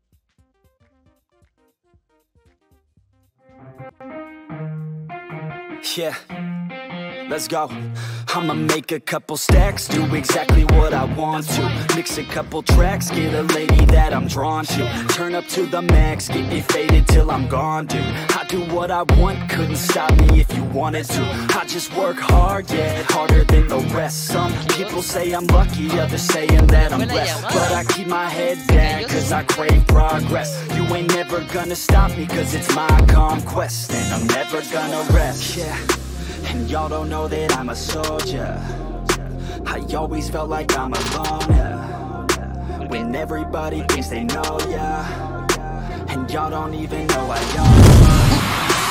Yeah, let's go. I'ma make a couple stacks, do exactly what I want to. Mix a couple tracks, get a lady that I'm drawn to. Turn up to the max, get me faded till I'm gone, dude. I do what I want, couldn't stop me if you wanted to. I just work hard, yeah, harder than the rest. Some people say I'm lucky, others saying that I'm blessed. But I keep my head down, cause I crave progress. You ain't never gonna stop me, cause it's my conquest. And I'm never gonna rest, yeah. And y'all don't know that I'm a soldier. I always felt like I'm alone, yeah. When everybody thinks they know, yeah. And y'all don't even know I own.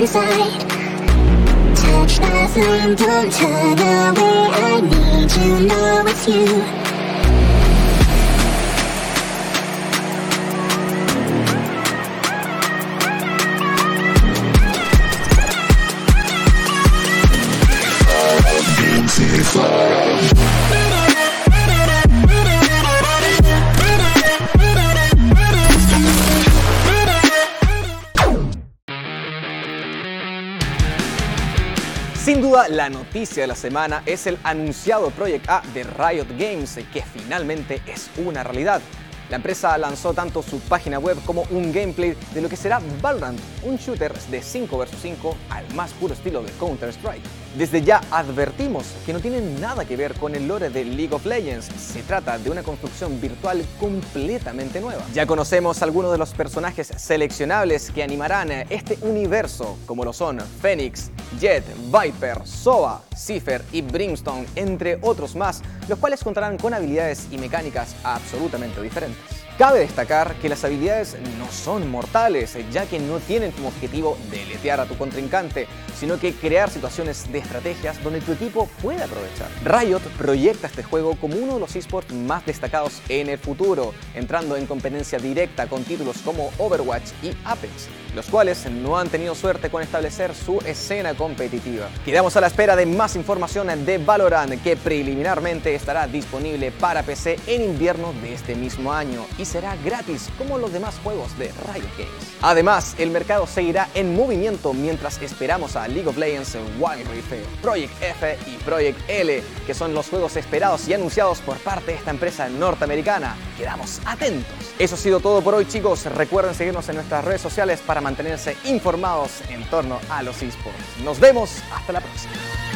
inside. Touch my flame, don't turn away. I need you, know it's you. Sin duda, la noticia de la semana es el anunciado Project A de Riot Games, que finalmente es una realidad. La empresa lanzó tanto su página web como un gameplay de lo que será Valorant, un shooter de cinco versus cinco al más puro estilo de Counter-Strike. Desde ya advertimos que no tiene nada que ver con el lore de League of Legends, se trata de una construcción virtual completamente nueva. Ya conocemos algunos de los personajes seleccionables que animarán este universo, como lo son Phoenix, Jett, Viper, Sova, Cypher y Brimstone, entre otros más, los cuales contarán con habilidades y mecánicas absolutamente diferentes. Cabe destacar que las habilidades no son mortales, ya que no tienen como objetivo deletear a tu contrincante, sino que crear situaciones de estrategias donde tu equipo puede aprovechar. Riot proyecta este juego como uno de los esports más destacados en el futuro, entrando en competencia directa con títulos como Overwatch y Apex, los cuales no han tenido suerte con establecer su escena competitiva. Quedamos a la espera de más información de Valorant, que preliminarmente estará disponible para P C en invierno de este mismo año y será gratis como los demás juegos de Riot Games. Además, el mercado seguirá en movimiento mientras esperamos a League of Legends, Wild Rift, Project F y Project L, que son los juegos esperados y anunciados por parte de esta empresa norteamericana. Quedamos atentos. Eso ha sido todo por hoy, chicos. Recuerden seguirnos en nuestras redes sociales para mantenerse informados en torno a los esports. Nos vemos hasta la próxima.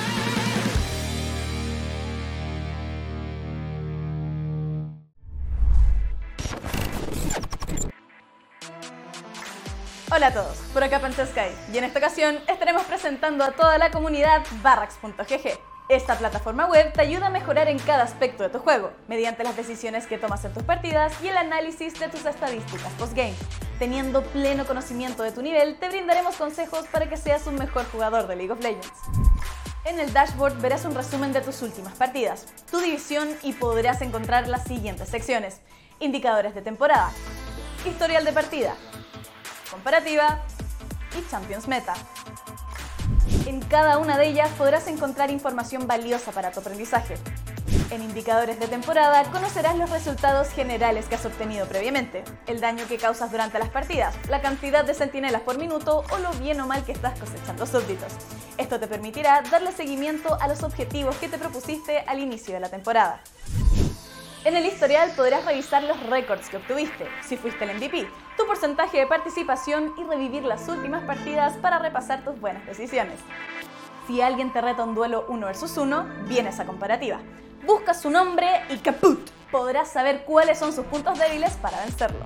Hola a todos, por acá Panchasky, y en esta ocasión estaremos presentando a toda la comunidad Barracks punto g g. Esta plataforma web te ayuda a mejorar en cada aspecto de tu juego, mediante las decisiones que tomas en tus partidas y el análisis de tus estadísticas postgame. Teniendo pleno conocimiento de tu nivel, te brindaremos consejos para que seas un mejor jugador de League of Legends. En el dashboard verás un resumen de tus últimas partidas, tu división y podrás encontrar las siguientes secciones: indicadores de temporada, historial de partida, comparativa y Champions Meta. En cada una de ellas podrás encontrar información valiosa para tu aprendizaje. En indicadores de temporada conocerás los resultados generales que has obtenido previamente, el daño que causas durante las partidas, la cantidad de centinelas por minuto o lo bien o mal que estás cosechando súbditos. Esto te permitirá darle seguimiento a los objetivos que te propusiste al inicio de la temporada. En el historial podrás revisar los récords que obtuviste, si fuiste el M V P, tu porcentaje de participación y revivir las últimas partidas para repasar tus buenas decisiones. Si alguien te reta un duelo uno versus uno, viene esa comparativa. Busca su nombre y ¡caput! Podrás saber cuáles son sus puntos débiles para vencerlo.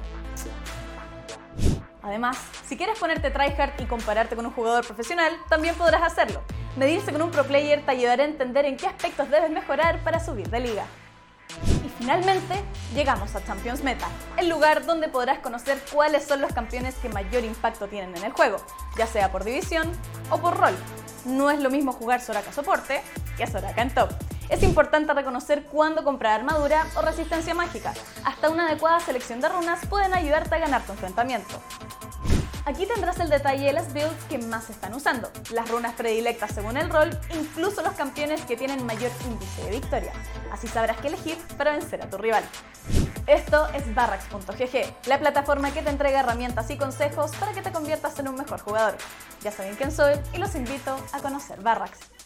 Además, si quieres ponerte tryhard y compararte con un jugador profesional, también podrás hacerlo. Medirse con un pro player te ayudará a entender en qué aspectos debes mejorar para subir de liga. Y finalmente, llegamos a Champions Meta, el lugar donde podrás conocer cuáles son los campeones que mayor impacto tienen en el juego, ya sea por división o por rol. No es lo mismo jugar Soraka soporte que Soraka en top. Es importante reconocer cuándo comprar armadura o resistencia mágica. Hasta una adecuada selección de runas pueden ayudarte a ganar tu enfrentamiento. Aquí tendrás el detalle de las builds que más se están usando, las runas predilectas según el rol, incluso los campeones que tienen mayor índice de victoria. Así sabrás qué elegir para vencer a tu rival. Esto es Barracks punto g g, la plataforma que te entrega herramientas y consejos para que te conviertas en un mejor jugador. Ya saben quién soy y los invito a conocer Barracks.